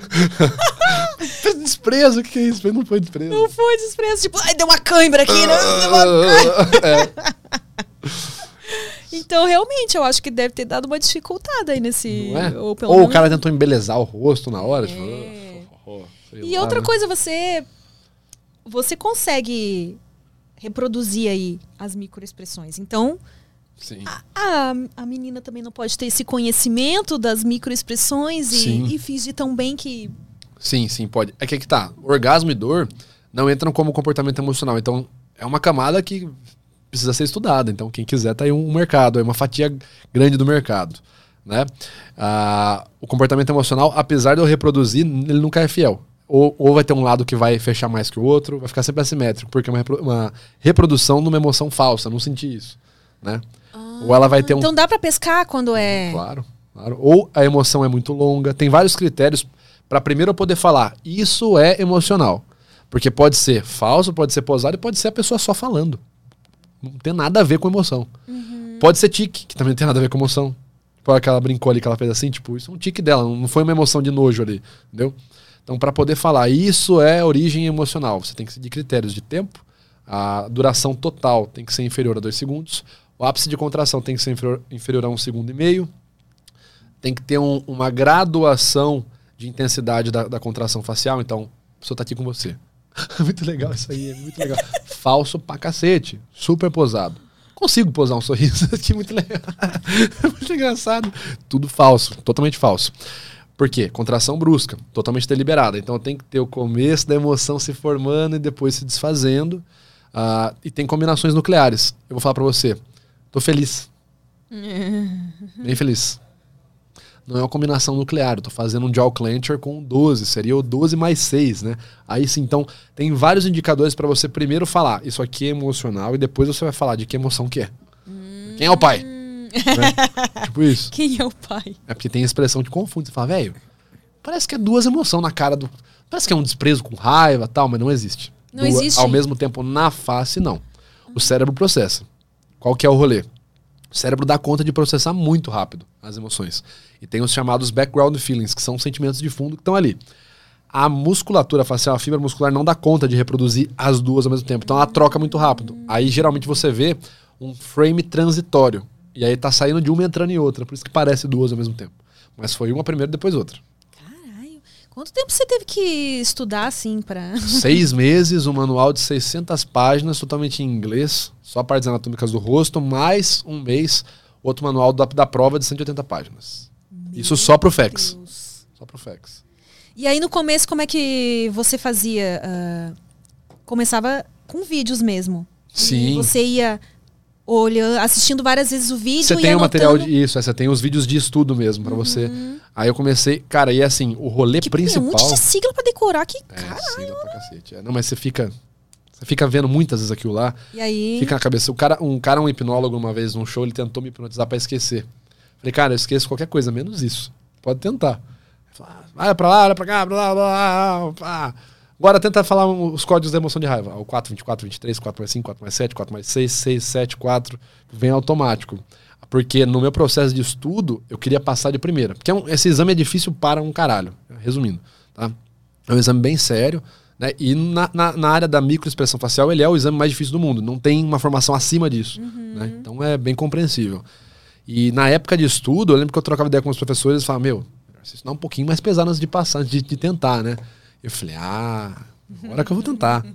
Fez desprezo, o que, que é isso? Eu falei, não foi desprezo. Não foi desprezo. Tipo, ai, deu uma cãibra aqui, né? Deu uma- É, Então, realmente, eu acho que deve ter dado uma dificultada aí nesse... não é? Ou, pelo Ou o menos- cara tentou embelezar o rosto na hora. É. Tipo, oh, oh, oh, sei E lá, outra né? coisa, você... Você consegue reproduzir aí as microexpressões. Então, Sim. a, a menina também não pode ter esse conhecimento das microexpressões Sim. e, e fingir tão bem que Sim, sim, pode. É que que tá. Orgasmo e dor não entram como comportamento emocional. Então, é uma camada que precisa ser estudada. Então, quem quiser, tá aí um mercado, é uma fatia grande do mercado, né? Ah, o comportamento emocional, apesar de eu reproduzir, ele nunca é fiel. Ou, ou vai ter um lado que vai fechar mais que o outro, vai ficar sempre assimétrico, porque é uma, repro- uma reprodução de uma emoção falsa, não senti isso, né? Ah, ou ela vai ter um... Então dá pra pescar quando é... Claro, claro. Ou a emoção é muito longa. Tem vários critérios para primeiro eu poder falar, isso é emocional. Porque pode ser falso, pode ser posado e pode ser a pessoa só falando. Não tem nada a ver com emoção. Uhum. Pode ser tique, que também não tem nada a ver com emoção. Tipo, aquela brincou ali que ela fez assim, tipo, isso é um tique dela, não foi uma emoção de nojo ali, entendeu? Então, para poder falar, isso é origem emocional, você tem que seguir critérios de tempo, a duração total tem que ser inferior a dois segundos, o ápice de contração tem que ser inferior, inferior a um segundo e meio, tem que ter um, uma graduação de intensidade da, da contração facial, então, a pessoa tá aqui com você. Muito legal isso aí, é muito legal. Falso pra cacete, super posado. Consigo posar um sorriso aqui, muito legal. Muito engraçado. Tudo falso, totalmente falso. Por quê? Contração brusca, totalmente deliberada. Então tem que ter o começo da emoção se formando e depois se desfazendo. Uh, e tem combinações nucleares. Eu vou falar pra você. Tô feliz. Bem feliz. Não é uma combinação nuclear. Eu tô fazendo um jaw clencher com doze. Seria o doze mais seis, né? Aí sim, então, tem vários indicadores pra você primeiro falar. Isso aqui é emocional. E depois você vai falar de que emoção que é. Hum. Quem é o pai? Né? Tipo isso. Quem é o pai? É porque tem a expressão de confundo. Você fala, velho, parece que é duas emoções na cara do... Parece que é um desprezo com raiva e tal, mas não existe. Não Duas, existe? Ao mesmo tempo, na face, não. O cérebro processa. Qual que é o rolê? O cérebro dá conta de processar muito rápido as emoções. E tem os chamados background feelings, que são sentimentos de fundo que estão ali. A musculatura facial, a fibra muscular não dá conta de reproduzir as duas ao mesmo tempo. Então ela troca muito rápido. Aí geralmente você vê um frame transitório. E aí tá saindo de uma entrando em outra. Por isso que parece duas ao mesmo tempo. Mas foi uma primeiro, depois outra. Caralho. Quanto tempo você teve que estudar, assim, pra... Seis meses, um manual de seiscentas páginas, totalmente em inglês. Só partes anatômicas do rosto, mais um mês, outro manual da, da prova de cento e oitenta páginas. Meu Isso só pro F E X. Deus. Só pro F E X. E aí, no começo, como é que você fazia? Uh, começava com vídeos mesmo. Sim. E você ia... olhando, assistindo várias vezes o vídeo Você e tem o anotando... material de isso, você tem os vídeos de estudo mesmo pra Uhum. você. Aí eu comecei, cara, e assim, o rolê que principal... Tem um monte de sigla pra decorar que, É, caralho. sigla pra cacete. É. Não, mas você fica, você fica vendo muitas vezes aquilo lá, E aí... fica na cabeça. O cara, um cara, um hipnólogo, uma vez num show, ele tentou me hipnotizar pra esquecer. Falei, cara, eu esqueço qualquer coisa, menos isso. Pode tentar. Falei, ah, olha pra lá, olha pra cá, blá, blá, blá, blá. Agora tenta falar os códigos da emoção de raiva. O quatro, vinte e quatro, vinte e três, quatro mais cinco, quatro mais sete, quatro mais seis, seis, sete, quatro. Vem automático. Porque no meu processo de estudo, eu queria passar de primeira. Porque é um, esse exame é difícil para um caralho. Resumindo, tá? É um exame bem sério, né? E na, na, na área da microexpressão facial, ele é o exame mais difícil do mundo. Não tem uma formação acima disso. Uhum. Né? Então é bem compreensível. E na época de estudo, eu lembro que eu trocava ideia com os professores e falava, meu, você estudar um pouquinho mais pesado antes de passar, antes de, de tentar, né? Eu falei, ah, agora que eu vou tentar.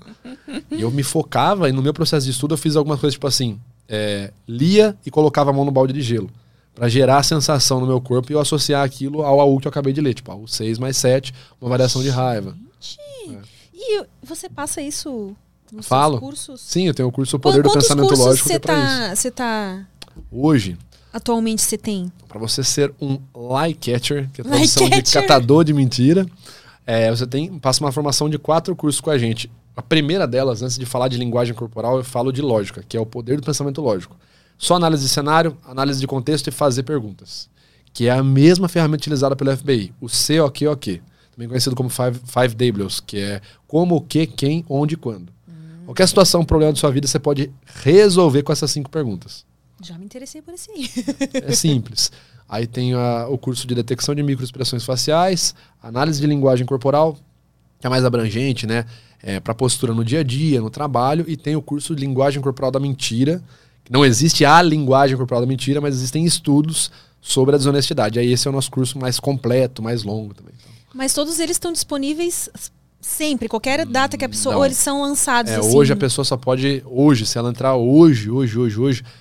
E eu me focava, e no meu processo de estudo eu fiz algumas coisas tipo assim, é, lia e colocava a mão no balde de gelo, pra gerar a sensação no meu corpo e eu associar aquilo ao A U que eu acabei de ler, tipo, o seis mais sete, uma variação de raiva. Gente, é. E você passa isso nos Falo. seus cursos? Sim, eu tenho o curso O Poder Quantos do Pensamento cursos Lógico que é você pra tá, isso. Você tá... Hoje, atualmente você tem? para você ser um lie catcher, que é a tradução Lie de catcher. catador de mentira, é, você tem, passa uma formação de quatro cursos com a gente. A primeira delas, antes de falar de linguagem corporal, eu falo de lógica, que é o poder do pensamento lógico. Só análise de cenário, análise de contexto e fazer perguntas. Que é a mesma ferramenta utilizada pelo F B I. O C O Q O Q. Também conhecido como Five, five Ws, que é como, o que, quem, onde e quando. Hum. Qualquer situação, problema da sua vida, você pode resolver com essas cinco perguntas. Já me interessei por esse aí. É simples. Aí tem a, o curso de detecção de microexpressões faciais, análise de linguagem corporal, que é mais abrangente, né? É, para postura no dia a dia, no trabalho, e tem o curso de linguagem corporal da mentira. Não existe a linguagem corporal da mentira, mas existem estudos sobre a desonestidade. Aí esse é o nosso curso mais completo, mais longo também. Então. Mas todos eles estão disponíveis sempre, qualquer data que a pessoa... Não. Ou eles são lançados É, assim? hoje a pessoa só pode... Hoje, se ela entrar hoje, hoje, hoje, hoje...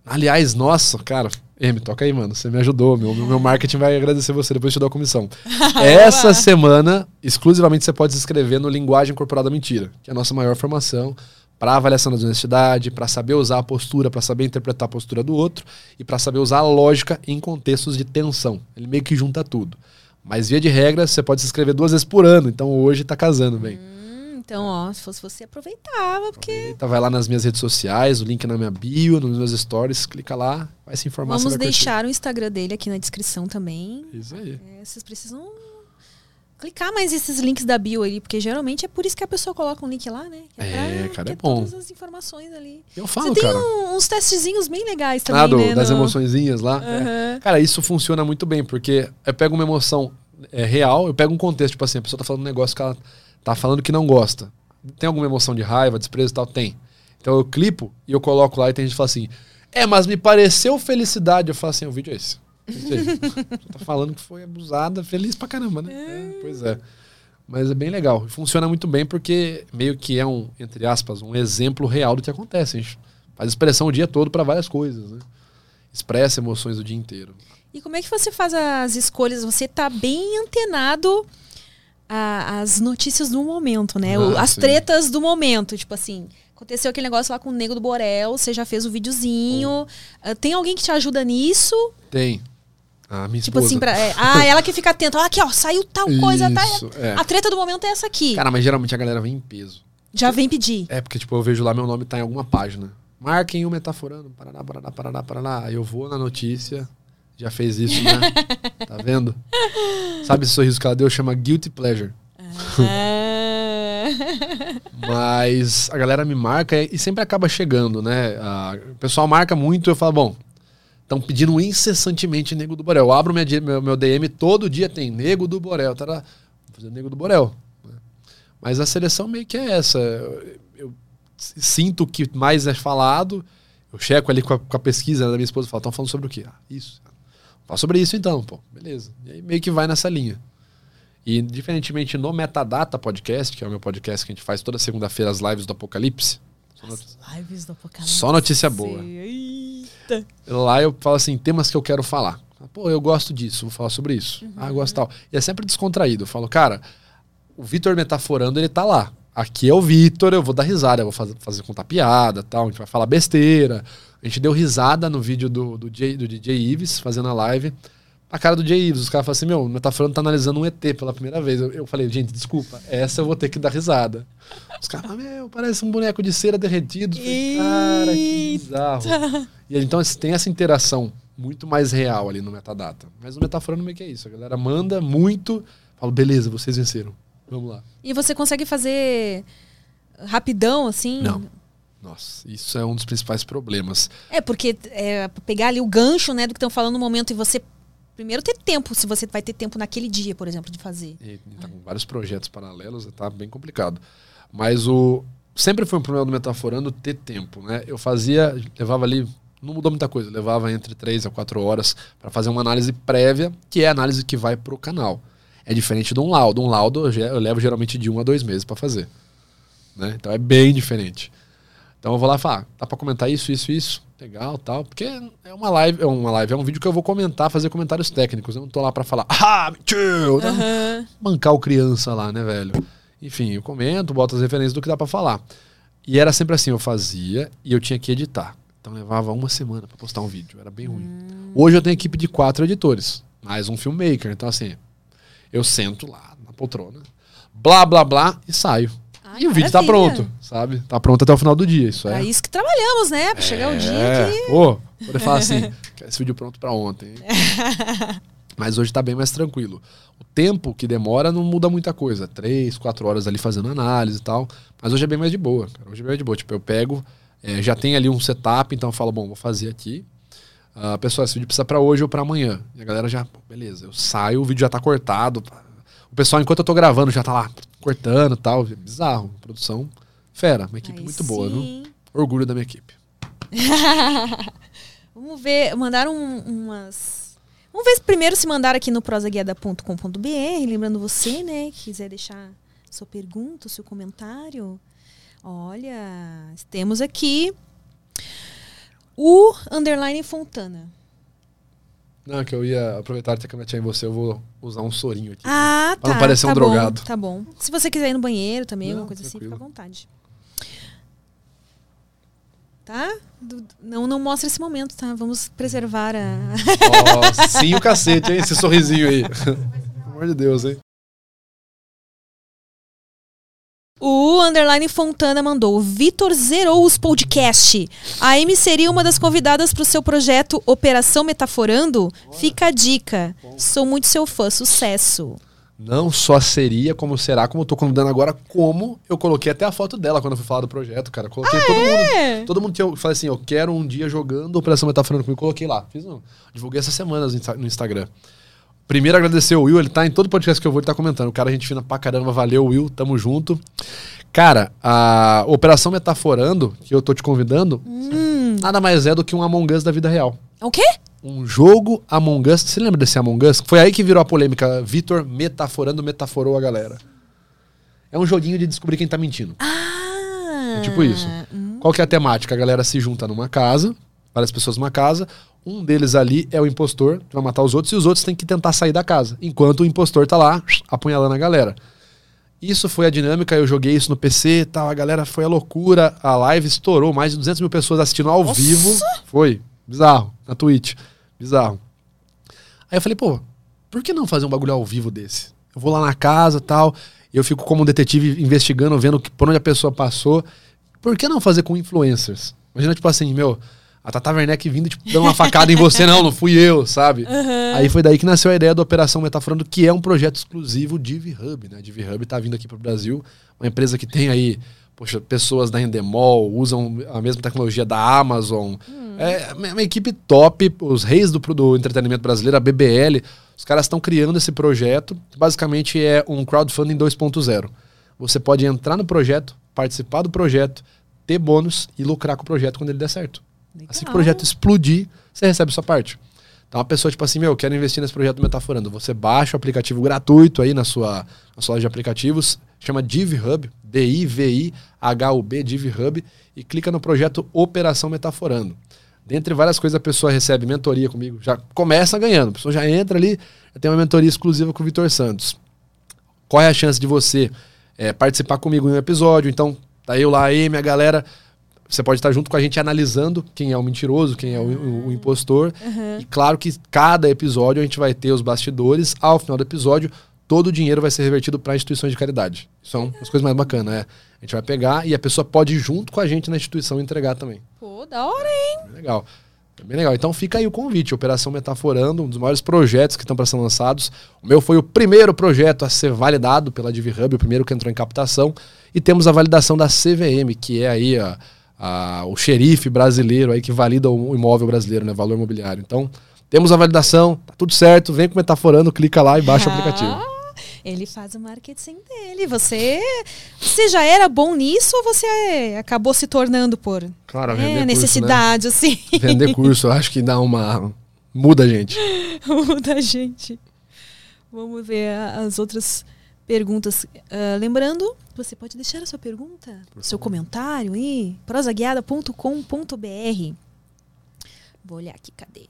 Aliás, nossa, cara, M, toca aí, mano. Você me ajudou. Meu, meu marketing vai agradecer você, depois te dou a comissão. Essa semana, exclusivamente, você pode se inscrever no Linguagem Corporal da Mentira, que é a nossa maior formação para avaliação da desonestidade, para saber usar a postura, para saber interpretar a postura do outro e para saber usar a lógica em contextos de tensão. Ele meio que junta tudo. Mas, via de regra, você pode se inscrever duas vezes por ano. Então, hoje tá casando bem. Hum, então, ó, se fosse você, aproveitava, porque... Aproveita, vai lá nas minhas redes sociais, o link na minha bio, nos meus stories, clica lá, vai se informar. Vamos você vai deixar curtir. o Instagram dele aqui na descrição também. Isso aí. É, vocês precisam clicar mais esses links da bio ali, porque geralmente é por isso que a pessoa coloca um link lá, né? Que É, pra cara, é ter bom. todas as informações ali. Eu falo, Você tem cara. um- uns testezinhos bem legais também, Ah, do- né? das no- emoçõezinhas lá. É. Cara, isso funciona muito bem, porque eu pego uma emoção é, real, eu pego um contexto, tipo assim, a pessoa tá falando um negócio que ela tá falando que não gosta. Tem alguma emoção de raiva, desprezo e tal? Tem. Então eu clipo e eu coloco lá e tem gente que fala assim, é, mas me pareceu felicidade. Eu falo assim, o vídeo é esse. Isso aí. Você tá falando que foi abusada, feliz pra caramba, né? É, pois é. Mas é bem legal. Funciona muito bem porque meio que é um, entre aspas, um exemplo real do que acontece. A gente faz expressão o dia todo para várias coisas, né? Expressa emoções o dia inteiro. E como é que você faz as escolhas? Você tá bem antenado a- às notícias do momento, né? O- Ah, as sim. tretas do momento. Tipo assim, aconteceu aquele negócio lá com o Nego do Borel, você já fez o videozinho. Ah, tem alguém que te ajuda nisso? Tem. A minha Tipo esposa. assim, pra, é, ah, ela que fica atenta. Ó, aqui, ó, saiu tal coisa. Tá, Isso, é. A treta do momento é essa aqui. Cara, mas geralmente a galera vem em peso. Já vem pedir. É, porque tipo, eu vejo lá, meu nome tá em alguma página. Marquem o Metaforando, Paraná, Paraná, Paraná, Paraná. Aí eu vou na notícia, já fez isso, né? Tá vendo? Sabe esse sorriso que ela deu? Chama Guilty Pleasure. Ah. Mas a galera me marca e sempre acaba chegando, né? Ah, o pessoal marca muito, eu falo, bom, estão pedindo incessantemente Nego do Borel. Eu abro minha, meu, meu D M, todo dia tem Nego do Borel. Tá lá, vou fazer Nego do Borel. Né? Mas a seleção meio que é essa. Eu, eu sinto que mais é falado, eu checo ali com a, com a pesquisa da minha esposa e falo, estão falando sobre o quê? Ah, isso. Fala sobre isso então, pô. Beleza. E aí meio que vai nessa linha. E, diferentemente no Metadata Podcast, que é o meu podcast que a gente faz toda segunda-feira, as lives do Apocalipse. Só, not... Lives do Apocalipse. Só notícia boa. Eita. Lá eu falo assim, temas que eu quero falar. Pô, eu gosto disso, vou falar sobre isso. Uhum. Ah, eu gosto tal. E é sempre descontraído. Eu falo, cara, o Vitor Metaforando, ele tá lá. Aqui é o Vitor, eu vou dar risada, eu vou fazer, fazer contar piada, tal. A gente vai falar besteira. A gente deu risada no vídeo do, do, J, do D J Ives, fazendo a live. A cara do Jay Ives, os caras falam assim, meu, o Metaforando tá analisando um E T pela primeira vez. Eu, eu falei, gente, desculpa, essa eu vou ter que dar risada. Os caras falam, meu, parece um boneco de cera derretido. Eu falei, cara, que bizarro. E então tem essa interação muito mais real ali no Metadata. Mas no Metaforando meio que é isso. A galera manda muito, fala, beleza, vocês venceram. Vamos lá. E você consegue fazer rapidão, assim? Não. Nossa, isso é um dos principais problemas. É, porque é, pegar ali o gancho, né, do que estão falando no momento e você primeiro ter tempo, se você vai ter tempo naquele dia, por exemplo, de fazer. E tá com vários projetos paralelos, tá bem complicado. Mas o sempre foi um problema do Metaforando ter tempo, né? Eu fazia, levava ali, não mudou muita coisa, levava entre três a quatro horas para fazer uma análise prévia, que é a análise que vai pro canal. É diferente de um laudo. Um laudo eu, eu levo geralmente de um a dois meses para fazer. Né? Então é bem diferente. Então eu vou lá e falo, ah, dá pra comentar isso, isso, isso, legal, tal, porque é uma live, é uma live, é um vídeo que eu vou comentar, fazer comentários técnicos, eu não tô lá pra falar, ah, mentiu, né? Mancar o criança lá, né, velho? Enfim, eu comento, boto as referências do que dá pra falar. E era sempre assim, eu fazia e eu tinha que editar. Então levava uma semana pra postar um vídeo, era bem ruim. Hum. Hoje eu tenho equipe de quatro editores, mais um filmmaker, então assim, eu sento lá na poltrona, blá, blá, blá, e saio. Ai, e o vídeo tá maravilha. pronto, sabe? Tá pronto até o final do dia, isso É é. isso que trabalhamos, né? Pra chegar o dia que... Pô, poder falar assim, quero esse vídeo pronto pra ontem. Mas hoje tá bem mais tranquilo. O tempo que demora não muda muita coisa. Três, quatro horas ali fazendo análise e tal. Mas hoje é bem mais de boa, cara. Hoje é bem mais de boa. Tipo, eu pego, é, já tem ali um setup, então eu falo, bom, vou fazer aqui. Uh, pessoal, esse vídeo precisa pra hoje ou pra amanhã. E a galera já, pô, beleza, eu saio, o vídeo já tá cortado. O pessoal, enquanto eu tô gravando, já tá lá cortando e tal. É bizarro. Produção fera. Uma equipe Aí muito sim. boa, viu? Orgulho da minha equipe. Vamos ver, mandaram umas... Vamos ver primeiro se mandaram aqui no prosaguiada ponto com ponto b r. Lembrando você, né, que quiser deixar sua pergunta, seu comentário. Olha, temos aqui... O underline Fontana. Não, que eu ia aproveitar de caminhar em você, eu vou usar um sorinho aqui. Ah, pra tá. não parecer tá um bom, drogado. Tá bom. Se você quiser ir no banheiro também, Não, alguma coisa tranquilo. assim, fica à vontade. Tá? Do- Não, não mostra esse momento, tá? Vamos preservar a... Ó, sim o cacete, hein? Esse sorrisinho aí. Pelo amor de Deus, hein? O underline Fontana mandou: Vitor zerou os podcast. A Amy seria uma das convidadas para o seu projeto Operação Metaforando? Fica a dica. Sou muito seu fã. Sucesso. Não só seria, como será, como eu tô convidando agora, como eu coloquei até a foto dela quando eu fui falar do projeto, cara. Coloquei todo é? mundo. Todo mundo que eu falei assim, eu quero um dia jogando Operação Metaforando comigo, coloquei lá. Fiz um, divulguei essas semanas no Insta- no Instagram. Primeiro agradecer o Will, ele tá em todo podcast que eu vou, ele tá comentando. O cara, gente fina pra caramba, valeu, Will, tamo junto. Cara, a Operação Metaforando, que eu tô te convidando, Hum. nada mais é do que um Among Us da vida real. O quê? Um jogo Among Us. Você lembra desse Among Us? Foi aí que virou a polêmica. Vitor metaforando, metaforou a galera. É um joguinho de descobrir quem tá mentindo. Ah. É tipo isso. Hum. Qual que é a temática? A galera se junta numa casa, várias pessoas numa casa. Um deles ali é o impostor, que vai matar os outros, e os outros têm que tentar sair da casa. Enquanto o impostor tá lá, apunhalando a galera. Isso foi a dinâmica, eu joguei isso no P C e tal, a galera foi a loucura, a live estourou, mais de duzentas mil pessoas assistindo ao Nossa! vivo. Foi, bizarro, na Twitch, bizarro. Aí eu falei, pô, por que não fazer um bagulho ao vivo desse? Eu vou lá na casa e tal, e eu fico como um detetive investigando, vendo que, por onde a pessoa passou. Por que não fazer com influencers? Imagina, tipo assim, meu, a Tata Werneck vindo, tipo, dando uma facada em você, não, não fui eu, sabe? Uhum. Aí foi daí que nasceu a ideia da Operação Metaforando, que é um projeto exclusivo Divi Hub, né? Divi Hub tá vindo aqui pro Brasil, uma empresa que tem aí, poxa, pessoas da Endemol, usam a mesma tecnologia da Amazon. Hum. É uma equipe top, os reis do, do entretenimento brasileiro, a B B L, os caras estão criando esse projeto, que basicamente é um crowdfunding dois ponto zero. Você pode entrar no projeto, participar do projeto, ter bônus e lucrar com o projeto quando ele der certo. Legal. Assim que o projeto explodir, você recebe a sua parte. Então uma pessoa tipo assim, meu, eu quero investir nesse projeto Metaforando. Você baixa o aplicativo gratuito aí na sua, na sua loja de aplicativos, chama Divi Hub, D I V I H U B, Divi Hub, e clica no projeto Operação Metaforando. Dentre várias coisas, a pessoa recebe mentoria comigo, já começa ganhando, a pessoa já entra ali, já tem uma mentoria exclusiva com o Vitor Santos. Qual é a chance de você é, participar comigo em um episódio? Então, tá eu lá, aí, minha galera. Você pode estar junto com a gente analisando quem é o mentiroso, quem é o, o, o impostor. Uhum. E claro que cada episódio a gente vai ter os bastidores. Ao final do episódio, todo o dinheiro vai ser revertido para instituições de caridade. Isso é uma das coisas mais bacanas. É. A gente vai pegar e a pessoa pode ir junto com a gente na instituição e entregar também. Pô, da hora, hein? Bem legal. É bem legal. Então fica aí o convite. Operação Metaforando, um dos maiores projetos que estão para ser lançados. O meu foi o primeiro projeto a ser validado pela Divi Hub, o primeiro que entrou em captação. E temos a validação da C V M, que é aí a... Ah, o xerife brasileiro aí que valida o imóvel brasileiro, né? Valor imobiliário. Então, temos a validação, tá tudo certo, vem com o Metaforando, clica lá e baixa o aplicativo. Ah, ele faz o marketing dele. Você, você já era bom nisso ou você acabou se tornando por Claro, é, vender curso, necessidade, assim? né? Vender curso, eu acho que dá uma... Muda a gente. Muda, gente. Vamos ver as outras perguntas. Uh, lembrando, você pode deixar a sua pergunta, seu comentário aí, prosaguiada ponto com ponto b r. Vou olhar aqui, cadê?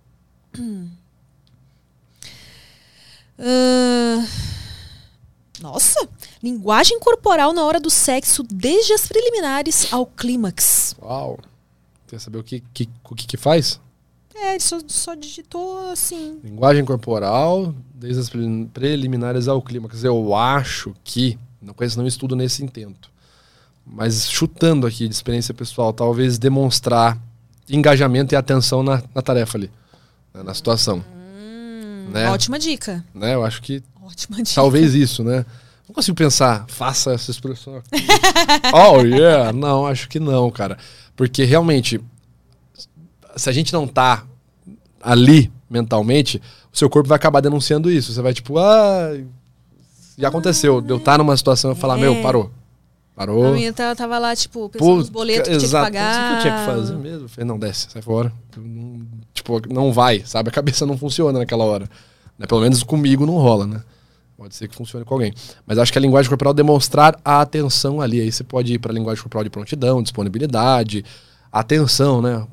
Uh, nossa! Linguagem corporal na hora do sexo, desde as preliminares ao clímax. Uau! Quer saber o que, que, o que, que faz? É, ele só, só digitou assim. Linguagem corporal, desde as preliminares ao clímax. Eu acho que, não conheço nenhum estudo nesse intento, mas chutando aqui de experiência pessoal, talvez demonstrar engajamento e atenção na, na tarefa ali, né, na situação. Hum, né? Ótima dica. Né? Eu acho que Ótima dica. talvez isso, né? Não consigo pensar, faça essa expressão aqui. Oh, yeah! Não, acho que não, cara. Porque realmente, se a gente não tá ali mentalmente, o seu corpo vai acabar denunciando isso. Você vai tipo, ah, já aconteceu. De eu estar numa situação e falar, É. meu, parou. Parou. A minha tava, tava lá, tipo, pensando nos boletos que tinha que exato. pagar. Isso que eu tinha que fazer mesmo. Eu falei, não, desce, sai fora. Não, tipo, não vai, sabe? A cabeça não funciona naquela hora. Né? Pelo menos comigo não rola, né? Pode ser que funcione com alguém. Mas acho que a linguagem corporal demonstrar a atenção ali. Aí você pode ir para a linguagem corporal de prontidão, disponibilidade, atenção, né?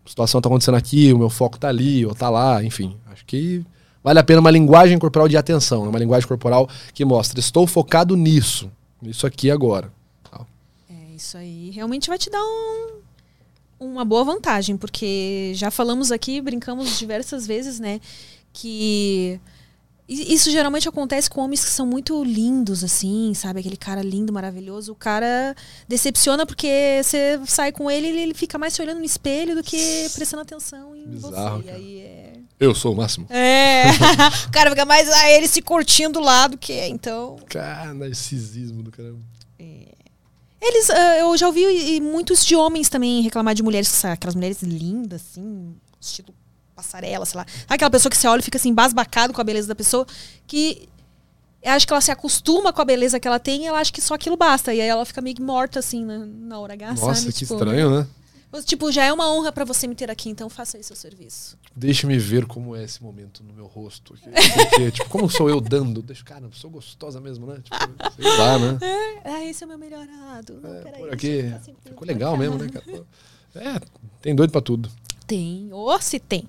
situação tá acontecendo aqui, o meu foco tá ali, ou tá lá, enfim. Acho que vale a pena uma linguagem corporal de atenção, né? Uma linguagem corporal que mostra, estou focado nisso, nisso aqui agora. Tal. É, isso aí realmente vai te dar um, uma boa vantagem, porque já falamos aqui, brincamos diversas vezes, né, que isso geralmente acontece com homens que são muito lindos, assim, sabe? Aquele cara lindo, maravilhoso. O cara decepciona porque você sai com ele e ele fica mais se olhando no espelho do que prestando atenção em Bizarro, você. cara. Aí é... Eu sou o máximo. É, o cara fica mais a ele se curtindo do lado que é, então... Cara, narcisismo do caramba. Eles, uh, eu já ouvi e muitos de homens também reclamar de mulheres, sabe, aquelas mulheres lindas, assim, estilo passarela, sei lá. Aquela pessoa que você olha e fica assim, embasbacado com a beleza da pessoa, que eu acho que ela se acostuma com a beleza que ela tem e ela acha que só aquilo basta. E aí ela fica meio morta, assim, na, na hora H, Nossa, sabe? que tipo, estranho, né? Tipo, já é uma honra pra você me ter aqui, então faça aí seu serviço. Deixa-me ver como é esse momento no meu rosto. Porque, tipo, como sou eu dando? Deixa, cara, eu sou gostosa mesmo, né? Tipo, sei lá, né? É, ah, esse é o meu melhorado. Não, É, peraí, por deixa aqui, eu ficar assim, ficou legal mesmo, né, cara? É, tem doido pra tudo. Tem, ou se tem.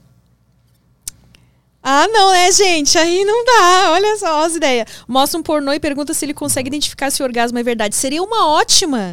Ah, não, né, gente? Aí não dá. Olha só as ideias. Mostra um pornô e pergunta se ele consegue identificar se o orgasmo é verdade. Seria uma ótima...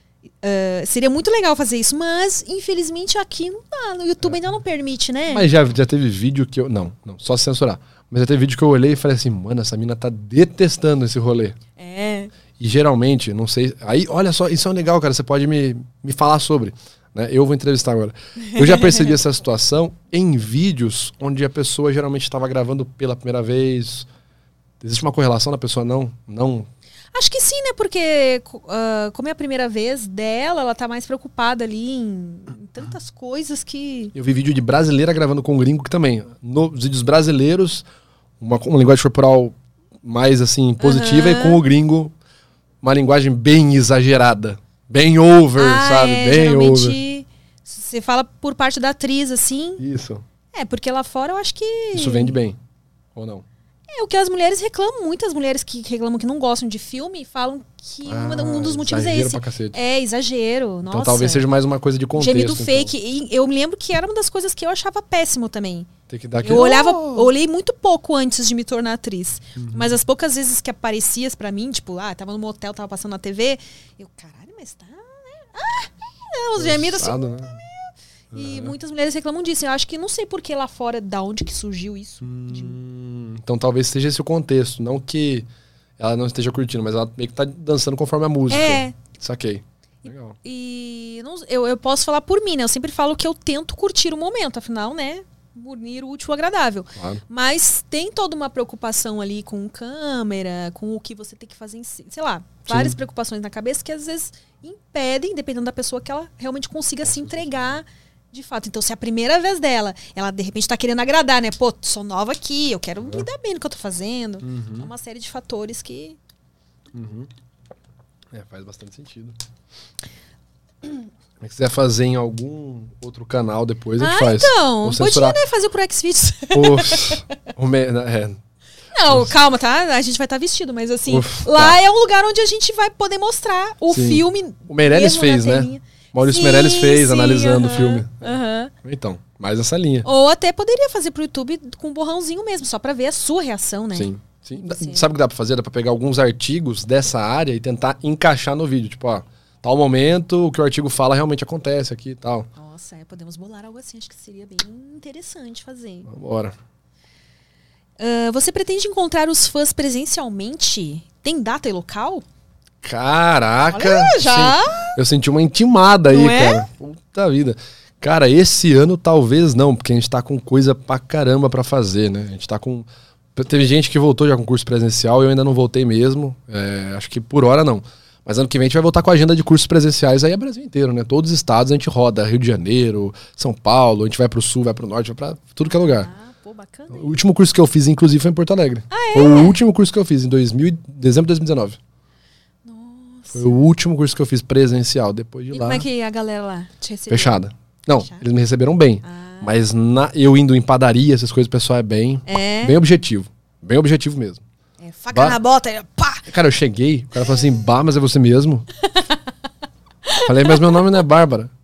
Uh, seria muito legal fazer isso, mas infelizmente aqui não dá. No YouTube é. ainda não permite, né? Mas já, já teve vídeo que eu... Não, não, só censurar. Mas já teve vídeo que eu olhei e falei assim, mano, essa mina tá detestando esse rolê. É. E geralmente, não sei... Aí, olha só, isso é legal, cara. Você pode me, me falar sobre. Né? Eu vou entrevistar agora. Eu já percebi essa situação em vídeos onde a pessoa geralmente estava gravando pela primeira vez. Existe uma correlação da pessoa não... não Acho que sim, né? Porque uh, como é a primeira vez dela, ela tá mais preocupada ali em, em tantas coisas que... Eu vi vídeo de brasileira gravando com um gringo que também, nos vídeos brasileiros, uma, uma linguagem corporal mais assim, positiva, uhum. E com o gringo, uma linguagem bem exagerada. Bem over, ah, sabe? É, bem geralmente, over. Você fala por parte da atriz, assim. Isso. É, porque lá fora eu acho que... Isso vende bem, ou não? É, o que as mulheres reclamam, muitas mulheres que reclamam que não gostam de filme, falam que ah, uma, um dos motivos é esse. Pra cacete. É, exagero. Então nossa. talvez seja mais uma coisa de contexto. Gemido então. fake. E eu me lembro que era uma das coisas que eu achava péssimo também. Tem que dar aquele... Eu olhava, eu olhei muito pouco antes de me tornar atriz. Uhum. Mas as poucas vezes que aparecia pra mim, tipo, ah, tava no motel, tava passando na T V, eu, caralho, mas tá... Né? Ah, não, os gemidos assim... Né? E uhum. muitas mulheres reclamam disso. Eu acho que não sei por que lá fora, da onde que surgiu isso. Hum, de... Então talvez seja esse o contexto. Não que ela não esteja curtindo, mas ela meio que tá dançando conforme a música. É. Saquei. Legal. E, e não, eu, eu posso falar por mim, né? Eu sempre falo que eu tento curtir o momento. Afinal, né? Unir o útil ao agradável. Claro. Mas tem toda uma preocupação ali com câmera, com o que você tem que fazer em si. Sei lá, várias Sim. preocupações na cabeça que às vezes impedem, dependendo da pessoa, que ela realmente consiga se entregar de fato. Então, se é a primeira vez dela, ela de repente tá querendo agradar, né? Pô, sou nova aqui, eu quero é. me dar bem no que eu tô fazendo. Uhum. É uma série de fatores que... Uhum. É, faz bastante sentido. Se quiser fazer em algum outro canal depois, a gente ah, faz. então. Podia, né? Fazer por Xvideos. O, o me, é. Não, Uf. calma, tá? A gente vai estar tá vestido, mas assim, Uf, lá tá. é um lugar onde a gente vai poder mostrar o Sim. filme. O Meirelles fez, né? Maurício sim, Meirelles fez, sim, analisando uh-huh, o filme. Uh-huh. Então, mais essa linha. Ou até poderia fazer pro YouTube com um borrãozinho mesmo, só pra ver a sua reação, né? Sim. Sim. Sim. Sabe o que dá pra fazer? Dá pra pegar alguns artigos dessa área e tentar encaixar no vídeo. Tipo, ó, tal momento, o que o artigo fala realmente acontece aqui e tal. Nossa, é, podemos bolar algo assim. Acho que seria bem interessante fazer. Vambora. Uh, você pretende encontrar os fãs presencialmente? Tem data e local? Caraca! Olha, já? Sim, eu senti uma intimada aí, não é? cara. Puta vida. Cara, esse ano talvez não, porque a gente tá com coisa pra caramba pra fazer, né? A gente tá com... Teve gente que voltou já com curso presencial, eu ainda não voltei mesmo. É, acho que por hora não. Mas ano que vem a gente vai voltar com a agenda de cursos presenciais aí é Brasil inteiro, né? Todos os estados a gente roda. Rio de Janeiro, São Paulo, a gente vai pro sul, vai pro norte, vai pra tudo que é lugar. Ah, pô, bacana. O último curso que eu fiz, inclusive, foi em Porto Alegre. Ah, é? Foi o último curso que eu fiz, em dois mil, dezembro de dois mil e dezenove. Nossa. Foi o último curso que eu fiz presencial. Depois de e lá... como é que a galera lá te recebeu? Fechada. Não, Fechada? Eles me receberam bem. Ah. Mas na, eu indo em padaria, essas coisas, o pessoal é bem... É? Bem objetivo. Bem objetivo mesmo. É, faca bah. na bota, pá! Cara, eu cheguei, o cara falou assim, bah, mas é você mesmo? Falei, mas meu nome não é Bárbara.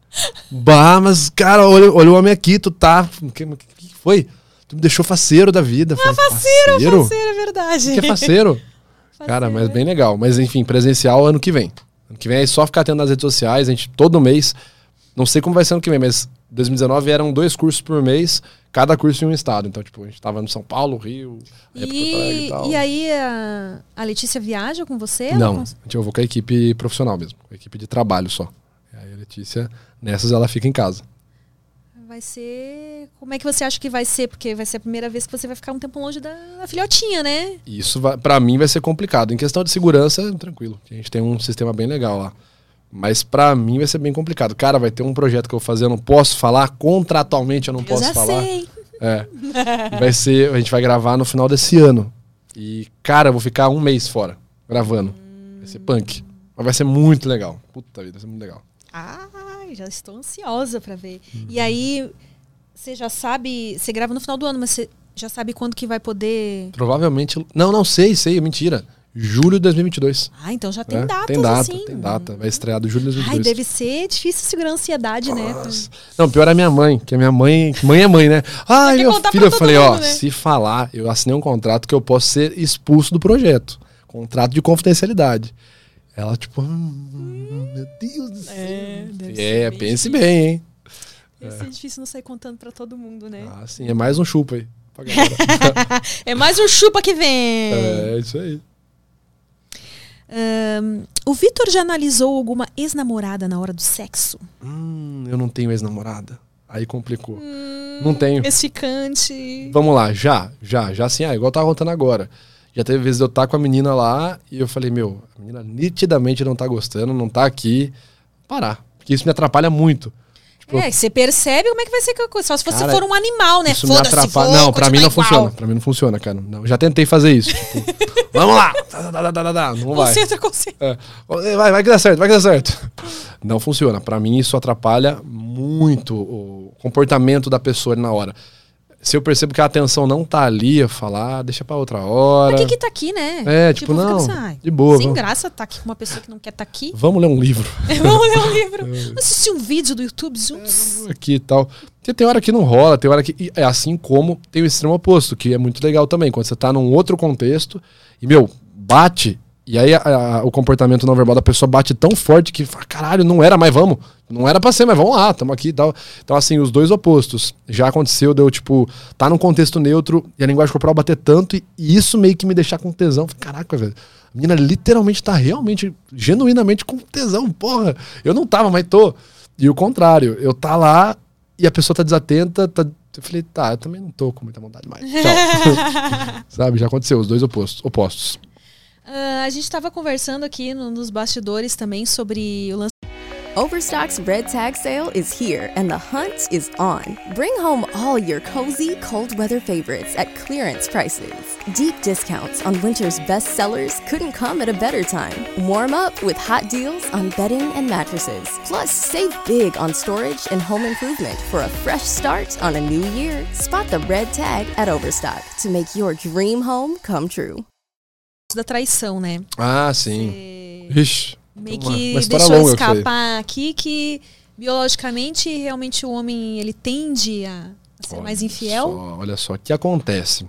Bah, mas, cara, olha, olha o homem aqui, tu tá... O que, que foi? Tu me deixou faceiro da vida. Ah, Falei, faceiro, faceiro, faceiro, é verdade. O que é faceiro? Cara, mas bem legal. Mas, enfim, presencial ano que vem. Ano que vem é só ficar atento nas redes sociais, a gente, todo mês... Não sei como vai ser ano que vem, mas dois mil e dezenove eram dois cursos por mês, cada curso em um estado. Então, tipo, a gente tava no São Paulo, Rio, aí Porto Alegre e tal. E aí, a, a Letícia viaja com você? Ela Não, cons- eu vou com a equipe profissional mesmo, com a equipe de trabalho só. E aí a Letícia, nessas, ela fica em casa. Vai ser... Como é que você acha que vai ser? Porque vai ser a primeira vez que você vai ficar um tempo longe da, da filhotinha, né? Isso, vai, pra mim, vai ser complicado. Em questão de segurança, tranquilo. A gente tem um sistema bem legal lá. Mas pra mim vai ser bem complicado. Cara, vai ter um projeto que eu vou fazer, eu não posso falar. Contratualmente eu não Eu posso já falar. sei. É. Vai ser, a gente vai gravar no final desse ano. E, cara, eu vou ficar um mês fora, gravando. Vai ser punk. Mas vai ser muito legal. Puta vida, vai ser muito legal. Ai, já estou ansiosa pra ver. Uhum. E aí, você já sabe... Você grava no final do ano, mas você já sabe quando que vai poder... Provavelmente... Não, não, sei, sei, mentira. Julho de dois mil e vinte e dois. Ah, então já tem é, datas, tem data, assim. Tem data, vai estrear do julho de dois mil e vinte e dois. Ai, deve ser difícil segurar a ansiedade, Nossa. né? Não, pior é a minha mãe, que a minha mãe... Mãe é mãe, né? Ai, meu filho, eu falei, mundo, ó, né? se falar, eu assinei um contrato que eu posso ser expulso do projeto. Contrato de confidencialidade. Ela, tipo, hum, meu Deus do céu. É, deve É, ser pense difícil. bem, hein? Deve ser difícil não sair contando pra todo mundo, né? Ah, sim, é mais um chupa aí. Pra galera. É mais um chupa que vem! É, isso aí. Um, o Vitor já analisou alguma ex-namorada na hora do sexo? Hum, eu não tenho ex-namorada. Aí complicou. Hum, não tenho. Ex-ficante. Vamos lá, já, já, já assim, ah, igual eu tava contando agora. Já teve vezes de eu estar com a menina lá e eu falei, meu, a menina nitidamente não tá gostando, não tá aqui. Parar. Porque isso me atrapalha muito. Tipo, é, você percebe como é que vai ser aquela coisa. Só se você cara, for um animal, né? Isso me Foda-se, atrapalha. vou Não, pra mim não continuar funciona. igual. Pra mim não funciona, cara. Não, já tentei fazer isso. Tipo, vamos lá. Dá, dá, dá, dá, dá. Não vai. Concentra, concentra. É. Vai, vai que dá certo, vai que dá certo. Não funciona. Pra mim isso atrapalha muito o comportamento da pessoa ali na hora. Se eu percebo que a atenção não tá ali, eu falo, ah, deixa pra outra hora. Pra que que tá aqui, né? É, tipo, fica não, assim, ai, de boa, sem vamos. graça tá aqui com uma pessoa que não quer tá aqui. Vamos ler um livro. Vamos ler um livro. Assistir um vídeo do YouTube juntos. Aqui e tal. Porque tem hora que não rola, tem hora que... e é assim como tem o extremo oposto, que é muito legal também. Quando você tá num outro contexto e, meu, bate... E aí a, a, o comportamento não verbal da pessoa bate tão forte que fala, caralho, não era, mas vamos. Não era pra ser, mas vamos lá, tamo aqui e tal. Então, assim, os dois opostos. Já aconteceu, deu, tipo, tá num contexto neutro e a linguagem corporal bater tanto e, e isso meio que me deixar com tesão. Falei, caraca, velho. A menina literalmente tá realmente, genuinamente com tesão, porra. Eu não tava, mas tô. E o contrário, eu tá lá e a pessoa tá desatenta, tá... Eu falei, tá, eu também não tô com muita vontade mais. Tchau. Sabe, já aconteceu, os dois opostos. opostos. Uh, a gente estava conversando aqui no, nos bastidores também sobre o lance. Overstock's Red Tag Sale is here and the hunt is on. Bring home all your cozy, cold weather favorites at clearance prices. Deep discounts on winter's best sellers couldn't come at a better time. Warm up with hot deals on bedding and mattresses. Plus, save big on storage and home improvement for a fresh start on a new year. Spot the red tag at Overstock to make your dream home come true. Da traição, né? Ah, sim. Você Ixi. meio uma- que uma história deixou longa que escapar aqui que biologicamente realmente o homem ele tende a ser Olha mais infiel. só, olha só, o que acontece?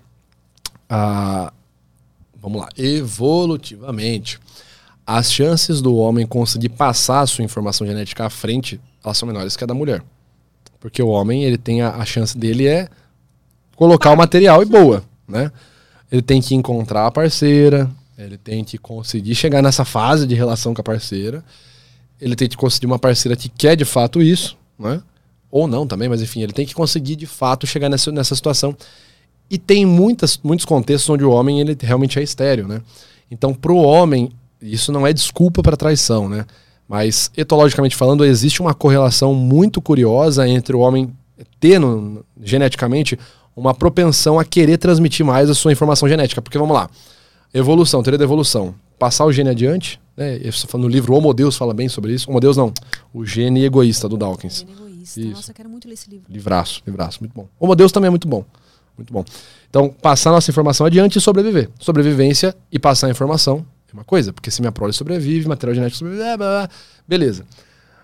Ah, vamos lá, evolutivamente, as chances do homem conseguir passar a sua informação genética à frente, elas são menores que a da mulher. Porque o homem, ele tem a, a chance dele é colocar o material e boa, né? Ele tem que encontrar a parceira, ele tem que conseguir chegar nessa fase de relação com a parceira, ele tem que conseguir uma parceira que quer de fato isso, né? Ou não também, mas enfim, ele tem que conseguir de fato chegar nessa, nessa situação. E tem muitas, muitos contextos onde o homem ele realmente é estéril, né? Então, pro homem, isso não é desculpa para traição, né? Mas, etologicamente falando, existe uma correlação muito curiosa entre o homem ter, no, geneticamente, uma propensão a querer transmitir mais a sua informação genética. Porque, vamos lá, evolução, teoria da evolução. Passar o gene adiante, né? No livro Homo Deus fala bem sobre isso. Homo Deus não, o gene egoísta do Dawkins. Gene egoísta. Isso. Nossa, eu quero muito ler esse livro. Livraço, livraço, muito bom. Homo Deus também é muito bom, muito bom. Então, passar nossa informação adiante e sobreviver. Sobrevivência e passar a informação é uma coisa, porque se minha prole sobrevive, material genético sobrevive, blá, blá, blá, beleza.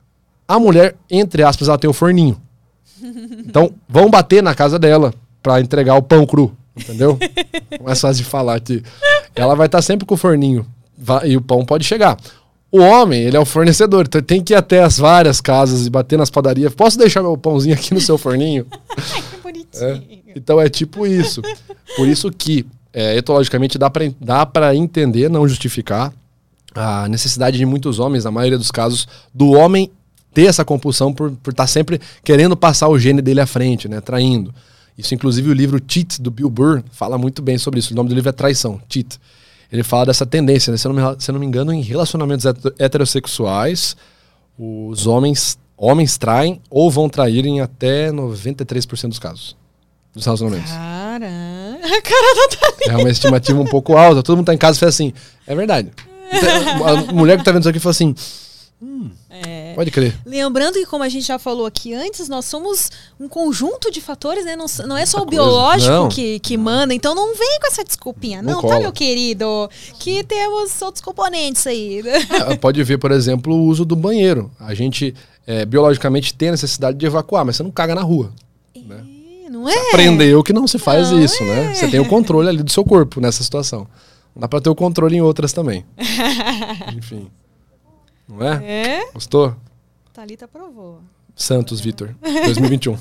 A mulher, entre aspas, ela tem o forninho. Então, vão bater na casa dela pra entregar o pão cru, entendeu? Não é fácil de falar que ela vai estar sempre com o forninho vai, e o pão pode chegar. O homem, ele é o fornecedor, então ele tem que ir até as várias casas e bater nas padarias. Posso deixar meu pãozinho aqui no seu forninho? Ai, que bonitinho. É. Então é tipo isso. Por isso que, é, etologicamente, dá pra, dá pra entender, não justificar, a necessidade de muitos homens, na maioria dos casos, do homem ter essa compulsão por estar tá sempre querendo passar o gene dele à frente, né? Traindo. Isso, inclusive, o livro Cheat, do Bill Burr, fala muito bem sobre isso. O nome do livro é Traição, Cheat. Ele fala dessa tendência, né? Se eu não me, se eu não me engano, em relacionamentos heterossexuais, os homens, homens traem ou vão trair em até noventa e três por cento dos casos dos relacionamentos. Cara, a cara da Thalita. É uma estimativa um pouco alta. Todo mundo tá em casa e fala assim, é verdade. Então, a mulher que tá vendo isso aqui fala assim, hum, É. pode crer. Lembrando que, como a gente já falou aqui antes, nós somos um conjunto de fatores, né? Não, não é só o Muita coisa. biológico Não. que, que manda, então não vem com essa desculpinha. Não Não, cola. tá, meu querido? Que temos outros componentes aí. É, pode ver, por exemplo, o uso do banheiro. A gente, é, biologicamente, tem a necessidade de evacuar, mas você não caga na rua. Né? É, não é? Aprendeu que não se faz Não isso, é. né? Você tem o controle ali do seu corpo nessa situação. Dá pra ter o controle em outras também. Enfim. Não é? É? Gostou? Thalita aprovou. Santos, Vitor. dois mil e vinte e um.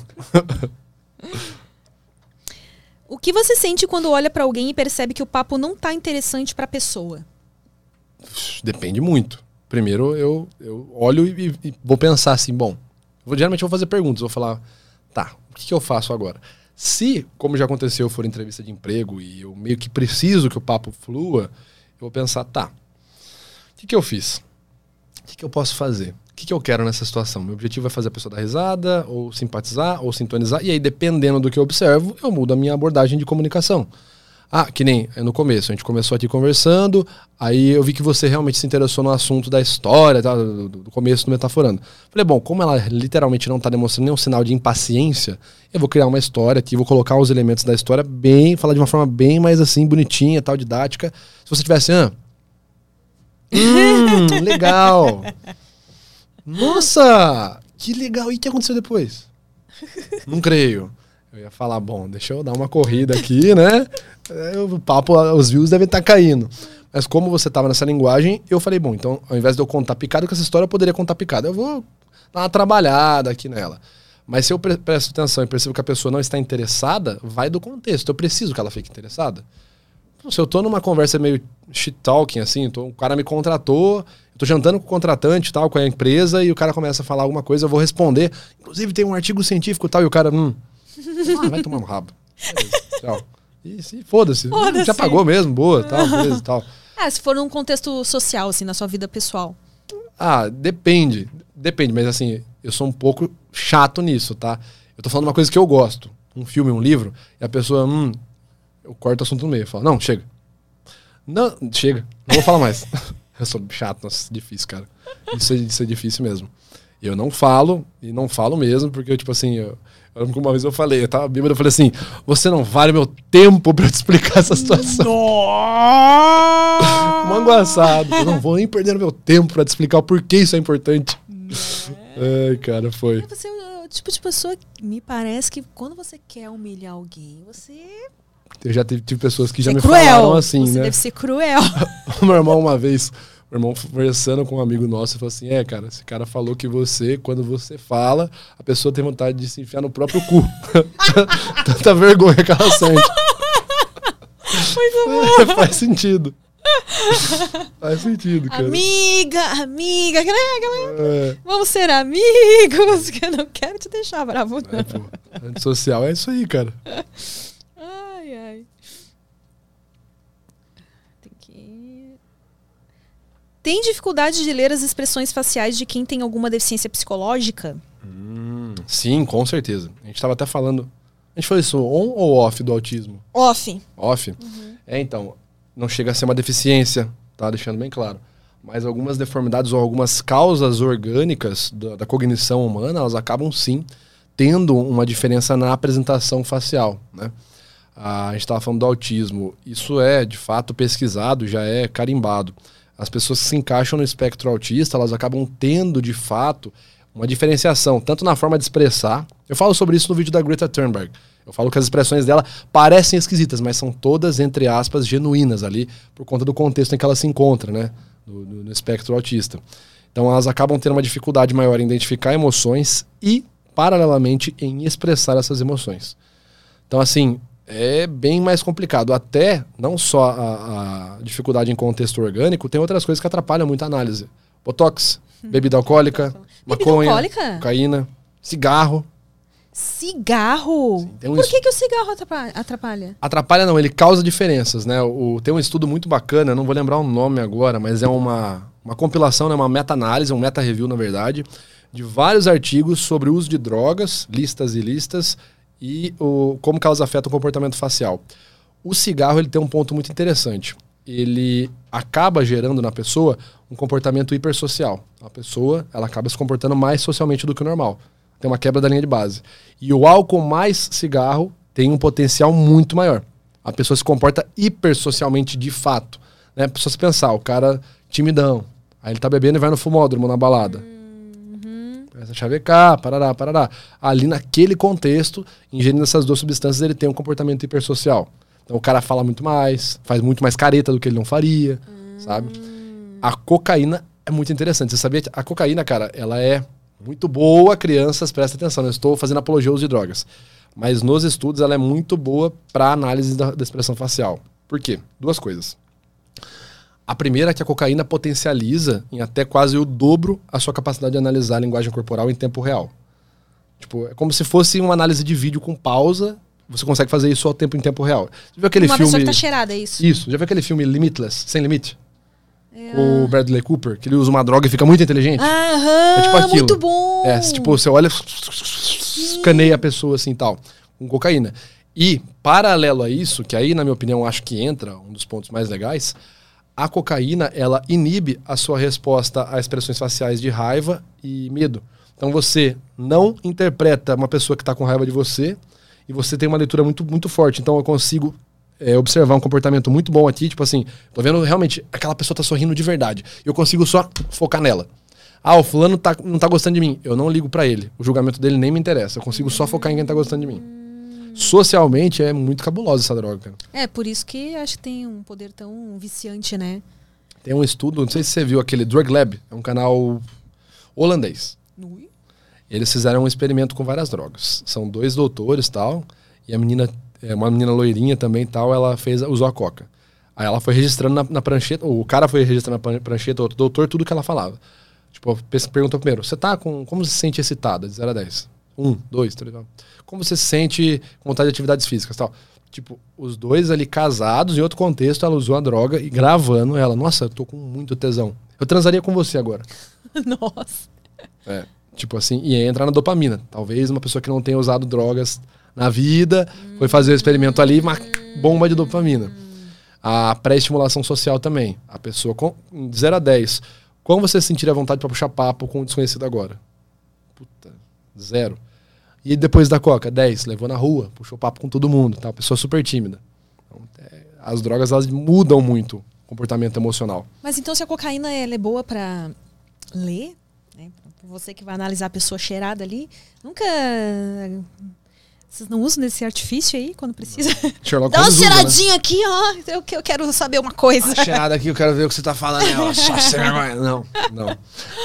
O que você sente quando olha pra alguém e percebe que o papo não tá interessante pra pessoa? Depende muito. Primeiro, eu, eu olho e, e vou pensar assim, bom, vou, geralmente eu vou fazer perguntas, vou falar, tá, o que, que eu faço agora? Se, como já aconteceu, for entrevista de emprego e eu meio que preciso que o papo flua, eu vou pensar, tá, o que, que eu fiz? O que, que eu posso fazer? O que, que eu quero nessa situação? Meu objetivo é fazer a pessoa dar risada, ou simpatizar, ou sintonizar, e aí, dependendo do que eu observo, eu mudo a minha abordagem de comunicação. Ah, que nem no começo, a gente começou aqui conversando, aí eu vi que você realmente se interessou no assunto da história, tá, do, do começo do Metaforando. Falei, bom, como ela literalmente não está demonstrando nenhum sinal de impaciência, eu vou criar uma história aqui, vou colocar os elementos da história bem, falar de uma forma bem mais assim, bonitinha, tal, didática. Se você tivesse, ah, hum, legal. Nossa, que legal. E o que aconteceu depois? Não creio. Eu ia falar, bom, deixa eu dar uma corrida aqui, né? É, o papo, os views devem estar caindo. Mas como você estava nessa linguagem, eu falei, bom, então ao invés de eu contar picado, que essa história eu poderia contar picado, eu vou dar uma trabalhada aqui nela. Mas se eu pre- presto atenção e percebo que a pessoa não está interessada, vai do contexto. Eu preciso que ela fique interessada. Se eu tô numa conversa meio shit talking, assim, tô, o cara me contratou, eu tô jantando com o contratante, tal, com a empresa, e o cara começa a falar alguma coisa, eu vou responder. Inclusive tem um artigo científico tal, e o cara, hum, ah, vai tomar no rabo. Beleza, tchau. E se foda-se. Foda-se. Já pagou mesmo, boa, tal, beleza, tal. Ah, se for num contexto social, assim, na sua vida pessoal. Ah, depende. Depende, mas assim, eu sou um pouco chato nisso, tá? Eu tô falando uma coisa que eu gosto. Um filme, um livro, e a pessoa, hum, eu corto o assunto no meio. Eu falo, não, chega. Não, chega. Não vou falar mais. Eu sou chato, nossa, difícil, cara. Isso é, isso é difícil mesmo. Eu não falo, e não falo mesmo, porque eu, tipo assim, eu, eu lembro que uma vez eu falei, eu tava bêbado, eu falei assim, você não vale meu tempo pra te explicar essa situação. Manguaçado. Eu não vou nem perder meu tempo pra te explicar o porquê isso é importante. Ai, cara, foi. Você é o tipo de pessoa que me parece que quando você quer humilhar alguém, você... Eu já tive, tive pessoas que já você me é cruel. falaram assim, Você né? deve ser cruel. O meu irmão uma vez, meu irmão conversando com um amigo nosso, falou assim, é, cara, esse cara falou que você, quando você fala, a pessoa tem vontade de se enfiar no próprio cu. Tanta vergonha que ela sente. Muito bom. Faz sentido. Faz sentido, cara. Amiga, amiga, aquela, aquela... É, vamos ser amigos, que eu não quero te deixar bravo, não. é, pô, antissocial é isso aí, cara. Ai, ai. Tem que... Tem dificuldade de ler as expressões faciais de quem tem alguma deficiência psicológica? Hum, sim, com certeza. A gente tava até falando... A gente falou isso on ou off do autismo? Off. Off? Uhum. É, então, não chega a ser uma deficiência, tá deixando bem claro. Mas algumas deformidades ou algumas causas orgânicas da, da cognição humana, elas acabam sim tendo uma diferença na apresentação facial, né? A gente estava falando do autismo. Isso é, de fato, pesquisado, já é carimbado. As pessoas que se encaixam no espectro autista, elas acabam tendo, de fato, uma diferenciação, tanto na forma de expressar. Eu falo sobre isso no vídeo da Greta Thunberg. Eu falo que as expressões dela parecem esquisitas, mas são todas, entre aspas, genuínas ali, por conta do contexto em que ela se encontra, né? No, no, no espectro autista. Então elas acabam tendo uma dificuldade maior em identificar emoções e, paralelamente, em expressar essas emoções. Então, assim, é bem mais complicado. Até, não só a, a dificuldade em contexto orgânico, tem outras coisas que atrapalham muito a análise. Botox, hum. bebida alcoólica, bebida maconha, alcoólica? cocaína, cigarro. Cigarro? Sim, tem um Por es- que, que o cigarro atrapalha? atrapalha? Atrapalha não, ele causa diferenças, né? O, tem um estudo muito bacana, eu não vou lembrar o nome agora, mas é uma, uma compilação, né? Uma meta-análise, um meta-review, na verdade, de vários artigos sobre o uso de drogas, listas e listas, e o, como que elas afetam o comportamento facial. O cigarro, ele tem um ponto muito interessante. Ele acaba gerando na pessoa um comportamento hipersocial. A pessoa, ela acaba se comportando mais socialmente do que o normal. Tem uma quebra da linha de base. E o álcool mais cigarro tem um potencial muito maior. A pessoa se comporta hipersocialmente de fato. Né? Se você pensar, o cara timidão, aí ele tá bebendo e vai no fumódromo, na balada. Uhum. Começa a chavecar, parará, parará. Ali naquele contexto, ingerindo essas duas substâncias, ele tem um comportamento hipersocial. Então o cara fala muito mais, faz muito mais careta do que ele não faria, uhum. sabe? A cocaína é muito interessante. Você sabia que a cocaína, cara, ela é muito boa, crianças, prestem atenção, eu estou fazendo apologia ao uso de drogas. Mas nos estudos ela é muito boa para análise da, da expressão facial. Por quê? Duas coisas. A primeira é que a cocaína potencializa em até quase o dobro a sua capacidade de analisar a linguagem corporal em tempo real. Tipo, é como se fosse uma análise de vídeo com pausa, você consegue fazer isso ao tempo em tempo real. Já viu aquele uma filme... pessoa que tá cheirada, é isso? Isso. Já viu aquele filme Limitless, Sem Limite? É. O Bradley Cooper, que ele usa uma droga e fica muito inteligente. Aham, é tipo aquilo. Muito bom. É, tipo, você olha, escaneia a pessoa assim e tal, com cocaína. E, paralelo a isso, que aí, na minha opinião, acho que entra um dos pontos mais legais, a cocaína, ela inibe a sua resposta a expressões faciais de raiva e medo. Então você não interpreta uma pessoa que está com raiva de você e você tem uma leitura muito, muito forte. Então eu consigo É, observar um comportamento muito bom aqui, tipo assim, tô vendo realmente aquela pessoa tá sorrindo de verdade. Eu consigo só focar nela. Ah, o fulano tá, não tá gostando de mim. Eu não ligo pra ele. O julgamento dele nem me interessa. Eu consigo só focar em quem tá gostando de mim. Socialmente é muito cabulosa essa droga, cara. É, por isso que acho que tem um poder tão viciante, né? Tem um estudo, não sei se você viu aquele Drug Lab, é um canal holandês. Ui. Eles fizeram um experimento com várias drogas. São dois doutores e tal, e a menina... É uma menina loirinha também e tal, ela fez, usou a coca. Aí ela foi registrando na, na prancheta, o cara foi registrando na prancheta, o doutor, tudo que ela falava. Tipo, perguntou primeiro, você tá com, como você se sente excitada, de zero a dez? Um, dois, três, quatro. Como você se sente com vontade de atividades físicas e tal? Tipo, os dois ali casados, em outro contexto, ela usou a droga e gravando ela. Nossa, eu tô com muito tesão. Eu transaria com você agora. Nossa. É, tipo assim, e aí entrar na dopamina. Talvez uma pessoa que não tenha usado drogas na vida, hum. foi fazer o experimento ali, uma bomba de dopamina. A pré-estimulação social também. A pessoa com de zero a dez. Como você sentiria vontade para puxar papo com um desconhecido agora? Puta, zero. E depois da coca, dez. Levou na rua, puxou papo com todo mundo. Tá? Pessoa super tímida. Então, é, as drogas, elas mudam muito o comportamento emocional. Mas então se a cocaína ela é boa para ler, né? Você que vai analisar a pessoa cheirada ali, nunca... Vocês não usam desse artifício aí quando precisa? Sherlock Dá uma Holmes usa, cheiradinha né? aqui, ó. Eu, eu quero saber uma coisa. A cheirada aqui, eu quero ver o que você tá falando. Ela, só sem vergonha. Não, não.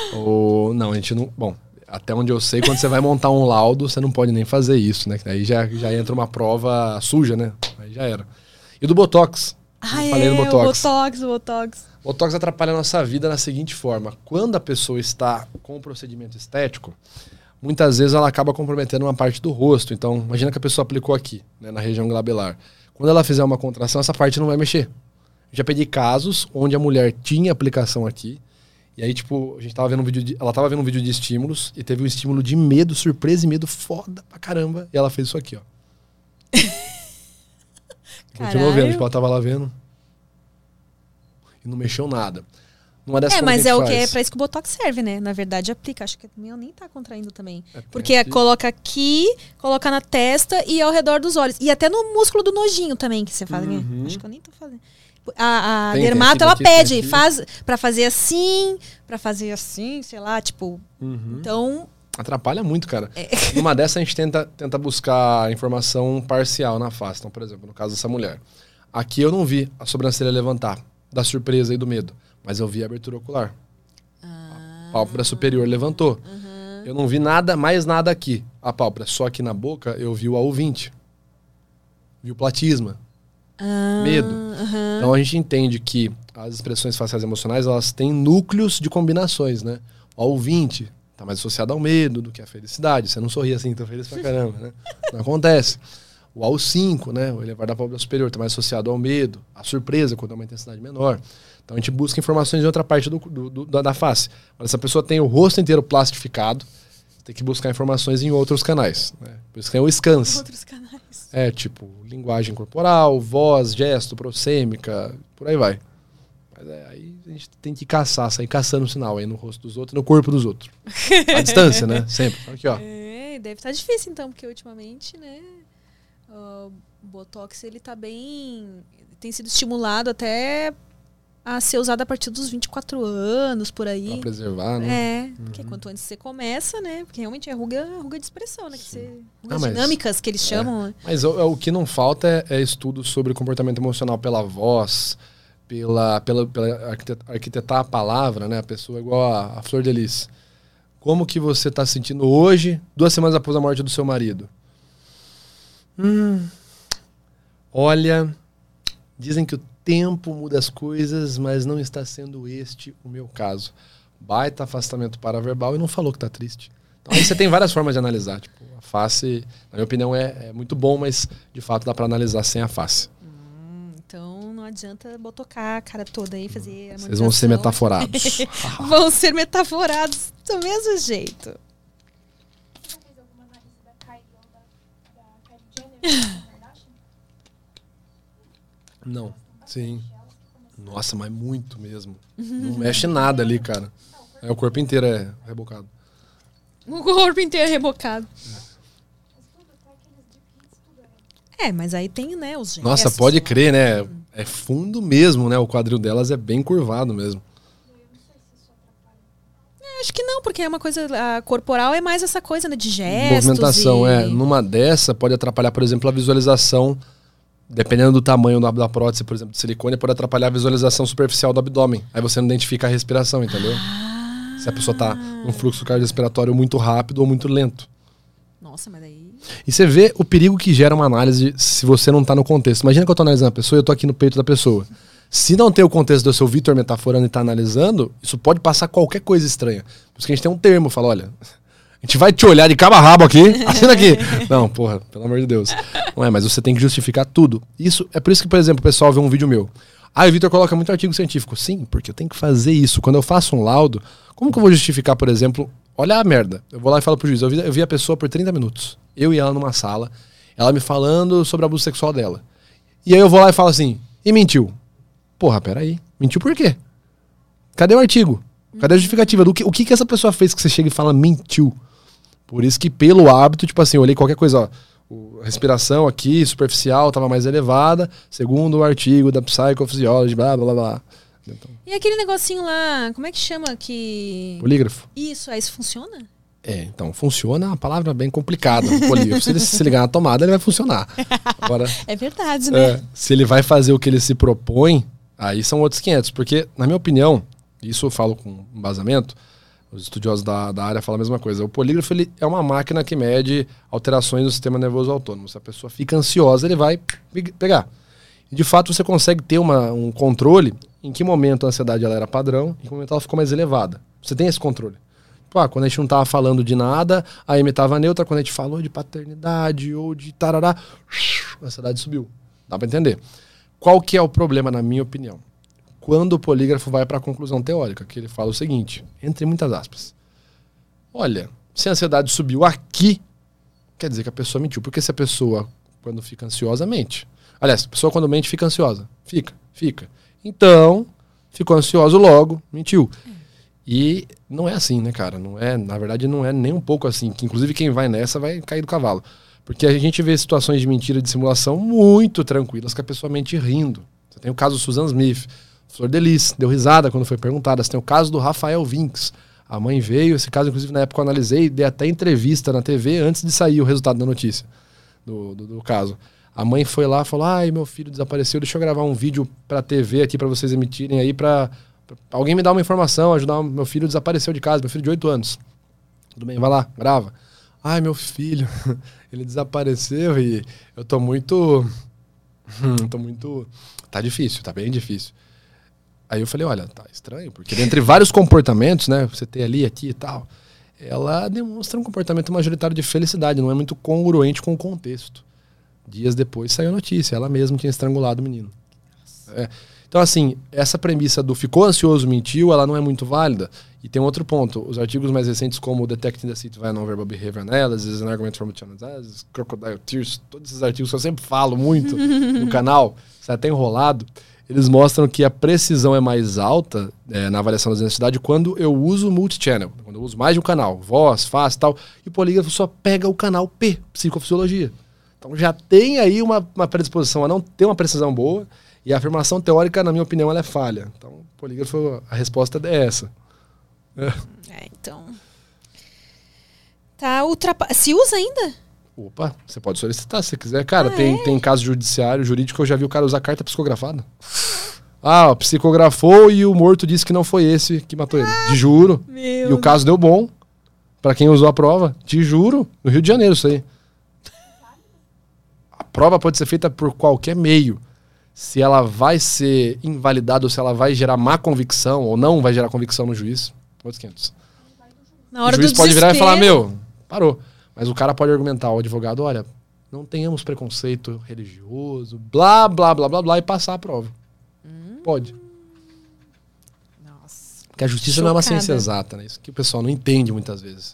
O, não, a gente não... Bom, até onde eu sei, quando você vai montar um laudo, você não pode nem fazer isso, né? Aí já, já entra uma prova suja, né? Aí já era. E do Botox. Ah, eu falei é, do Botox. o Botox, o Botox. Botox atrapalha a nossa vida na seguinte forma. Quando a pessoa está com um procedimento estético, muitas vezes ela acaba comprometendo uma parte do rosto. Então, imagina que a pessoa aplicou aqui, né, na região glabelar. Quando ela fizer uma contração, essa parte não vai mexer. Já peguei casos onde a mulher tinha aplicação aqui, e aí, tipo, a gente tava vendo um vídeo de, ela tava vendo um vídeo de estímulos, e teve um estímulo de medo, surpresa e medo foda pra caramba, e ela fez isso aqui, ó. Continuou vendo, tipo, ela tava lá vendo. E não mexeu nada. Numa dessas é, mas que é o faz? que é pra isso que o Botox serve, né? Na verdade, aplica. Acho que o meu nem tá contraindo também. É, porque é, coloca aqui, coloca na testa e ao redor dos olhos. E até no músculo do nojinho também, que você fala. Uhum. Acho que eu nem tô fazendo. A, a tem, dermato, tem ela aqui, pede aqui. Faz, pra fazer assim, pra fazer assim, sei lá, tipo... Uhum. Então, Atrapalha muito, cara. É. Numa dessa, a gente tenta, tenta buscar informação parcial na face. Então, por exemplo, no caso dessa mulher. Aqui eu não vi a sobrancelha levantar, da surpresa e do medo. Mas eu vi a abertura ocular. Ah. A pálpebra superior levantou. Uhum. Eu não vi nada, mais nada aqui. A pálpebra. Só aqui na boca, eu vi o A U vinte. Vi o platisma. Ah. Medo. Uhum. Então, a gente entende que as expressões faciais emocionais, elas têm núcleos de combinações, né? O A U vinte... tá mais associado ao medo do que à felicidade. Você não sorri assim, tão feliz pra caramba, né? Não acontece. O A U cinco, né? O elevar da pálpebra superior, tá mais associado ao medo, à surpresa, quando é uma intensidade menor. Então a gente busca informações em outra parte do, do, do, da face. Mas se a pessoa tem o rosto inteiro plastificado, tem que buscar informações em outros canais, né? Por isso que tem o scans. Outros canais. É, tipo, linguagem corporal, voz, gesto, proxêmica, por aí vai. Mas é, aí a gente tem que caçar, sair caçando o sinal aí no rosto dos outros e no corpo dos outros. A distância, né? Sempre. Aqui, ó. É, deve estar difícil então, porque ultimamente, né, o Botox, ele tá bem... tem sido estimulado até a ser usado a partir dos vinte e quatro anos, por aí. Pra preservar, né? É, uhum. Porque quanto antes você começa, né? Porque realmente é ruga, ruga de expressão, né? Que você, rugas ah, mas, dinâmicas que eles é. chamam. Mas o, o que não falta é, é estudo sobre comportamento emocional pela voz, pela, pela, pela arquitetar a palavra, né? A pessoa é igual a, a Flor de Lis. Como que você está se sentindo hoje, duas semanas após a morte do seu marido? Hum, olha, dizem que o tempo muda as coisas, mas não está sendo este o meu caso. Baita afastamento paraverbal e não falou que está triste. Então aí você tem várias formas de analisar. Tipo, a face, na minha opinião, é, é muito bom, mas de fato dá para analisar sem a face. Hum, então não adianta botocar a cara toda aí e fazer a Vocês vão ser metaforados. Vão ser metaforados do mesmo jeito. Você já fez alguma análise da Kylie ou da, da Kylie Jenner, da Kardashian? Não, sim. Nossa, mas muito mesmo. Não mexe nada ali, cara. É, o corpo inteiro é rebocado. O corpo inteiro é rebocado. É, mas aí tem, né, os gestos. Nossa, pode crer, né? É fundo mesmo, né? O quadril delas é bem curvado mesmo. É, acho que não, porque é uma coisa... A corporal é mais essa coisa, né? De gestos. Movimentação, e... é. Numa dessa, pode atrapalhar, por exemplo, a visualização. Dependendo do tamanho da prótese, por exemplo, de silicone, pode atrapalhar a visualização superficial do abdômen. Aí você não identifica a respiração, entendeu? Ah. Se a pessoa tá num fluxo cardiorrespiratório muito rápido ou muito lento. Nossa, mas daí... E você vê o perigo que gera uma análise se você não tá no contexto. Imagina que eu tô analisando a pessoa e eu tô aqui no peito da pessoa. Se não tem o contexto do seu Vitor metaforando e tá analisando, isso pode passar qualquer coisa estranha. Por isso que a gente tem um termo, fala, olha... A gente vai te olhar de cabo a rabo aqui, assina aqui. Não, porra, pelo amor de Deus. Não é, mas você tem que justificar tudo. Isso é por isso que, por exemplo, o pessoal vê um vídeo meu. Ah, o Vitor coloca muito artigo científico. Sim, porque eu tenho que fazer isso. Quando eu faço um laudo, como que eu vou justificar, por exemplo, olha a merda. Eu vou lá e falo pro juiz, eu vi, eu vi a pessoa por trinta minutos. Eu e ela numa sala, ela me falando sobre o abuso sexual dela. E aí eu vou lá e falo assim, e mentiu. Porra, peraí, mentiu por quê? Cadê o artigo? Cadê a justificativa? Do que, o que que essa pessoa fez que você chega e fala mentiu? Por isso que, pelo hábito, tipo assim, eu olhei qualquer coisa, ó, a respiração aqui, superficial, estava mais elevada, segundo o artigo da Psychophysiology, blá, blá, blá. Então, e aquele negocinho lá, como é que chama? Que... Polígrafo. Isso, aí isso funciona? É, então, funciona é uma palavra bem complicada, o polígrafo. Se ele se ligar na tomada, ele vai funcionar. Agora, é verdade, né? É, se ele vai fazer o que ele se propõe, aí são outros quinhentos. Porque, na minha opinião, isso eu falo com embasamento, os estudiosos da, da área falam a mesma coisa. O polígrafo ele é uma máquina que mede alterações no sistema nervoso autônomo. Se a pessoa fica ansiosa, ele vai pegar. E de fato você consegue ter uma, um controle em que momento a ansiedade ela era padrão e em que momento ela ficou mais elevada. Você tem esse controle. Tipo, ah, quando a gente não estava falando de nada, a M estava neutra. Quando a gente falou de paternidade ou de tarará, a ansiedade subiu. Dá para entender. Qual que é o problema, na minha opinião? Quando o polígrafo vai para a conclusão teórica, que ele fala o seguinte, entre muitas aspas. Olha, se a ansiedade subiu aqui, quer dizer que a pessoa mentiu. Porque se a pessoa, quando fica ansiosa, mente. Aliás, a pessoa quando mente fica ansiosa. Fica, fica. Então, ficou ansioso logo, mentiu. E não é assim, né, cara? Não é, na verdade, não é nem um pouco assim. Que, inclusive, quem vai nessa vai cair do cavalo. Porque a gente vê situações de mentira e de simulação muito tranquilas, que a pessoa mente rindo. Você tem o caso do Susan Smith. Flor de Lis deu risada quando foi perguntada. Você tem o caso do Rafael Vinks. A mãe veio, esse caso, inclusive, na época eu analisei, dei até entrevista na T V antes de sair o resultado da notícia do, do, do caso. A mãe foi lá e falou, ai, meu filho desapareceu, deixa eu gravar um vídeo pra T V aqui pra vocês emitirem aí, pra, pra alguém me dar uma informação, ajudar, o meu filho desapareceu de casa, meu filho de oito anos. Tudo bem, vai lá, grava. Ai, meu filho, ele desapareceu e eu tô muito... tô muito... Tá difícil, tá bem difícil. Aí eu falei, olha, tá estranho, porque dentre vários comportamentos, né, você tem ali, aqui e tal, ela demonstra um comportamento majoritário de felicidade, não é muito congruente com o contexto. Dias depois saiu a notícia, ela mesma tinha estrangulado o menino. É. Então, assim, essa premissa do ficou ansioso, mentiu, ela não é muito válida. E tem outro ponto, os artigos mais recentes como Detecting the Deceit via Non-Verbal Behavior Analysis, An Argument from Channel Analysis, Crocodile Tears, todos esses artigos que eu sempre falo muito no canal, você até enrolado, eles mostram que a precisão é mais alta é, na avaliação da desonestidade quando eu uso multi-channel, quando eu uso mais de um canal, voz, face e tal, e o polígrafo só pega o canal P, psicofisiologia. Então já tem aí uma, uma predisposição a não ter uma precisão boa, e a afirmação teórica, na minha opinião, ela é falha. Então, o polígrafo, a resposta é essa. É, é então... Tá ultrapa... Se usa ainda? Opa, você pode solicitar se você quiser. Cara, ah, tem, é? tem caso judiciário, jurídico, que eu já vi o cara usar carta psicografada. Ah, ó, psicografou e o morto disse que não foi esse que matou ele. Te juro. Meu E o caso deu bom. Pra quem usou a prova. Te juro. No Rio de Janeiro, isso aí. A prova pode ser feita por qualquer meio. Se ela vai ser invalidada ou se ela vai gerar má convicção ou não vai gerar convicção no juiz. Outros quinhentos. Na hora o juiz do pode virar e falar, desespero. meu, parou. Mas o cara pode argumentar ao advogado, olha, não tenhamos preconceito religioso, blá, blá, blá, blá, blá, e passar a prova. Hum. Pode. Nossa. Porque a justiça Chocada. não é uma ciência exata, né? Isso que o pessoal não entende muitas vezes.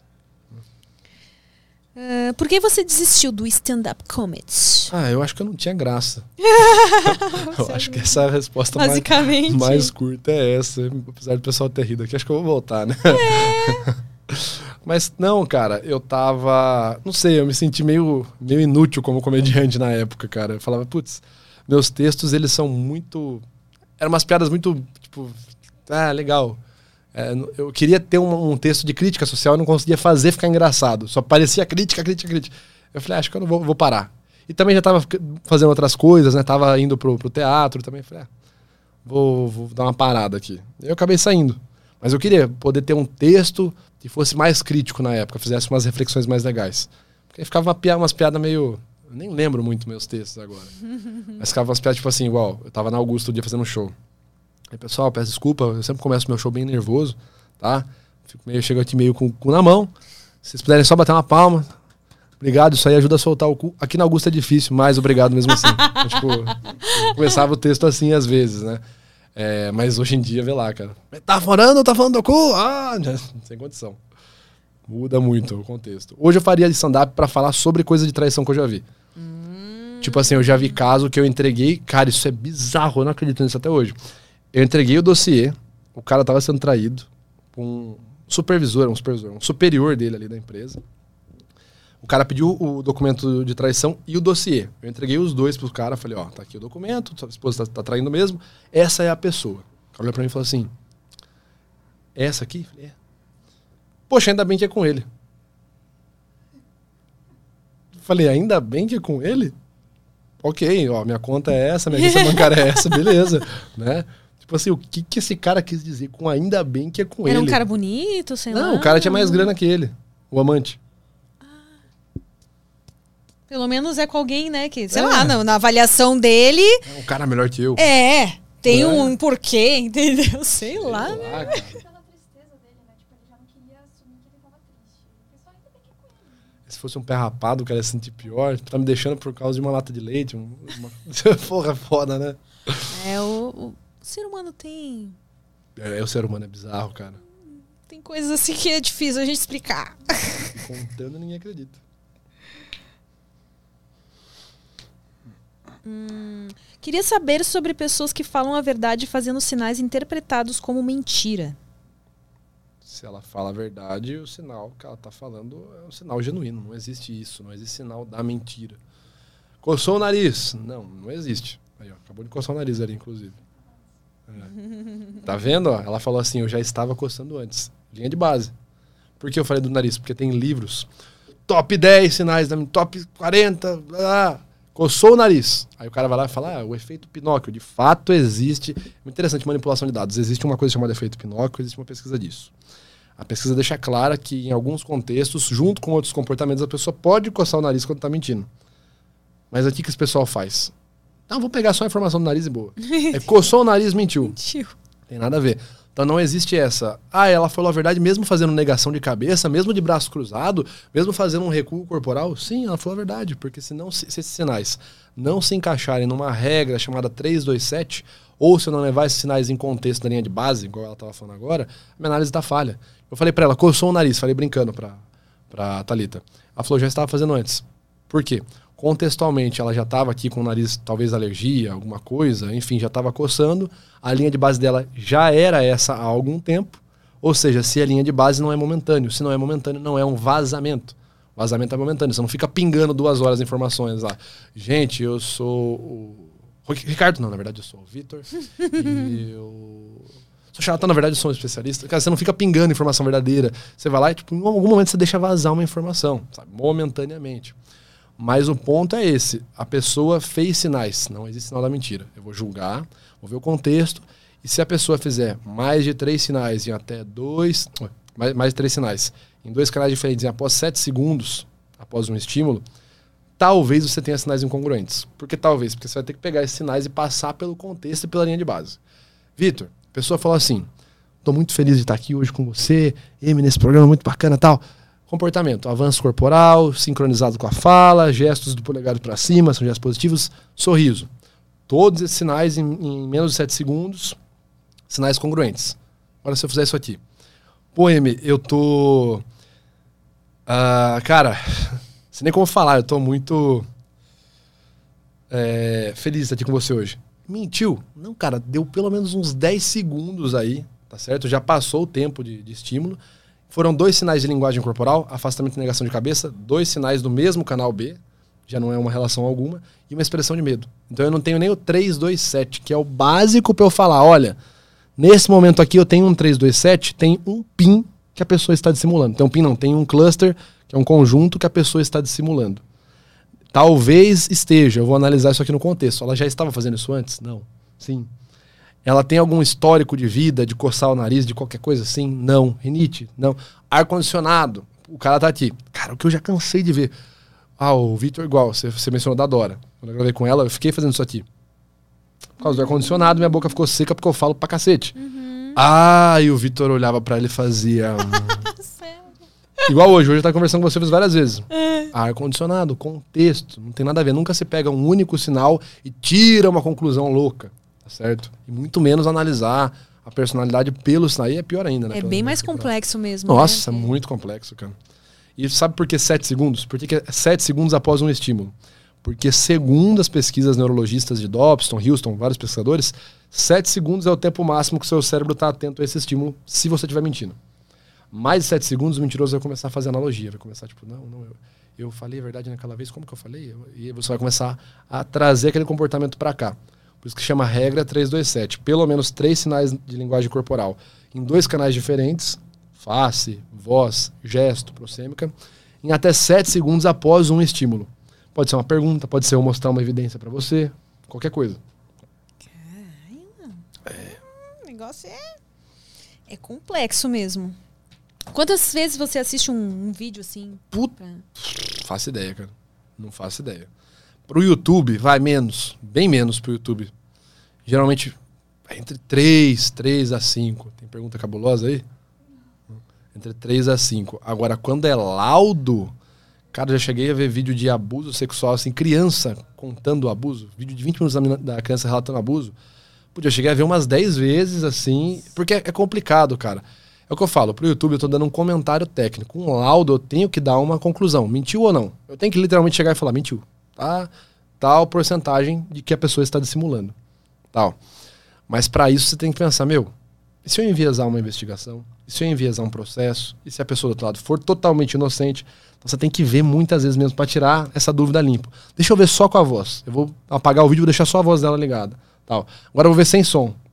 Uh, por que você desistiu do stand-up comedy? Ah, eu acho que eu não tinha graça. Eu acho que essa é a resposta mais, Basicamente. mais curta é essa. Apesar do pessoal ter rido aqui, acho que eu vou voltar, né? É. Mas não, cara, eu tava... Não sei, eu me senti meio, meio inútil como comediante na época, cara. Eu falava, putz, meus textos, eles são muito... Eram umas piadas muito, tipo... Ah, legal. É, eu queria ter um, um texto de crítica social e não conseguia fazer ficar engraçado. Só parecia crítica, crítica, crítica. Eu falei, ah, acho que eu não vou, vou parar. E também já tava fazendo outras coisas, né? Tava indo pro, pro teatro também. Falei, ah, vou, vou dar uma parada aqui. Eu acabei saindo. Mas eu queria poder ter um texto que fosse mais crítico na época, fizesse umas reflexões mais legais. Porque aí ficava uma piada, umas piadas meio... Eu nem lembro muito meus textos agora. Mas ficava umas piadas tipo assim, igual, eu tava na Augusta um dia fazendo um show. Aí, pessoal, peço desculpa, eu sempre começo meu show bem nervoso, tá? Fico meio, chego aqui meio com o cu na mão. Se vocês puderem só bater uma palma, obrigado, isso aí ajuda a soltar o cu. Aqui na Augusta é difícil, mas obrigado mesmo assim. Então, tipo, começava o texto assim às vezes, né? É, mas hoje em dia, vê lá, cara. Tá falando ou tá falando do cu? Ah, sem condição. Muda muito o contexto. Hoje eu faria stand-up pra falar sobre coisa de traição que eu já vi. Hum. Tipo assim, eu já vi caso que eu entreguei... Cara, isso é bizarro, eu não acredito nisso até hoje. Eu entreguei o dossiê, o cara tava sendo traído, um supervisor, um supervisor, um superior dele ali da empresa. O cara pediu o documento de traição e o dossiê. Eu entreguei os dois pro cara, falei, ó, tá aqui o documento, sua esposa tá, tá traindo mesmo, essa é a pessoa. O cara olhou pra mim e falou assim, essa aqui? Falei, é. Poxa, ainda bem que é com ele. Falei, ainda bem que é com ele? Ok, ó, minha conta é essa, minha agência bancária é essa, beleza, né? Tipo assim, o que que esse cara quis dizer com ainda bem que é com Era ele? um cara bonito, sei lá. Não, o cara tinha mais grana que ele, o amante. Pelo menos é com alguém, né? Que, sei É. lá, na, na avaliação dele. É um cara melhor que eu. É, tem É. um porquê, entendeu? Sei lá. Sei lá, cara. Pela tristeza dele, né? Tipo, ele já não queria assumir que ele tava triste. O pessoal ainda bem que é com ele. Se fosse um pé rapado, o cara ia se sentir pior. Tá me deixando por causa de uma lata de leite. um- Uma... Porra, foda, né? É, o, o ser humano tem. É, o ser humano é bizarro, cara. Tem coisas assim que é difícil a gente explicar. Contando, ninguém acredita. Hum, queria saber sobre pessoas que falam a verdade fazendo sinais interpretados como mentira. Se ela fala a verdade, o sinal que ela tá falando é um sinal genuíno. Não existe isso. Não existe sinal da mentira. Coçou o nariz. Não, não existe. Aí, ó, acabou de coçar o nariz ali, inclusive. É. Tá vendo? Ó? Ela falou assim, eu já estava coçando antes. Linha de base. Por que eu falei do nariz? Porque tem livros. Top dez sinais, top quarenta, ah, coçou o nariz. Aí o cara vai lá e fala, ah, o efeito Pinóquio. De fato existe, muito interessante, manipulação de dados. Existe uma coisa chamada efeito Pinóquio, existe uma pesquisa disso. A pesquisa deixa clara que em alguns contextos, junto com outros comportamentos, a pessoa pode coçar o nariz quando tá mentindo. Mas aqui que esse pessoal faz? Não, vou pegar só a informação do nariz e boa. É coçou o nariz, mentiu. Mentiu. Tem nada a ver. Então não existe essa. Ah, ela falou a verdade mesmo fazendo negação de cabeça, mesmo de braço cruzado, mesmo fazendo um recuo corporal? Sim, ela falou a verdade, porque se, não, se esses sinais não se encaixarem numa regra chamada três dois sete, ou se eu não levar esses sinais em contexto da linha de base, igual ela estava falando agora, a minha análise tá falha. Eu falei para ela, coçou o nariz, falei brincando pra, pra Thalita. Ela falou, já estava fazendo antes. Por quê? Contextualmente, ela já estava aqui com o nariz, talvez alergia, alguma coisa, enfim, já estava coçando. A linha de base dela já era essa há algum tempo. Ou seja, se a linha de base não é momentâneo. Se não é momentâneo, não é um vazamento. Vazamento é momentâneo. Você não fica pingando duas horas de informações lá. Gente, eu sou o... Ricardo, não, na verdade eu sou o Vitor. E eu... sou charlatão, na verdade eu sou um especialista. Cara, você não fica pingando informação verdadeira. Você vai lá e, tipo, em algum momento você deixa vazar uma informação, sabe? Momentaneamente. Mas o ponto é esse. A pessoa fez sinais. Não existe sinal da mentira. Eu vou julgar, vou ver o contexto. E se a pessoa fizer mais de três sinais em até dois... Mais, mais de três sinais em dois canais diferentes em após sete segundos, após um estímulo, talvez você tenha sinais incongruentes. Por que talvez? Porque você vai ter que pegar esses sinais e passar pelo contexto e pela linha de base. Vitor, a pessoa falou assim, tô muito feliz de estar aqui hoje com você, Emi, nesse programa muito bacana e tal. Comportamento, avanço corporal, sincronizado com a fala, gestos do polegar para cima, são gestos positivos, sorriso. Todos esses sinais em, em menos de sete segundos, sinais congruentes. Agora se eu fizer isso aqui. Pô, Emi, eu tô... Uh, cara, sem nem como falar, eu tô muito é, feliz de estar aqui com você hoje. Mentiu? Não, cara, deu pelo menos uns dez segundos aí, tá certo? Já passou o tempo de, de estímulo. Foram dois sinais de linguagem corporal, afastamento e negação de cabeça, dois sinais do mesmo canal B, já não é uma relação alguma, e uma expressão de medo. Então eu não tenho nem o três dois sete, que é o básico para eu falar, olha, nesse momento aqui eu tenho um três dois sete, tem um PIN que a pessoa está dissimulando. Tem um PIN não, tem um cluster, que é um conjunto que a pessoa está dissimulando. Talvez esteja, eu vou analisar isso aqui no contexto. Ela já estava fazendo isso antes? Não. Sim. Ela tem algum histórico de vida, de coçar o nariz, de qualquer coisa assim? Não. Rinite? Não. Ar-condicionado? O cara tá aqui. Cara, o que eu já cansei de ver. Ah, o Vitor igual, você, você mencionou da Dora. Quando eu gravei com ela, eu fiquei fazendo isso aqui. Por causa do ar-condicionado, minha boca ficou seca porque eu falo pra cacete. Uhum. Ah, e o Vitor olhava pra ele e fazia... Igual hoje, hoje eu tava conversando com você várias vezes. É. Ar-condicionado, contexto, não tem nada a ver. Nunca se pega um único sinal e tira uma conclusão louca. Certo? E muito menos analisar a personalidade pelo sinal. Aí é pior ainda, né? É bem mais complexo mesmo. Nossa, né? É muito complexo, cara. E sabe por que sete segundos? Por que é sete segundos após um estímulo? Porque segundo as pesquisas neurologistas de Dobson, Houston, vários pesquisadores, sete segundos é o tempo máximo que o seu cérebro está atento a esse estímulo se você estiver mentindo. Mais de sete segundos o mentiroso vai começar a fazer analogia. Vai começar tipo, não, não, eu, eu falei a verdade naquela vez, como que eu falei? Eu, e você vai começar a trazer aquele comportamento para cá. Por isso que chama regra três dois sete. Pelo menos três sinais de linguagem corporal. Em dois canais diferentes, face, voz, gesto, proxêmica, em até sete segundos após um estímulo. Pode ser uma pergunta, pode ser eu mostrar uma evidência para você, qualquer coisa. Caramba. É. O negócio é, é complexo mesmo. Quantas vezes você assiste um, um vídeo assim? Puta. Pra... Faço ideia, cara. Não faço ideia. Pro YouTube, vai menos. Bem menos pro YouTube. Geralmente, entre três, três a cinco. Tem pergunta cabulosa aí? Entre três a cinco. Agora, quando é laudo... Cara, já cheguei a ver vídeo de abuso sexual, assim, criança contando o abuso. Vídeo de vinte minutos da criança relatando abuso. Podia chegar a ver umas dez vezes, assim... Porque é complicado, cara. É o que eu falo, pro YouTube eu tô dando um comentário técnico. Um laudo eu tenho que dar uma conclusão. Mentiu ou não? Eu tenho que literalmente chegar e falar, mentiu. Tá? Tal porcentagem de que a pessoa está dissimulando. Tal. Mas para isso você tem que pensar, meu, e se eu enviesar uma investigação? E se eu enviesar um processo? E se a pessoa do outro lado for totalmente inocente? Então você tem que ver muitas vezes mesmo para tirar essa dúvida limpa. Deixa eu ver só com a voz. Eu vou apagar o vídeo e vou deixar só a voz dela ligada. Tal. Agora eu vou ver sem som.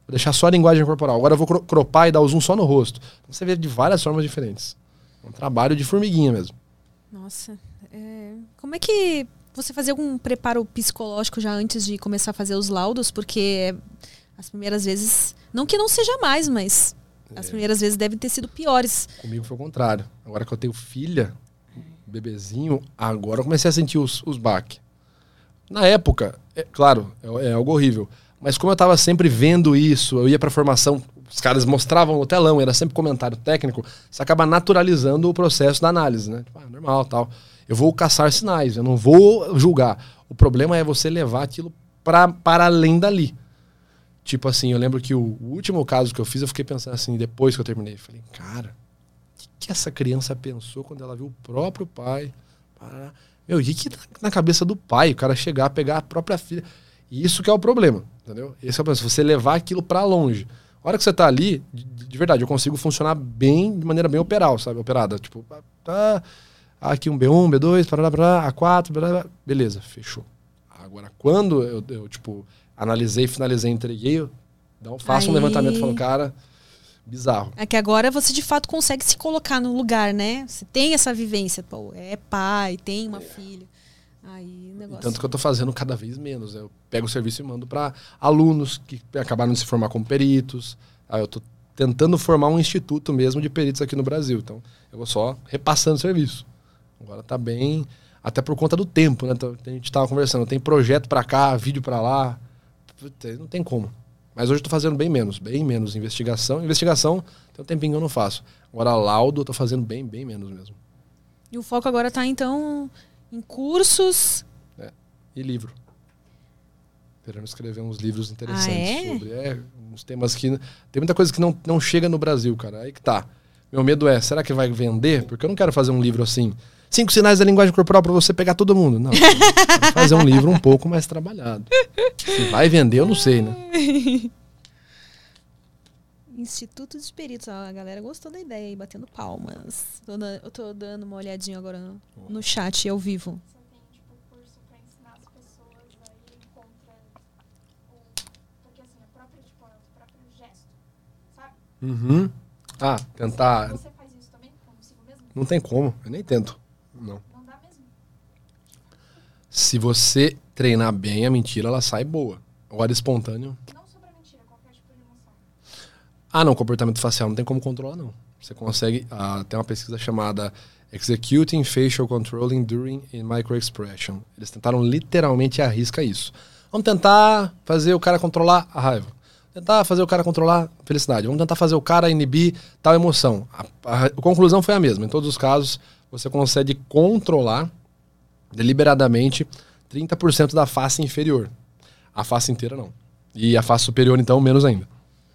Vou deixar só a linguagem corporal. Agora eu vou cro- cropar e dar o zoom só no rosto. Então você vê de várias formas diferentes. É um trabalho de formiguinha mesmo. Nossa. É, como é que você fazia algum preparo psicológico já antes de começar a fazer os laudos? Porque as primeiras vezes, não que não seja mais, mas as primeiras vezes devem ter sido piores. Comigo foi o contrário. Agora que eu tenho filha, bebezinho, agora eu comecei a sentir os, os baques. Na época, é, claro, é, é algo horrível. Mas como eu tava sempre vendo isso, eu ia pra formação, os caras mostravam no telão, era sempre comentário técnico, você acaba naturalizando o processo da análise, né? Tipo, ah, normal, tal. Eu vou caçar sinais, eu não vou julgar. O problema é você levar aquilo pra, para além dali. Tipo assim, eu lembro que o, o último caso que eu fiz, eu fiquei pensando assim, depois que eu terminei, falei, cara, o que, que essa criança pensou quando ela viu o próprio pai? Para... Meu, e que tá na cabeça do pai, o cara chegar, pegar a própria filha. E isso que é o problema, entendeu? Esse é o problema, se você levar aquilo pra longe. A hora que você tá ali, de, de verdade, eu consigo funcionar bem, de maneira bem operal, sabe? Operada, tipo, tá, aqui um B um, B dois, parará, parará, A quatro, parará, beleza, fechou. Agora, quando eu, eu, tipo, analisei, finalizei, entreguei, eu não, faço Aí... um levantamento e falo, cara, bizarro. É que agora você de fato consegue se colocar no lugar, né? Você tem essa vivência, pô, é pai, tem uma é. filha. Aí o negócio... Tanto que eu tô fazendo cada vez menos. Né? Eu pego o serviço e mando para alunos que acabaram de se formar como peritos. Aí eu tô tentando formar um instituto mesmo de peritos aqui no Brasil. Então, eu vou só repassando o serviço. Agora tá bem... Até por conta do tempo, né? A gente tava conversando. Tem projeto para cá, vídeo para lá. Não tem como. Mas hoje eu tô fazendo bem menos. Bem menos investigação. Investigação, tem um tempinho que eu não faço. Agora, laudo, eu tô fazendo bem, bem menos mesmo. E o foco agora tá, então... em cursos. É. E livro. Esperando escrever uns livros interessantes ah, é? sobre é, uns temas que... Tem muita coisa que não, não chega no Brasil, cara. Aí que tá. Meu medo é, será que vai vender? Porque eu não quero fazer um livro assim, cinco sinais da linguagem corporal pra você pegar todo mundo. Não. Fazer um livro um pouco mais trabalhado. Se vai vender, eu não sei, né? Instituto dos Peritos. A galera gostou da ideia aí, batendo palmas. Tô dando, eu tô dando uma olhadinha agora no, no chat ao vivo. Você tem, tipo, curso pra ensinar as pessoas aí contra o... Porque, assim, a própria, tipo, o próprio gesto, sabe? Uhum. Ah, tentar... Você faz isso também consigo mesmo? Não tem como. Eu nem tento. Não. Não dá mesmo? Se você treinar bem, a mentira, ela sai boa. Agora, espontâneo... Não sobre a mentira, qualquer tipo de emoção. Ah, não, comportamento facial não tem como controlar, não. Você consegue... Ah, tem uma pesquisa chamada Executing Facial Controlling During in Microexpression. Eles tentaram literalmente à risca isso. Vamos tentar fazer o cara controlar a raiva. Tentar fazer o cara controlar a felicidade. Vamos tentar fazer o cara inibir tal emoção. A, a, a conclusão foi a mesma. Em todos os casos, você consegue controlar deliberadamente trinta por cento da face inferior. A face inteira, não. E a face superior, então, menos ainda.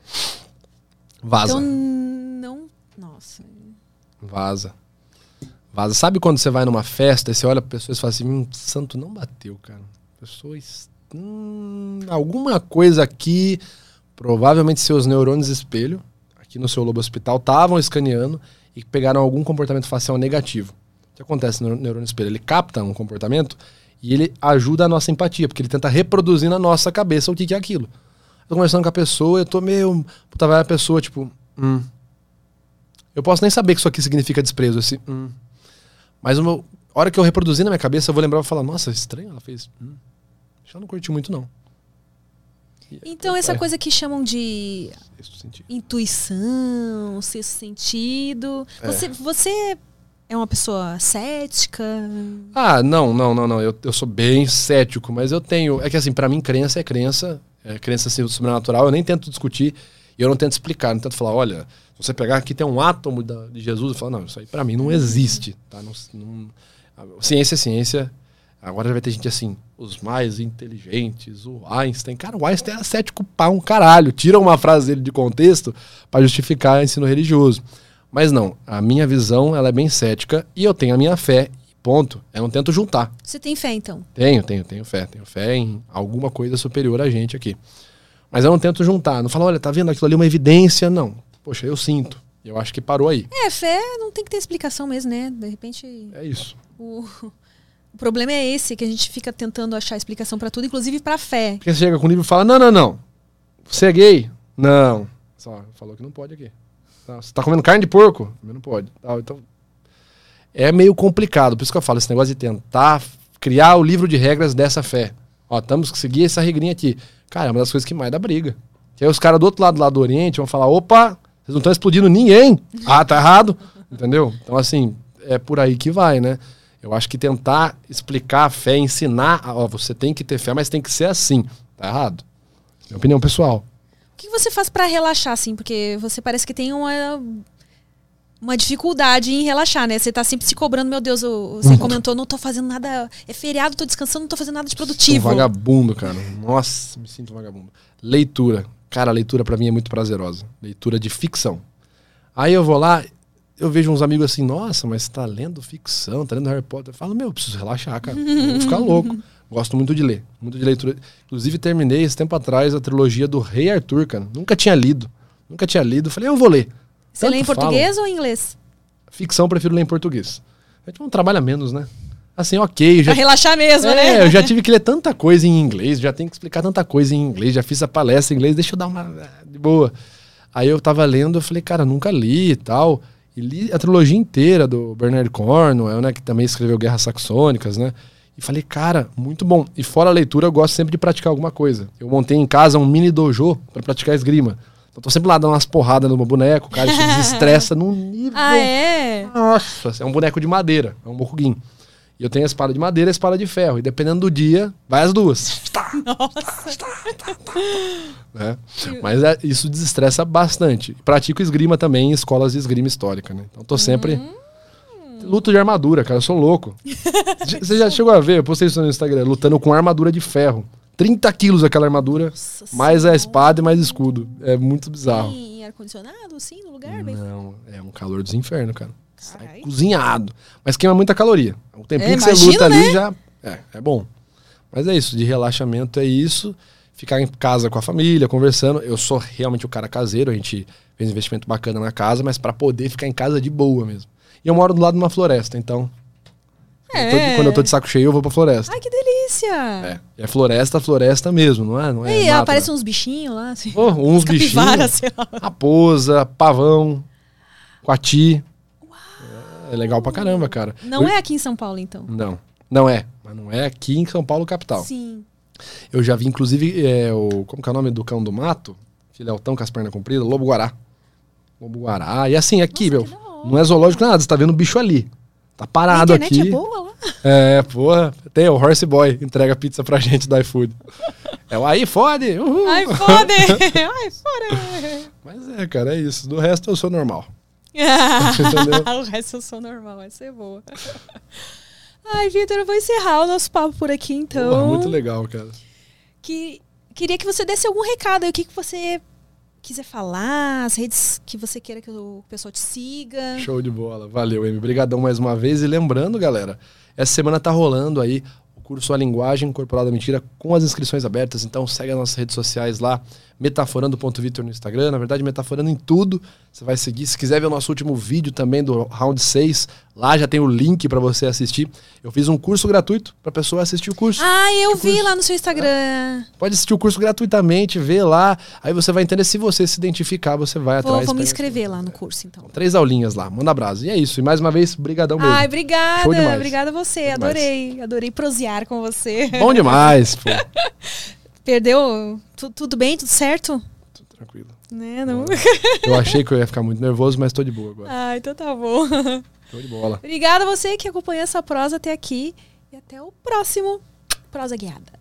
Vaza. Então, não... Nossa. Vaza. Vaza. Sabe quando você vai numa festa e você olha pra pessoa e fala assim, hum, santo não bateu, cara. Pessoas... Hum, alguma coisa aqui... Provavelmente seus neurônios espelho, aqui no seu lobo hospital, estavam escaneando e pegaram algum comportamento facial negativo. O que acontece no neurônio espelho? Ele capta um comportamento e ele ajuda a nossa empatia, porque ele tenta reproduzir na nossa cabeça o que, que é aquilo. Eu tô conversando com a pessoa, eu tô meio... Puta, vai a pessoa, tipo... Hum. Eu posso nem saber que isso aqui significa desprezo, esse... Hum. Mas uma hora que eu reproduzir na minha cabeça, eu vou lembrar e falar, nossa, estranho, ela fez... Hum. Já não curti muito, não. Então, essa é. coisa que chamam de sentido. Intuição, sexto sentido. É. Você, você é uma pessoa cética? Ah, não, não, não, não. Eu, eu sou bem cético, mas eu tenho... É que assim, pra mim, crença é crença. É crença assim, sobrenatural. Eu nem tento discutir e eu não tento explicar. Não tento falar, olha, se você pegar aqui tem um átomo da, de Jesus, eu falo, não, isso aí pra mim não existe. Tá? Não, não, ciência é ciência. Agora vai ter gente assim, os mais inteligentes, o Einstein. Cara, o Einstein era cético pra um caralho. Tira uma frase dele de contexto pra justificar ensino religioso. Mas não, a minha visão ela é bem cética e eu tenho a minha fé, ponto. Eu não tento juntar. Você tem fé, então? Tenho, tenho, tenho fé. Tenho fé em alguma coisa superior a gente aqui. Mas eu não tento juntar. Não falo, olha, tá vendo aquilo ali uma evidência? Não. Poxa, eu sinto. Eu acho que parou aí. É, fé não tem que ter explicação mesmo, né? De repente... É isso. O... O problema é esse, que a gente fica tentando achar explicação pra tudo, inclusive pra fé. Porque você chega com o livro e fala, não, não, não. Você é gay? Não. Só falou que não pode aqui. Tá, você tá comendo carne de porco? Também não pode. Tá, então, é meio complicado. Por isso que eu falo, esse negócio de tentar criar o livro de regras dessa fé. Ó, temos que seguir essa regrinha aqui. Cara, é uma das coisas que mais dá briga. Que aí os caras do outro lado, lá do Oriente, vão falar, opa, vocês não estão explodindo ninguém. Ah, tá errado. Entendeu? Então, assim, é por aí que vai, né? Eu acho que tentar explicar a fé, ensinar, ó, você tem que ter fé, mas tem que ser assim. Tá errado. Minha opinião pessoal. O que você faz pra relaxar, assim? Porque você parece que tem uma, uma dificuldade em relaxar, né? Você tá sempre se cobrando, meu Deus, eu, você comentou, não tô fazendo nada, é feriado, tô descansando, não tô fazendo nada de produtivo. Sou um vagabundo, cara. Nossa, me sinto um vagabundo. Leitura. Cara, a leitura pra mim é muito prazerosa. Leitura de ficção. Aí eu vou lá, eu vejo uns amigos assim, nossa, mas você tá lendo ficção, tá lendo Harry Potter. Eu falo, meu, eu preciso relaxar, cara. Eu vou ficar louco. Gosto muito de ler, muito de leitura. Inclusive, terminei esse tempo atrás a trilogia do Rei Arthur, cara. Nunca tinha lido. Nunca tinha lido. Falei, eu vou ler. Você Tanto lê em português falam. Ou em inglês? Ficção, prefiro ler em português. A gente não trabalha menos, né? Assim, ok. Já... Pra relaxar mesmo, é, né? É, eu já tive que ler tanta coisa em inglês, já tenho que explicar tanta coisa em inglês, já fiz a palestra em inglês, deixa eu dar uma... de boa. Aí eu tava lendo, eu falei, cara, nunca li e tal. E li a trilogia inteira do Bernard Cornwell, né? Que também escreveu Guerras Saxônicas, né? E falei, cara, muito bom. E fora a leitura, eu gosto sempre de praticar alguma coisa. Eu montei em casa um mini dojo pra praticar esgrima. Então tô sempre lá dando umas porradas no meu boneco, cara, isso desestressa num nível... Ah, é? Nossa, é um boneco de madeira, é um Mokuguin. E eu tenho a espada de madeira e a espada de ferro. E dependendo do dia, vai as duas. Nossa! É. Mas é, isso desestressa bastante. Pratico esgrima também em escolas de esgrima histórica, né? Então tô sempre... Hum. Luto de armadura, cara, eu sou louco. Você já chegou a ver, eu postei isso no Instagram, lutando com armadura de ferro. trinta quilos aquela armadura, Nossa mais senhora. A espada e mais escudo. É muito bizarro. Tem ar-condicionado, sim, no lugar? Não, é um calor dos infernos, cara. Sai cozinhado. Mas queima muita caloria. O tempinho é, que imagino, você luta né? ali já... É, é bom. Mas é isso, de relaxamento é isso. Ficar em casa com a família, conversando. Eu sou realmente o cara caseiro, a gente fez um investimento bacana na casa, mas pra poder ficar em casa de boa mesmo. E eu moro do lado de uma floresta, então... É. Eu tô de, quando eu tô de saco cheio, eu vou pra floresta. Ai, que delícia! É, é floresta, floresta mesmo, não é? Não é e mata, aparecem né? uns bichinhos lá, assim. Oh, uns bichinhos. Assim, raposa, pavão, coati. É, é legal pra caramba, cara. Não eu, é aqui em São Paulo, então? Não, não é. Mas não é aqui em São Paulo, capital. Sim. Eu já vi, inclusive, é, o, como que é o nome do cão do mato? Filheltão com as pernas compridas, lobo-guará. Lobo-guará. E assim, aqui, Nossa, meu... Não é zoológico nada, você tá vendo o bicho ali. Tá parado aqui. A internet aqui. É boa lá. É, porra. Tem o Horse Boy, entrega pizza pra gente do iFood. É o aí, fode! Uhul. Ai, fode! Ai, fode! Mas é, cara, é isso. Do resto eu sou normal. O resto eu sou normal, vai ser boa. Ai, Vitor, eu vou encerrar o nosso papo por aqui, então. Porra, muito legal, cara. Que, queria que você desse algum recado aí, o que, que você... quiser falar, as redes que você queira que o pessoal te siga. Show de bola. Valeu, Amy. Obrigadão mais uma vez. E lembrando, galera, essa semana tá rolando aí o curso A Linguagem Corporal da Mentira com as inscrições abertas. Então segue as nossas redes sociais lá, metaforando ponto vitor no Instagram. Na verdade, metaforando em tudo. Você vai seguir. Se quiser ver o nosso último vídeo também do Round seis, lá já tem o link pra você assistir. Eu fiz um curso gratuito pra pessoa assistir o curso. Ah, eu vi curso. lá no seu Instagram. É. Pode assistir o curso gratuitamente, ver lá. Aí você vai entender. Se você se identificar, você vai vou, atrás. Vou me inscrever lá no curso, então. Três aulinhas lá. Manda abraço. E é isso. E mais uma vez, brigadão mesmo. Ai, obrigada. Show demais. Obrigada a você. Show Adorei. demais. Adorei prosear com você. Bom demais, pô. Perdeu? Tu, tudo bem? Tudo certo? Tudo tranquilo. Né, não? Eu achei que eu ia ficar muito nervoso, mas tô de boa agora. Ah, então tá bom. Show de bola. Obrigada a você que acompanhou essa prosa até aqui. E até o próximo Prosa Guiada.